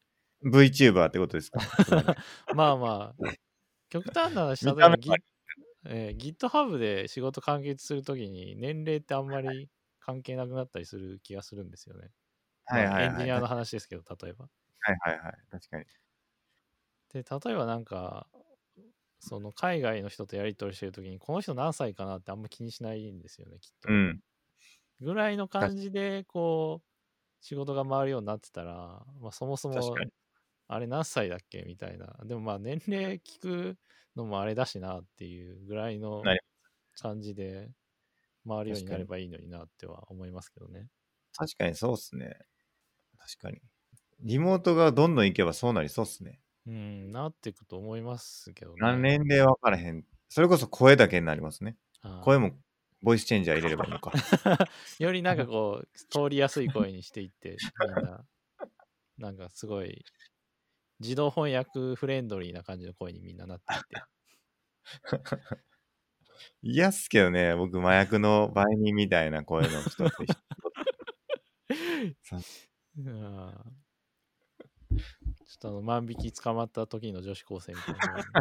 [SPEAKER 1] VTuber ってことですかつまり
[SPEAKER 3] まあまあ、極端な話、
[SPEAKER 1] 見
[SPEAKER 3] 例えば
[SPEAKER 1] た目は
[SPEAKER 3] Git、えー GitHub で仕事完結するときに年齢ってあんまり関係なくなったりする気がするんですよね。
[SPEAKER 1] はい
[SPEAKER 3] まあ
[SPEAKER 1] はいはい。
[SPEAKER 3] エンジニアの
[SPEAKER 1] た
[SPEAKER 3] 話ですけど、例えば。
[SPEAKER 1] はいはいはい。確かに。
[SPEAKER 3] で、例えばなんか、その海外の人とやり取りしてるときに、この人何歳かなってあんま気にしないんですよね、きっと。
[SPEAKER 1] うん。
[SPEAKER 3] ぐらいの
[SPEAKER 1] 確
[SPEAKER 3] 感じで、こう、仕事が回るようになってたら、まあそもそも、
[SPEAKER 1] 確かに。
[SPEAKER 3] あれ何歳だっけみたいな。でもまあ年齢聞くのもあれだしなっていうぐらいの
[SPEAKER 1] なり
[SPEAKER 3] 感じで回るように
[SPEAKER 1] 確かに。
[SPEAKER 3] なればいいのになっては思いますけどね。
[SPEAKER 1] 確かにそうっすね。確かに。リモートがどんどん行けばそうなりそうっすね。
[SPEAKER 3] うん、なっていくと思いますけど
[SPEAKER 1] 何
[SPEAKER 3] ね。
[SPEAKER 1] 年齢分からへん。それこそ声だけになりますね。
[SPEAKER 3] あ
[SPEAKER 1] 声もボイスチェンジャー入れればいいのか。
[SPEAKER 3] あよりなんかこう、通りやすい声にしていって、みんな、なんかすごい、自動翻訳フレンドリーな感じの声にみんななっていって。
[SPEAKER 1] 嫌っすけどね、僕、麻薬の売人みたいな声の人と一緒さ
[SPEAKER 3] うんちょっとあの万引き捕まった時の女子高生みたいな声に。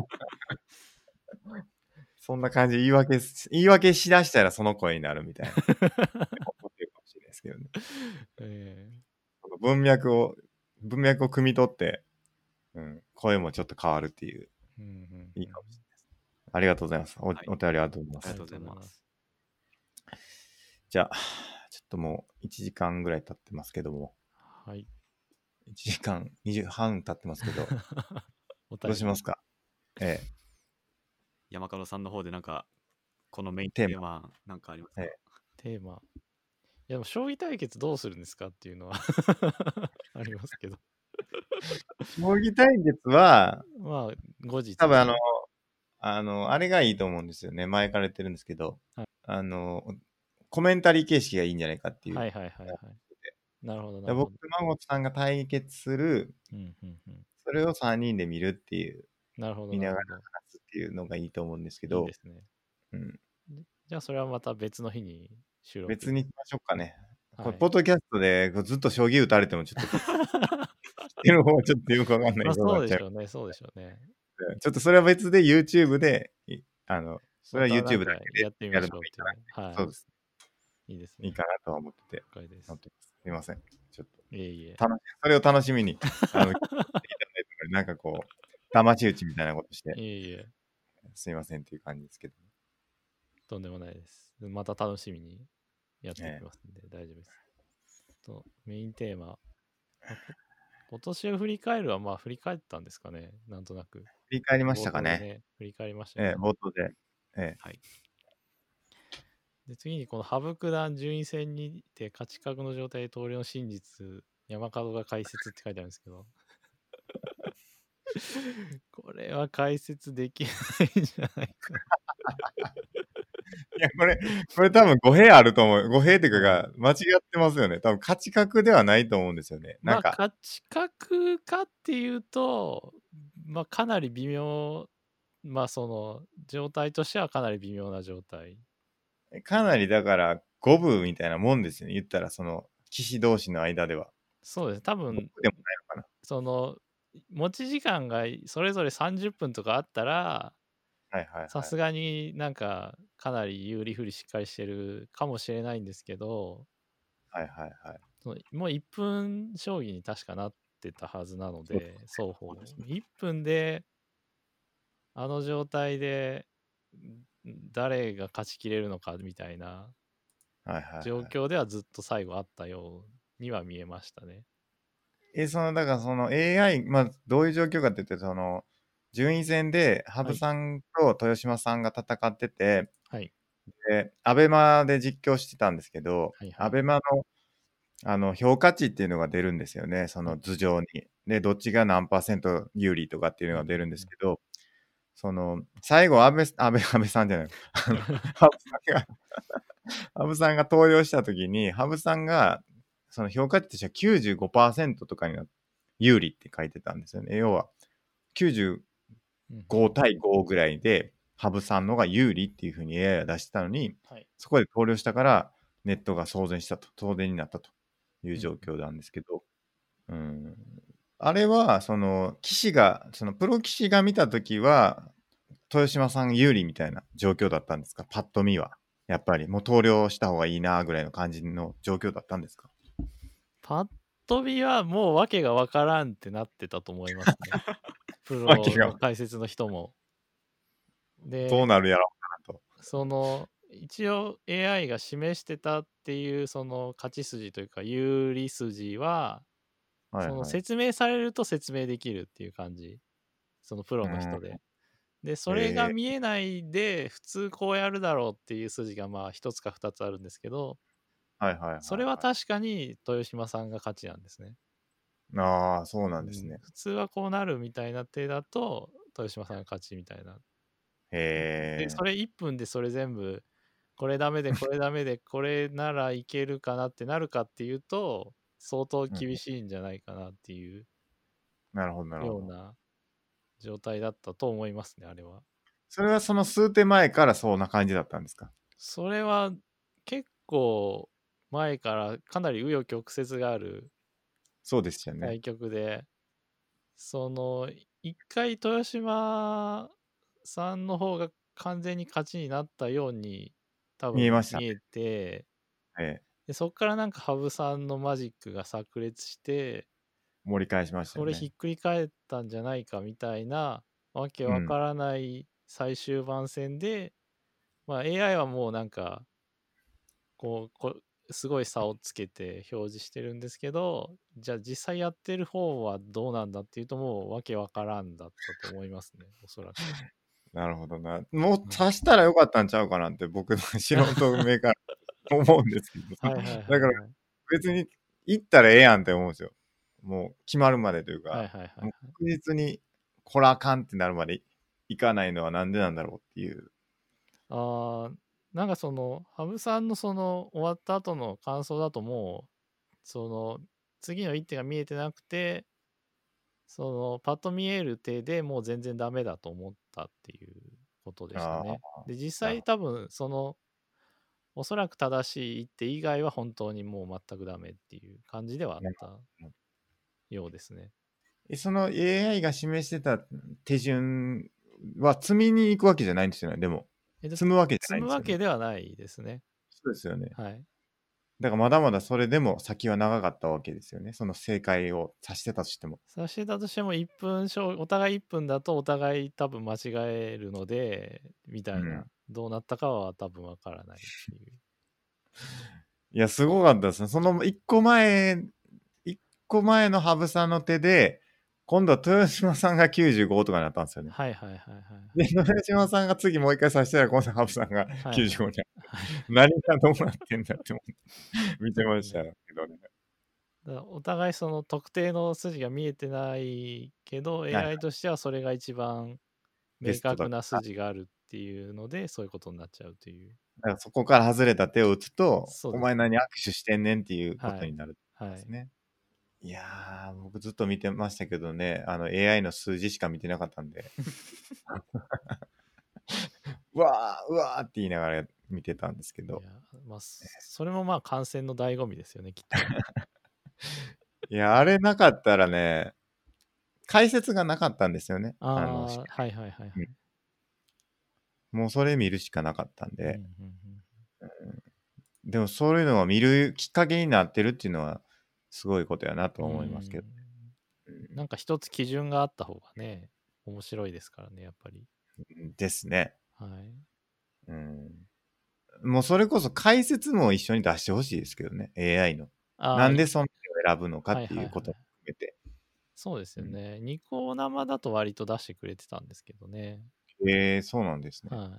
[SPEAKER 1] そんな感じで言い訳す、言い訳しだしたらその声になるみたいな。怒ってるかもしれないですけどね。
[SPEAKER 3] え
[SPEAKER 1] 文脈を、文脈を汲み取って、うん、声もちょっと変わるっていう、
[SPEAKER 3] ーうんうんうん
[SPEAKER 1] いいかもしれないです。ありがとうございます。お、
[SPEAKER 2] はい
[SPEAKER 1] お便りありがとうございます。
[SPEAKER 2] ありがとうございます。
[SPEAKER 1] じゃあ、ちょっともういちじかんぐらい経ってますけども、
[SPEAKER 3] はい。
[SPEAKER 1] いちじかんにじゅうはん経ってますけど、
[SPEAKER 3] お便り
[SPEAKER 1] どうしますか？ええ。
[SPEAKER 2] 山門さんの方でなんか、このメイン
[SPEAKER 1] テー
[SPEAKER 2] テーマなんかありますか？
[SPEAKER 1] ええ
[SPEAKER 3] テーマ。いや、でも将棋対決どうするんですかっていうのはありますけど。
[SPEAKER 1] 将棋対決は、
[SPEAKER 3] まあ、後日。
[SPEAKER 1] 多分あの、あの、あれがいいと思うんですよね。前から言ってるんですけど、
[SPEAKER 3] はい
[SPEAKER 1] あの、コメンタリー形式がいいんじゃないかっていう。
[SPEAKER 3] はいはいはいはい。なるほどな
[SPEAKER 1] で僕
[SPEAKER 3] るほど。
[SPEAKER 1] と孫さんが対決する、
[SPEAKER 3] うんうんうん。
[SPEAKER 1] それをさんにんで見るっていう、
[SPEAKER 3] なるほど
[SPEAKER 1] 見ながら
[SPEAKER 3] なるほど。
[SPEAKER 1] 話すっていうのがいいと思うんですけど
[SPEAKER 3] いいで、すね。
[SPEAKER 1] うん、
[SPEAKER 3] じゃあそれはまた別の日に収録。
[SPEAKER 1] 別にしましょうかね。これ、
[SPEAKER 3] はい
[SPEAKER 1] ポッドキャストでこうずっと将棋打たれてもちょっと、っていうのもちょっとよくわかんない
[SPEAKER 3] まあ
[SPEAKER 1] ことになっちゃう。
[SPEAKER 3] そうでしょうね、そうでしょうね。
[SPEAKER 1] ちょっとそれは別で YouTube で、いあの、それは
[SPEAKER 3] またなん
[SPEAKER 1] YouTube
[SPEAKER 3] か
[SPEAKER 1] だけで
[SPEAKER 3] やってみ
[SPEAKER 1] や
[SPEAKER 3] ましょうっていう
[SPEAKER 1] るのがいいかな。
[SPEAKER 3] ね。はい。
[SPEAKER 1] そうです。
[SPEAKER 3] いいですね。
[SPEAKER 1] いいかなとは思ってて、
[SPEAKER 3] 了解です
[SPEAKER 1] 思。ってます。すいません。ちょっと、
[SPEAKER 3] いえいえ。
[SPEAKER 1] 楽しそれを楽しみに、あの、聞いていただいたのでなんかこう、騙し討ちみたいなことして、
[SPEAKER 3] いえいえ。
[SPEAKER 1] すいませんっていう感じですけど。
[SPEAKER 3] とんでもないです。また楽しみにやっていきますんで、大丈夫です。と、メインテーマ。まあこ今年を振り返るは、まあ振り返ったんですかね。なんとなく。
[SPEAKER 1] 振り返りまし
[SPEAKER 3] 冒
[SPEAKER 1] たかね。
[SPEAKER 3] 頭でね、振り返りましたけ
[SPEAKER 1] ええ、
[SPEAKER 3] ど。
[SPEAKER 1] 冒頭で。ええ、
[SPEAKER 2] はい。
[SPEAKER 3] で、次にこの羽生九段順位戦にて勝ち確の状態で投了の真実、山門が解説って書いてあるんですけど。これは解説できないんじゃないかな。
[SPEAKER 1] いや、これ、これ多分語弊あると思う。語弊っていうか
[SPEAKER 3] は
[SPEAKER 1] が、間違ってますよね。多分勝ち確ではないと思うんですよね。な
[SPEAKER 3] まあ、
[SPEAKER 1] んか、
[SPEAKER 3] 勝ち確かっていうと、まあ、かなり微妙、まあ、その、状態としてはかなり微妙な状態。
[SPEAKER 1] かなりだから五分みたいなもんですよね。言ったらその棋士同士の間では。
[SPEAKER 3] そうです。多
[SPEAKER 1] 五分
[SPEAKER 3] 分、
[SPEAKER 1] でもないのかな。
[SPEAKER 3] その、持ち時間がそれぞれさんじゅっぷんとかあったら、
[SPEAKER 1] はいはいはい。
[SPEAKER 3] さすがになんかかなり有利不利しっかりしてるかもしれないんですけど、
[SPEAKER 1] はいはいはい。
[SPEAKER 3] そのもういっぷん将棋に確かなってたはずなの
[SPEAKER 1] そう
[SPEAKER 3] で、双方
[SPEAKER 1] そうです。
[SPEAKER 3] いっぷんであの状態でん誰が勝ちきれるのかみたいな
[SPEAKER 1] はいはい
[SPEAKER 3] 状
[SPEAKER 1] はい。
[SPEAKER 3] 況ではずっと最後あったようには見えましたね。
[SPEAKER 1] え、その、だからその エーアイ、まあ、どういう状況かって言って、その、順位戦で羽
[SPEAKER 3] はい。
[SPEAKER 1] 生さんと豊島さんが戦ってて、
[SPEAKER 3] はい。
[SPEAKER 1] で、アベマで実況してたんですけど、
[SPEAKER 3] はいはい。
[SPEAKER 1] アベマのあの評価値っていうのが出るんですよね、その
[SPEAKER 3] はい。
[SPEAKER 1] 図上に。で、どっちが何パーセント有利とかっていう
[SPEAKER 3] うんうん
[SPEAKER 1] のが出るんです
[SPEAKER 3] うん。
[SPEAKER 1] けど、その、最後、安倍、安倍、安倍さんじゃない、あの、羽生さんが、羽生さんが投了した時に、羽生さんが、その評価値としてはきゅうじゅうごパーセントとかにな有利って書いてたんですよね。要は、きゅうじゅうご
[SPEAKER 3] うんうん。
[SPEAKER 1] 対ごぐらいで、羽生さんのが有利っていうふうに エーアイ が出してたのに、
[SPEAKER 3] はい。
[SPEAKER 1] そこで投了したから、ネットが騒然したと、騒然になったという
[SPEAKER 3] うん
[SPEAKER 1] 状況なんですけど、うん、あれは、その、棋士が、そのプロ棋士が見たときは、豊島さん有利みたいな状況だったんですか、パッと見は。やっぱり、もう投了した方がいいなぐらいの感じの状況だったんですか。
[SPEAKER 3] パッと見はもう訳がわからんってなってたと思いますね。プ
[SPEAKER 1] わけが
[SPEAKER 3] ロの解説の人も。
[SPEAKER 1] どう
[SPEAKER 3] で、
[SPEAKER 1] なるやろうかなと。
[SPEAKER 3] その、一応 エーアイ が示してたっていうその勝ち筋というか有利筋は、その
[SPEAKER 1] はいはい。
[SPEAKER 3] 説明されると説明できるっていう感じ。そのプロの
[SPEAKER 1] うん。
[SPEAKER 3] 人で。で、それ
[SPEAKER 1] へえ。
[SPEAKER 3] が見えないで、普通こうやるだろうっていう筋がまあ一つか二つあるんですけど、
[SPEAKER 1] はいはいはい
[SPEAKER 3] それは
[SPEAKER 1] は
[SPEAKER 3] 確かに豊島さんが勝ちなんですね。
[SPEAKER 1] い。ああ、そうな
[SPEAKER 3] うん、
[SPEAKER 1] んですね。
[SPEAKER 3] 普通はこうなるみたいな手だと、豊島さんが勝ちみたいな。で、
[SPEAKER 1] へえ。
[SPEAKER 3] それいっぷんでそれ全部、これダメで、これダメで、これならいけるかなってなるかっていうと、相当
[SPEAKER 1] うん、
[SPEAKER 3] 厳しいんじゃないかなっていう
[SPEAKER 1] なるほどなるほど。
[SPEAKER 3] ような状態だったと思いますね、あれは。
[SPEAKER 1] それはその数手前からそんな感じだったんですか。
[SPEAKER 3] それは結構前からかなり紆余曲折がある
[SPEAKER 1] そうですよね。
[SPEAKER 3] 対局で、その一回豊島さんの方が完全に勝ちになったように多分
[SPEAKER 1] 見えましたね。
[SPEAKER 3] 見えて、
[SPEAKER 1] ええ。
[SPEAKER 3] でそこからなんか羽生さんのマジックが炸裂して、
[SPEAKER 1] 盛り返しましたよね。
[SPEAKER 3] それひっくり返ったんじゃないかみたいなわけ
[SPEAKER 1] うん。
[SPEAKER 3] わからない最終盤戦で、まあ、エーアイ はもうなんかこうこうすごい差をつけて表示してるんですけど、じゃあ実際やってる方はどうなんだっていうともうわけわからんだったと思いますね、おそらく。
[SPEAKER 1] なるほどな。もう足したらよかったんちゃうかなって僕の素人目から思うんですけど。
[SPEAKER 3] はいはいはい、はい。
[SPEAKER 1] だから別に行ったらええやんって思うんですよ。もう決まるまでというか、
[SPEAKER 3] はいはいはい、はい。
[SPEAKER 1] もう確実にこらあかんってなるまで行かないのはなんでなんだろうっていう。
[SPEAKER 3] ああ、なんかその、羽生さんのその終わった後の感想だともう、その、次の一手が見えてなくて、その、パッと見える手でもう全然ダメだと思ったっていうことでしたね。で、実際多分、その、おそらく正しい一手以外は本当にもう全くダメっていう感じではあったようですね。
[SPEAKER 1] その エーアイ が示してた手順は積みに行くわけじゃないんですよね、でも。積むわけじゃないんですよね。
[SPEAKER 3] 積むわけではないですね。
[SPEAKER 1] そうですよね。
[SPEAKER 3] はい。
[SPEAKER 1] だからまだまだそれでも先は長かったわけですよね。その正解を指してたとしても。
[SPEAKER 3] 指してたとしてもいっぷん勝、お互いいっぷんだとお互い多分間違えるので、みたいな、うん、どうなったかは多分わからないっていう。
[SPEAKER 1] いや、すごかったですね。そのいっこまえ、いっこまえの羽生さんの手で、今度は豊島さんがきゅうじゅうごとかになったんですよね。
[SPEAKER 3] はいはいはいはい。
[SPEAKER 1] で、豊島さんが次もう一回指したら、今度羽生さんがきゅうじゅうごになって、何がどうなってんだって思って見てましたけどね。
[SPEAKER 3] だからお互いその特定の筋が見えてないけど、はい、エーアイ としてはそれが一番明確な筋があるっていうので、そういうことになっちゃうという。
[SPEAKER 1] だからそこから外れた手を打つと、お前何握手してんねんっていうことになるんですね。はいはい、いやー、僕ずっと見てましたけどね、あの エーアイ の数字しか見てなかったんで。うわー、うわーって言いながら見てたんですけど。
[SPEAKER 3] いや、まあ、それもまあ観戦の醍醐味ですよね、きっと。
[SPEAKER 1] いや、あれなかったらね、解説がなかったんですよね。
[SPEAKER 3] ああの、はいはいはいはい、うん。
[SPEAKER 1] もうそれ見るしかなかったんで。うんうんうんうん、でもそういうのを見るきっかけになってるっていうのは、すごいことやなと思いますけど、ね。
[SPEAKER 3] うん、なんか一つ基準があった方がね、面白いですからね、やっぱり。
[SPEAKER 1] ですね。
[SPEAKER 3] はい。
[SPEAKER 1] うん。もうそれこそ解説も一緒に出してほしいですけどね、エーアイ の。なんでその手を選ぶのかっていうことを含めて。
[SPEAKER 3] そうですよね。うん、ニコ生だと割と出してくれてたんですけどね。
[SPEAKER 1] へえー、そうなんですね。
[SPEAKER 3] はい。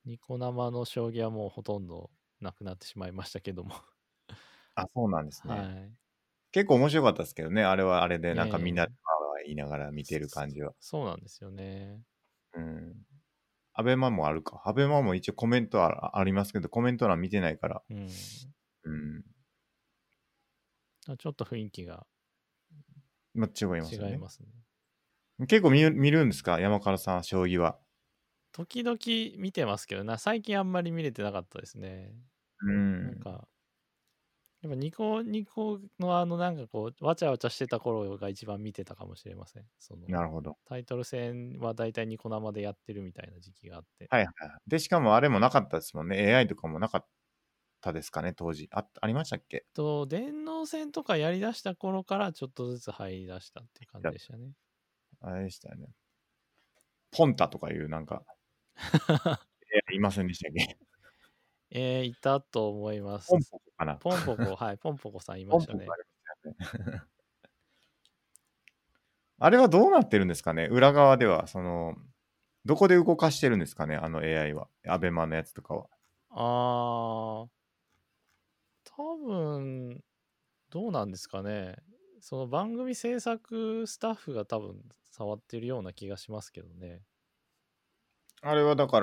[SPEAKER 3] ニコ生の将棋はもうほとんどなくなってしまいましたけども。
[SPEAKER 1] あ、そうなんですね。
[SPEAKER 3] はい。
[SPEAKER 1] 結構面白かったですけどね、あれはあれでなんかみんなでわーわー言いながら見てる感じは。
[SPEAKER 3] そうなんですよね。
[SPEAKER 1] うん。アベマもあるか。アベマも一応コメント あ, ありますけど、コメント欄見てないから。うん。うん、
[SPEAKER 3] ちょっと雰囲気が。
[SPEAKER 1] まあ、違いますよね。
[SPEAKER 3] 違いますね。
[SPEAKER 1] 結構 見, 見るんですか、山川さん、将棋は。
[SPEAKER 3] 時々見てますけどな、最近あんまり見れてなかったですね。
[SPEAKER 1] うん。
[SPEAKER 3] なんか、やっぱニコニコのあのなんかこう、わちゃわちゃしてた頃が一番見てたかもしれません。その
[SPEAKER 1] なるほど。
[SPEAKER 3] タイトル戦はだいたいニコ生でやってるみたいな時期があって。
[SPEAKER 1] はいはい。で、しかもあれもなかったですもんね。エーアイ とかもなかったですかね、当時。あ、ありましたっけ？
[SPEAKER 3] と、電脳戦とかやりだした頃からちょっとずつ入り出したって感じでしたね。
[SPEAKER 1] あれでしたよね。ポンタとかいうなんか、いませんでしたっけ？
[SPEAKER 3] えー、いたと思います。
[SPEAKER 1] ポンポコかな。
[SPEAKER 3] ポンポコ、はい、ポンポコさんいましたね。ポンポコありま
[SPEAKER 1] したよね。あれはどうなってるんですかね、裏側では。その、どこで動かしてるんですかね、あの エーアイ は。アベマのやつとかは。
[SPEAKER 3] あー、多分、どうなんですかね。その番組制作スタッフが多分触ってるような気がしますけどね。
[SPEAKER 1] あれはだから、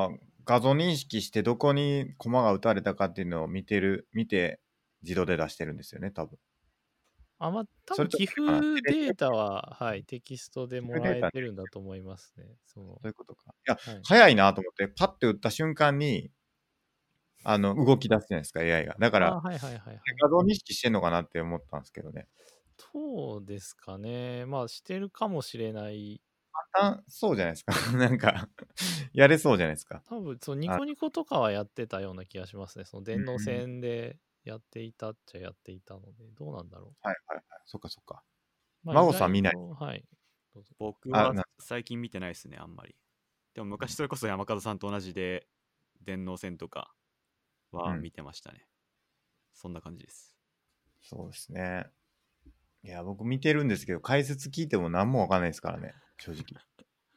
[SPEAKER 1] 画像認識してどこに駒が打たれたかっていうのを見てる、見て自動で出してるんですよね、多分。
[SPEAKER 3] あ、まあ、多分寄付データは、はい、テキストでもらえてるんだと思いますね。
[SPEAKER 1] そのそういうことか。いや、
[SPEAKER 3] はい、
[SPEAKER 1] 早いなと思って、パッて打った瞬間に、あの、動き出すじゃないですか、エーアイ が。だから、
[SPEAKER 3] はいはいはいはい、
[SPEAKER 1] 画像認識してんのかなって思ったんですけどね。
[SPEAKER 3] そうですかね。まあ、してるかもしれない。
[SPEAKER 1] 簡単そうじゃないですか。なんか、やれそうじゃないですか。
[SPEAKER 3] 多分、そう、ニコニコとかはやってたような気がしますね。その電脳戦でやっていたっちゃやっていたので、どうなんだろう。
[SPEAKER 1] はいはいはい。そっかそっか。
[SPEAKER 3] まあ、
[SPEAKER 1] 孫さん見ない。
[SPEAKER 3] はい。どうぞ。
[SPEAKER 2] 僕は最近見てないですね、あんまり。でも昔それこそ山門さんと同じで、電脳戦とかは見てましたね。うん、そんな感じです。
[SPEAKER 1] そうですね。いや、僕見てるんですけど、解説聞いても何もわかんないですからね、正直。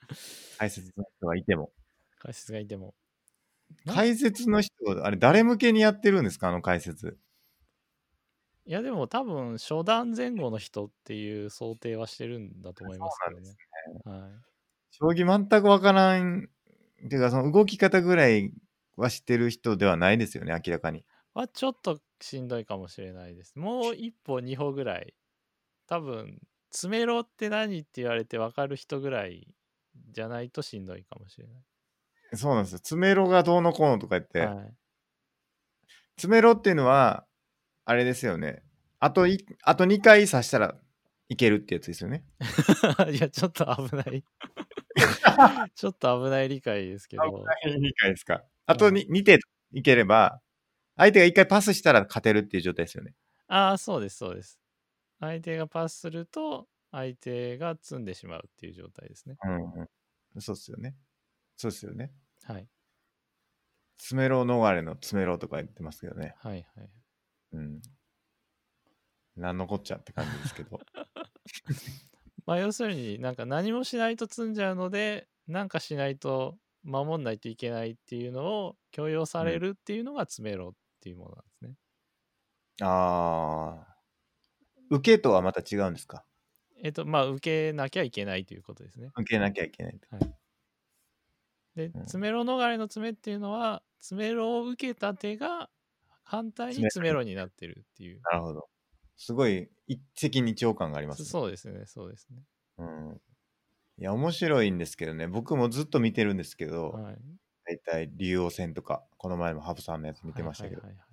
[SPEAKER 1] 解説の人がいても。
[SPEAKER 3] 解説がいても。なん
[SPEAKER 1] 解説の人、あれ誰向けにやってるんですか、あの解説。
[SPEAKER 3] いやでも多分初段前後の人っていう想定はしてるんだと思いますけどね。はい。
[SPEAKER 1] 将棋全くわからん、ていうかその動き方ぐらいは知ってる人ではないですよね、明らかに。
[SPEAKER 3] はちょっとしんどいかもしれないです。もう一歩二歩ぐらい。多分、詰めろって何って言われて分かる人ぐらいじゃないとしんどいかもしれない。
[SPEAKER 1] そうなんですよ。詰めろがどうのこうのとか言って、
[SPEAKER 3] はい。
[SPEAKER 1] 詰めろっていうのは、あれですよね。あとい、あとにかい指したらいけるってやつですよね。
[SPEAKER 3] いや、ちょっと危ない。ちょっと危ない理解ですけど。
[SPEAKER 1] 危ない理解ですか。あと 2, 2手いければ、相手がいっかいパスしたら勝てるっていう状態ですよね。
[SPEAKER 3] ああ、そうです、そうです。相手がパスすると、相手が詰んでしまうっていう状態ですね。
[SPEAKER 1] うんうん。そうっすよね。そうっすよね。
[SPEAKER 3] はい。
[SPEAKER 1] 詰めろ逃れの詰めろとか言ってますけどね。
[SPEAKER 3] はいはい。
[SPEAKER 1] うん。なんのこっちゃって感じですけど。
[SPEAKER 3] まあ要するになんか何もしないと詰んじゃうので、なんかしないと守んないといけないっていうのを強要されるっていうのが詰めろっていうものなんですね。
[SPEAKER 1] ああ。受けとはまた違うんですか？
[SPEAKER 3] えっと、まあ受けなきゃいけないということですね。
[SPEAKER 1] 受けなきゃいけない。
[SPEAKER 3] はい。で、
[SPEAKER 1] うん、
[SPEAKER 3] 詰めろ逃れの詰めっていうのは、詰めろを受けた手が反対に
[SPEAKER 1] 詰め
[SPEAKER 3] 詰めろになってるっていう。
[SPEAKER 1] なるほど。すごい一石二鳥感がありま
[SPEAKER 3] そ
[SPEAKER 1] すね。
[SPEAKER 3] そうですね、そうですね。
[SPEAKER 1] うん。いや、面白いんですけどね。僕もずっと見てるんですけど、
[SPEAKER 3] はい。
[SPEAKER 1] 大体竜王戦とか、この前もハブさんのやつ見てましたけど、
[SPEAKER 3] はいはいはい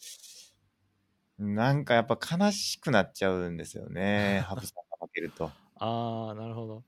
[SPEAKER 1] なんかやっぱ悲しくなっちゃうんですよね。ハブさんが負けると。
[SPEAKER 3] はい。ああ、なるほど。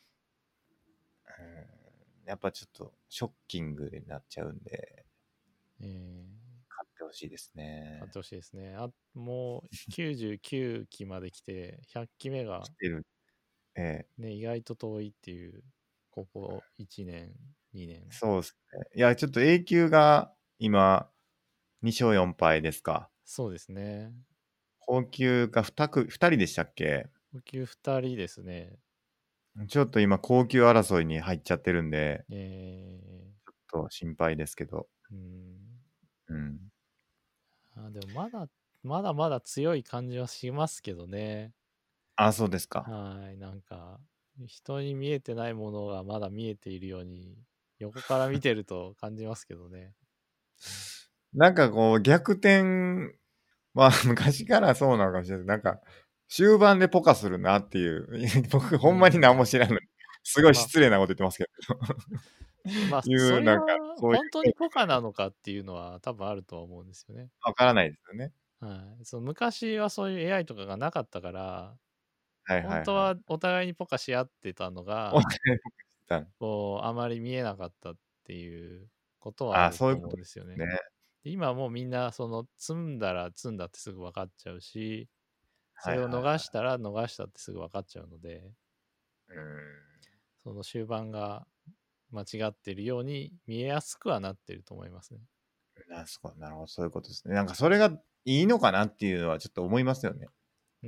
[SPEAKER 1] うん、やっぱちょっとショッキングになっちゃうんで、
[SPEAKER 3] えー、
[SPEAKER 1] 勝ってほしいですね。
[SPEAKER 3] 買ってほしいですね。あもうきゅうじゅうきゅうきまで来て、ひゃっきめが
[SPEAKER 1] 来てる。ええ、
[SPEAKER 3] ね、意外と遠いっていう、ここいちねん、にねん。
[SPEAKER 1] そうですね。いや、ちょっと A 級が今、に勝よん敗ですか。
[SPEAKER 3] そうですね。
[SPEAKER 1] 高級が 2, くふたりでしたっけ？
[SPEAKER 3] 高級ふたりですね。
[SPEAKER 1] ちょっと今、高級争いに入っちゃってるんで、
[SPEAKER 3] え
[SPEAKER 1] ちょっと心配ですけど。
[SPEAKER 3] ー、うん。
[SPEAKER 1] うん。
[SPEAKER 3] あでもまだ、まだまだ強い感じはしますけどね。
[SPEAKER 1] あ、そうですか。
[SPEAKER 3] はい。なんか、人に見えてないものがまだ見えているように、横から見てると感じますけどね。
[SPEAKER 1] なんかこう、逆転、まあ、昔からそうなのかもしれない。なんか、終盤でポカするなっていう。僕、ほんまに何も知らない。すごい
[SPEAKER 3] まあ、
[SPEAKER 1] 失礼なこと言ってますけど。
[SPEAKER 3] まあ、
[SPEAKER 1] いう、
[SPEAKER 3] それは
[SPEAKER 1] なんか、そういう、
[SPEAKER 3] 本当にポカなのかっていうのは多分あるとは思うんですよね。
[SPEAKER 1] わからないですよね。
[SPEAKER 3] はい。その昔はそういう エーアイ とかがなかったから、
[SPEAKER 1] はいはいはい。
[SPEAKER 3] 本当はお互いにポカし合ってたの
[SPEAKER 1] お
[SPEAKER 3] が、
[SPEAKER 1] 互いポカしてた。
[SPEAKER 3] こう、あまり見えなかったっていうことはあ
[SPEAKER 1] あ、
[SPEAKER 3] ると
[SPEAKER 1] そういうことで
[SPEAKER 3] 思うんですよね。
[SPEAKER 1] すね。
[SPEAKER 3] で今はもうみんな、その、積んだら積んだってすぐ分かっちゃうし、それを
[SPEAKER 1] はいはいはい。
[SPEAKER 3] 逃したら逃したってすぐ分かっちゃうので、
[SPEAKER 1] うーん。
[SPEAKER 3] その終盤が間違ってるように見えやすくはなってると思いますね。
[SPEAKER 1] なすごなるほど、そういうことですね。なんかそれがいいのかなっていうのはちょっと思いますよね。
[SPEAKER 3] うん、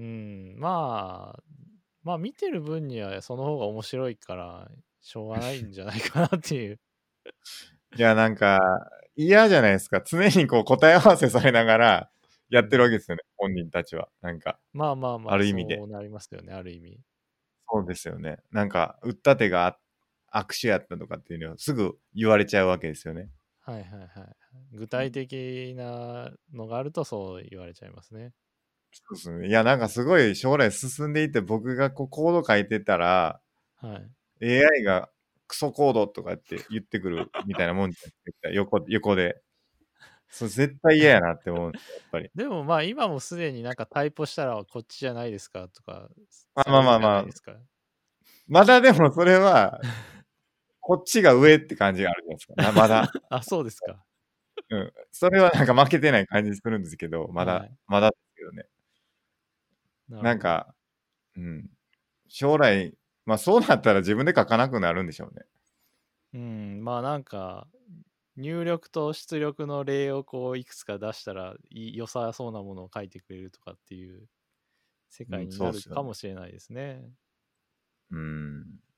[SPEAKER 3] まあ、まあ見てる分にはその方が面白いからしょうがないんじゃないかなっていう。
[SPEAKER 1] いや、なんか、嫌じゃないですか。常にこう答え合わせされながらやってるわけですよね、本人たちは。なんか、
[SPEAKER 3] まあまあまあ、
[SPEAKER 1] ある意味で。
[SPEAKER 3] そうなりますよね、ある意味。
[SPEAKER 1] そうですよね。なんか、打った手が悪手やったとかっていうのをすぐ言われちゃうわけですよね。
[SPEAKER 3] はいはいはい。具体的なのがあるとそう言われちゃいますね。
[SPEAKER 1] そうですね。いや、なんかすごい将来進んでいって僕がこうコード書いてたら、
[SPEAKER 3] はい。
[SPEAKER 1] エーアイ がクソコードとかって言ってくるみたいなもんじゃないですか。横、横で。そう、絶対嫌やなって思うんですよ、やっぱり。
[SPEAKER 3] でもまあ今もすでになんかタイプしたらこっちじゃないですかとか
[SPEAKER 1] あ、
[SPEAKER 3] されるじゃ
[SPEAKER 1] まあまあまあ。
[SPEAKER 3] ないですか。
[SPEAKER 1] まだでもそれは、こっちが上って感じがあるじゃないですか。なまだ。
[SPEAKER 3] あ、そうですか。
[SPEAKER 1] うん。それはなんか負けてない感じするんですけど、まだ、
[SPEAKER 3] はい。
[SPEAKER 1] まだですけどね。
[SPEAKER 3] なるほど。
[SPEAKER 1] なんか、うん。将来、まあそうなったら自分で書かなくなるんでしょうね。
[SPEAKER 3] うん、まあなんか入力と出力の例をこういくつか出したらいい良さそうなものを書いてくれるとかっていう世
[SPEAKER 1] うん、
[SPEAKER 3] 界になる
[SPEAKER 1] そうっすよね。
[SPEAKER 3] かもしれないですね。
[SPEAKER 1] うん。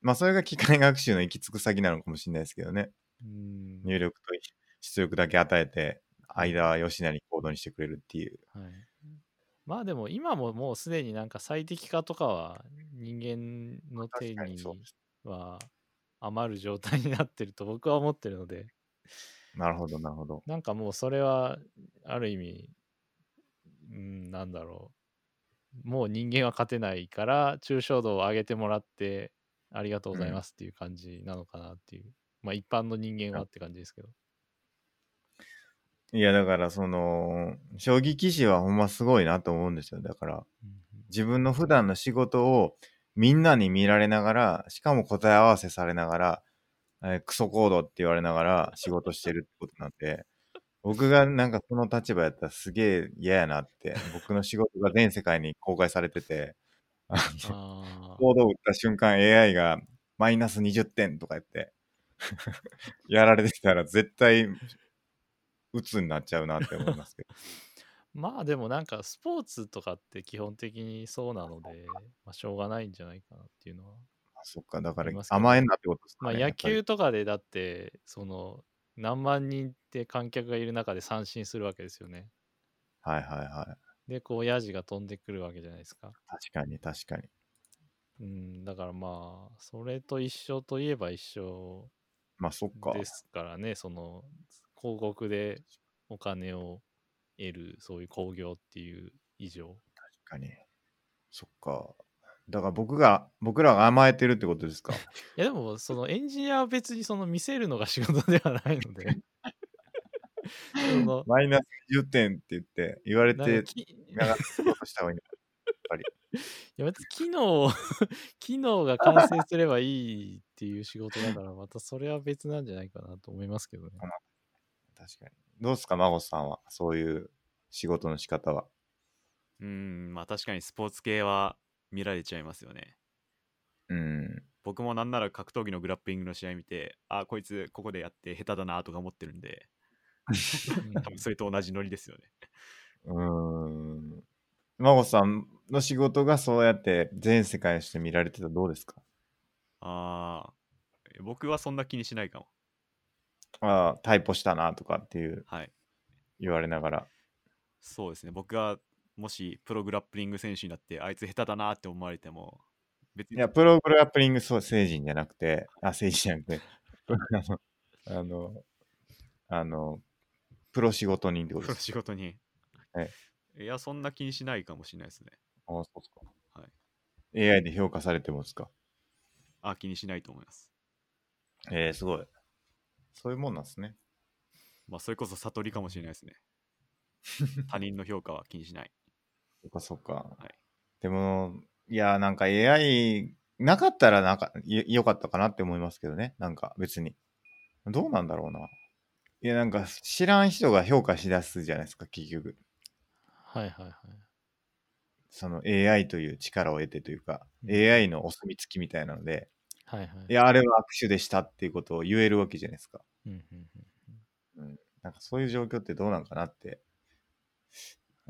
[SPEAKER 1] まあそれが機械学習の行き着く先なのかもしれないですけどね。
[SPEAKER 3] うん。
[SPEAKER 1] 入力と出力だけ与えて、
[SPEAKER 3] はい
[SPEAKER 1] 間は吉成にコードにしてくれるっていう。
[SPEAKER 3] はい。まあでも今ももうすでになんか最適化とかは人間の手
[SPEAKER 1] 確かにそう
[SPEAKER 3] に
[SPEAKER 1] です。
[SPEAKER 3] は余る状態になってると僕は思ってるので、
[SPEAKER 1] なるほど、なるほど。
[SPEAKER 3] なんかもうそれはある意味、うん、なんだろう。もう人間は勝てないから抽象度を上げてもらってありがとうございますっていう感じなのかなっていう。まあ一般の人間はって感じですけど。
[SPEAKER 1] いや、だからその、将棋棋士はほんますごいなと思うんですよ。だから、
[SPEAKER 3] うん
[SPEAKER 1] 自分の普段の仕事をみんなに見られながら、しかも答え合わせされながら、えークソコードって言われながら仕事してるってことなんで、僕がなんかその立場やったらすげえ嫌やなって、僕の仕事が全世界に公開されてて、あの
[SPEAKER 3] あ
[SPEAKER 1] コードを打った瞬間 エーアイ がマイナスにじゅってんとか言って、やられてきたら絶対鬱になっちゃうなって思いますけど。
[SPEAKER 3] まあでもなんかスポーツとかって基本的にそうなので、まあ、しょうがないんじゃないかなっていうのは
[SPEAKER 1] あそっか、だから
[SPEAKER 3] ありますけどね。
[SPEAKER 1] 甘えんなってことですかね、
[SPEAKER 3] まあ野
[SPEAKER 1] やっぱり。
[SPEAKER 3] 球とかでだってその何万人って観客がいる中で三振するわけですよね。
[SPEAKER 1] はいはいはい。
[SPEAKER 3] でこうヤジが飛んでくるわけじゃないですか。
[SPEAKER 1] 確かに確かに。
[SPEAKER 3] うん、だからまあそれと一緒といえば一緒
[SPEAKER 1] まあそっか。
[SPEAKER 3] ですからね、その広告でお金を得るそういう興行っていう以上。
[SPEAKER 1] 確かに。そっか。だから僕が、僕らが甘えてるってことですか。
[SPEAKER 3] いやでもそのエンジニアは別にその見せるのが仕事ではないのでその
[SPEAKER 1] マイナスじゅってんって言って言われて
[SPEAKER 3] なんかき
[SPEAKER 1] ながら仕事した方がいいの。やっぱり。
[SPEAKER 3] いや別に機能機能が完成すればいいっていう仕事だからまたそれは別なんじゃないかなと思いますけどね。
[SPEAKER 1] 確かに。どうですか、孫さんは。そういう仕事の仕方は。
[SPEAKER 2] うーん、まあ確かにスポーツ系は見られちゃいますよね。
[SPEAKER 1] うん。
[SPEAKER 2] 僕もなんなら格闘技のグラップリングの試合見て、あ、こいつここでやって下手だなとか思ってるんで、
[SPEAKER 3] うん
[SPEAKER 2] 多分それと同じノリですよね。
[SPEAKER 1] うーん。孫さんの仕事がそうやって全世界として見られてたらどうですか。
[SPEAKER 2] あー、僕はそんな気にしないかも。
[SPEAKER 1] ああ、タイプしたなとかっていう
[SPEAKER 2] はい。
[SPEAKER 1] 言われながら。
[SPEAKER 2] そうですね。僕がもしプログラップリング選手になって、あいつ下手だなって思われても、別に、
[SPEAKER 1] いや、プログラップリングそう、成人じゃなくて、あ、成人じゃなくて、あの、あの、あのプロ仕事人ってこと
[SPEAKER 2] プロ
[SPEAKER 1] ですか。
[SPEAKER 2] 仕事に。
[SPEAKER 1] はい。
[SPEAKER 2] いや、そんな気にしないかもしれないですね。
[SPEAKER 1] ああ、そうですか。
[SPEAKER 2] はい。
[SPEAKER 1] エーアイ で評価されてもですか。
[SPEAKER 2] あ、気にしないと思います。
[SPEAKER 1] えー、すごい。そういうもんなんですね。
[SPEAKER 2] まあ、それこそ悟りかもしれないですね。他人の評価は気にしない。
[SPEAKER 1] そっかそっか。
[SPEAKER 2] はい。
[SPEAKER 1] でも、いや、なんか エーアイ なかったらなんかよよかったかなって思いますけどね。なんか別に。どうなんだろうな。いや、なんか知らん人が評価しだすじゃないですか、結局。
[SPEAKER 3] はいはいはい。
[SPEAKER 1] その エーアイ という力を得てというか、
[SPEAKER 3] うん
[SPEAKER 1] エーアイ のお墨付きみたいなので、
[SPEAKER 3] はいはい。
[SPEAKER 1] いや、あれは握手でしたっていうことを言えるわけじゃないですか。
[SPEAKER 3] うんうんうん
[SPEAKER 1] うん。なんかそういう状況ってどうなんかなって。うん。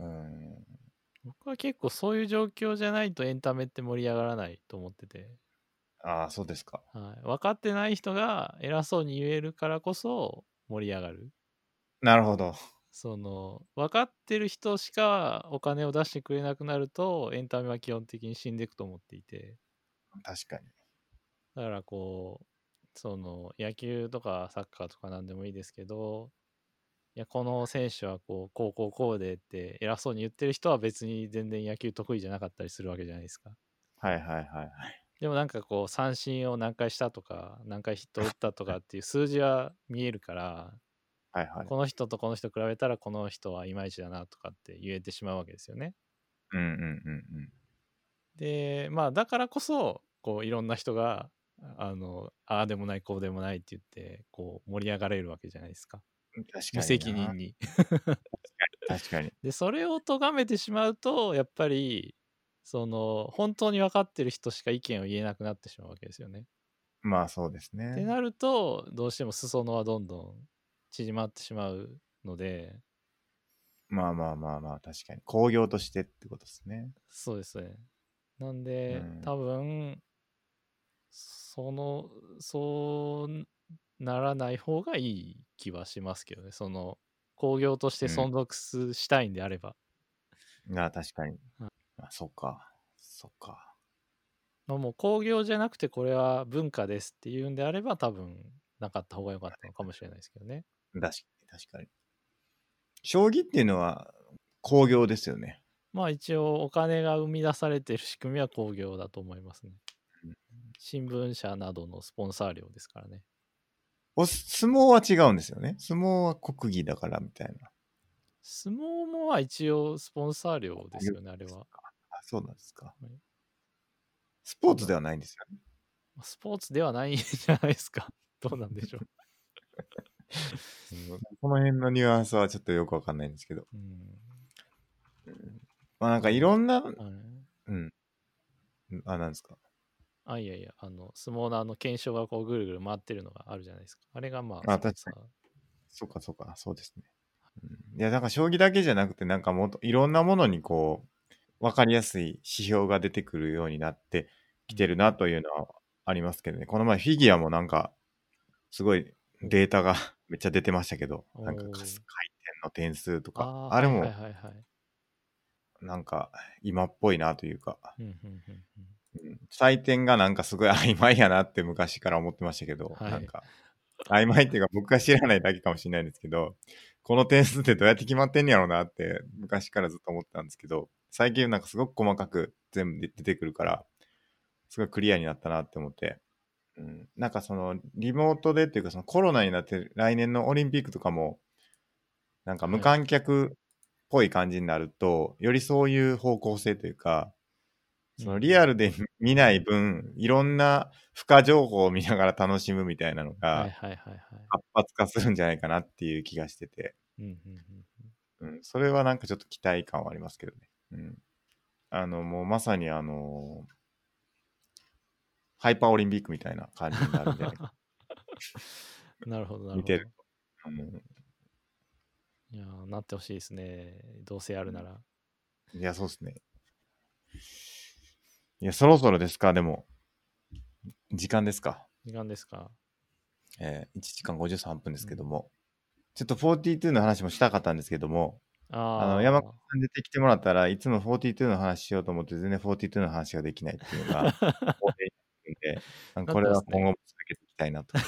[SPEAKER 3] 僕は結構そういう状況じゃないとエンタメって盛り上がらないと思ってて、
[SPEAKER 1] ああ、そうですか。
[SPEAKER 3] はい、分かってない人が偉そうに言えるからこそ盛り上がる。
[SPEAKER 1] なるほど。
[SPEAKER 3] その分かってる人しかお金を出してくれなくなるとエンタメは基本的に死んでいくと思っていて、
[SPEAKER 1] 確かに。
[SPEAKER 3] だからこうその野球とかサッカーとか何でもいいですけど、いやこの選手はこうこうこうこうでって偉そうに言ってる人は別に全然野球得意じゃなかったりするわけじゃないですか。
[SPEAKER 1] はいはいはいはい。
[SPEAKER 3] でもなんかこう三振を何回したとか何回ヒットを打ったとかっていう数字は見えるから、
[SPEAKER 1] はいはい。
[SPEAKER 3] この人とこの人比べたらこの人はいまいちだなとかって言えてしまうわけですよね。
[SPEAKER 1] うんうんうん
[SPEAKER 3] でまあだからこそこういろんな人があのああでもないこうでもないって言ってこう盛り上がれるわけじゃないですか、
[SPEAKER 1] うん。確
[SPEAKER 3] 無
[SPEAKER 1] かにな。
[SPEAKER 3] 責任に。
[SPEAKER 1] 確かに。
[SPEAKER 3] でそれを咎めてしまうとやっぱりその本当に分かってる人しか意見を言えなくなってしまうわけですよね。
[SPEAKER 1] まあそうです
[SPEAKER 3] って
[SPEAKER 1] ね。
[SPEAKER 3] なるとどうしても裾野はどんどん縮まってしまうので、
[SPEAKER 1] まあまあまあまあ、確かに。工業としてってことですね。
[SPEAKER 3] そうですね。なん
[SPEAKER 1] う
[SPEAKER 3] で
[SPEAKER 1] ん。
[SPEAKER 3] 多分その、そうならない方がいい気はしますけどね。その、工業として
[SPEAKER 1] うん。
[SPEAKER 3] 存続すしたいんであれば。
[SPEAKER 1] あ、確かに。
[SPEAKER 3] うん
[SPEAKER 1] あ、そっか。そっか。
[SPEAKER 3] まあ、もう工業じゃなくてこれは文化ですっていうんであれば多分なかった方が良かったのかもしれないですけどね。
[SPEAKER 1] 確かに、確かに。将棋っていうのは工業ですよね。
[SPEAKER 3] まあ一応お金が生み出されている仕組みは工業だと思いますね。
[SPEAKER 1] うん
[SPEAKER 3] 新聞社などのスポンサー料ですからね。
[SPEAKER 1] お相撲は違うんですよね。相撲は国技だからみたいな。
[SPEAKER 3] 相撲もは一応スポンサー料ですよね、あれは。
[SPEAKER 1] あ、そうなんですか。
[SPEAKER 3] はい
[SPEAKER 1] スポーツではないんですよね。
[SPEAKER 3] スポーツではないんじゃないですか。どうなんでしょう。
[SPEAKER 1] うんこの辺のニュアンスはちょっとよくわかんないんですけど。
[SPEAKER 3] うん
[SPEAKER 1] うんまあなんかいろんな、
[SPEAKER 3] はい
[SPEAKER 1] うん。あ、なんですか。
[SPEAKER 3] あ、いやいや、あの、相撲のあの、検証がこうぐるぐる回ってるのがあるじゃないですか。あれがまあ、
[SPEAKER 1] あ、
[SPEAKER 3] スポンサー
[SPEAKER 1] 確かに。そうか、そうか、そうですね。うん、いや、なんか将棋だけじゃなくて、なんかもっといろんなものにこう、わかりやすい指標が出てくるようになってきてるなというのはありますけどね。この前フィギュアもなんか、すごいデータがめっちゃ出てましたけど、なんか
[SPEAKER 3] おー
[SPEAKER 1] 回転の点数とか、
[SPEAKER 3] ああ、
[SPEAKER 1] あれも
[SPEAKER 3] はいはいはいはい。
[SPEAKER 1] なんか今っぽいなというか、
[SPEAKER 3] うんうんうんうん
[SPEAKER 1] うん採点がなんかすごい曖昧やなって昔から思ってましたけど、
[SPEAKER 3] はい
[SPEAKER 1] なんか曖昧っていうか僕が知らないだけかもしれないんですけど、この点数ってどうやって決まってんやろうなって昔からずっと思ってたんですけど、最近なんかすごく細かく全部で出てくるから、すごいクリアになったなって思って、うん、なんかそのリモートでっていうかそのコロナになって来年のオリンピックとかもなんか無
[SPEAKER 3] はい
[SPEAKER 1] 観客っぽい感じになると、よりそういう方向性というか、そのリアルで見ない分、いろんな付加情報を見ながら楽しむみたいなの
[SPEAKER 3] はい
[SPEAKER 1] が
[SPEAKER 3] はいはいはい。
[SPEAKER 1] 活発化するんじゃないかなっていう気がしてて、
[SPEAKER 3] うんうんうん
[SPEAKER 1] うん、それはなんかちょっと期待感はありますけどね。うん、あの、もうまさにあのハイパーオリンピックみたいな感じになるんじゃないか。
[SPEAKER 3] なるほどなるほど。
[SPEAKER 1] 見てると。うん
[SPEAKER 3] いやーなってほしいですね。どうせやるなら。
[SPEAKER 1] いや、そうですね。いや、そろそろですか、でも。時間ですか。
[SPEAKER 3] 時間ですか。
[SPEAKER 1] えー、いちじかんごじゅうさんぷんですけども。ちょっとフォーティーツーの話もしたかったんですけども、あの、山
[SPEAKER 3] あ
[SPEAKER 1] 本さん出てきてもらったらいつもフォーティーツーの話しようと思って全然フォーティーツーの話ができないっていうのが、
[SPEAKER 3] あ。
[SPEAKER 1] 恒例になってるんで、あの
[SPEAKER 3] なっ
[SPEAKER 1] これは
[SPEAKER 3] てますね。
[SPEAKER 1] 今後も続けていきたいなと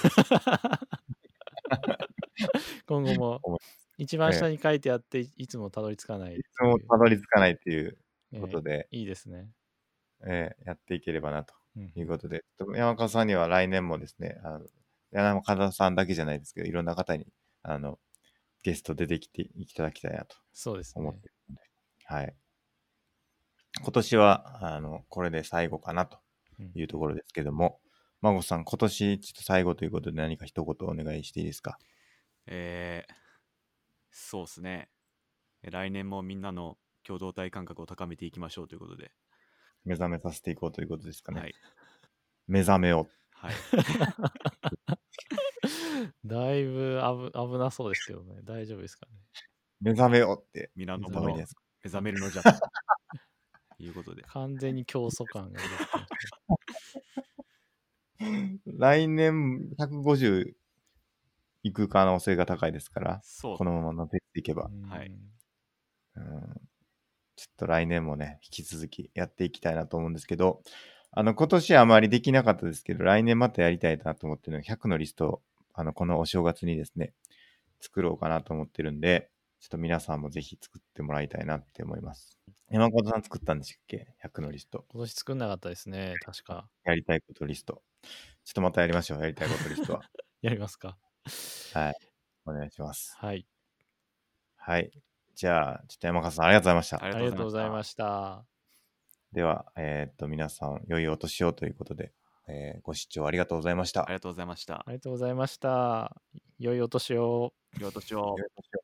[SPEAKER 3] 今後も
[SPEAKER 1] 思い
[SPEAKER 3] 一番
[SPEAKER 1] ええ
[SPEAKER 3] 下に書いてあっていいつもたどり着かないっ
[SPEAKER 1] いつも
[SPEAKER 3] ていう、
[SPEAKER 1] たどり着かないっていう
[SPEAKER 3] え
[SPEAKER 1] ことで、
[SPEAKER 3] ーいいですね。
[SPEAKER 1] えーやっていければなと
[SPEAKER 3] うん
[SPEAKER 1] いうことで、山川さんには来年もですね、あの山川さんだけじゃないですけど、いろんな方にあのゲスト出てきていただきたいなと
[SPEAKER 3] そうですね。
[SPEAKER 1] 思っているので、はい。今年はあのこれで最後かなと
[SPEAKER 3] うん
[SPEAKER 1] いうところですけども、孫さん、今年ちょっと最後ということで何か一言お願いしていいですか。
[SPEAKER 2] えー、そうですね。来年もみんなの共同体感覚を高めていきましょうということで。
[SPEAKER 1] 目覚めさせていこうということですかね。
[SPEAKER 2] はい。
[SPEAKER 1] 目覚めを。
[SPEAKER 2] はい。
[SPEAKER 3] だいぶ危危なそうですけどね。大丈夫ですかね。
[SPEAKER 1] 目覚めよって
[SPEAKER 2] 皆の者
[SPEAKER 1] 言った方がいいですか。
[SPEAKER 2] 目覚めるのじゃということで。
[SPEAKER 3] 完全に競争感が出てきましたね。
[SPEAKER 1] 来年ひゃくごじゅういく可能性が高いですから、
[SPEAKER 2] そう
[SPEAKER 1] このままのペースでいけば、
[SPEAKER 2] はい
[SPEAKER 3] うん
[SPEAKER 1] うん、ちょっと来年もね、引き続きやっていきたいなと思うんですけど、あの、今年はあまりできなかったですけど、来年またやりたいなと思ってるので、ひゃくのリストを、あの、このお正月にですね、作ろうかなと思ってるんで、ちょっと皆さんもぜひ作ってもらいたいなって思います。山本さん作ったんでしたっけ ?ひゃく のリスト。
[SPEAKER 3] 今年作んなかったですね。確か。
[SPEAKER 1] やりたいことリスト。ちょっとまたやりましょう。やりたいことリストは。
[SPEAKER 3] やりますか。
[SPEAKER 1] はい。お願いします。
[SPEAKER 3] はい。
[SPEAKER 1] はい。じゃあ、ちょっと山川さんありがとうございました。
[SPEAKER 3] ありがとうございました。
[SPEAKER 1] では、えーっと、皆さん、良いお年をということで、えーご視聴ありがとうございました。
[SPEAKER 2] ありがとうございました
[SPEAKER 3] あ。りがとうございました。良いお年を。
[SPEAKER 2] 良いお年を。
[SPEAKER 1] 良いお年を。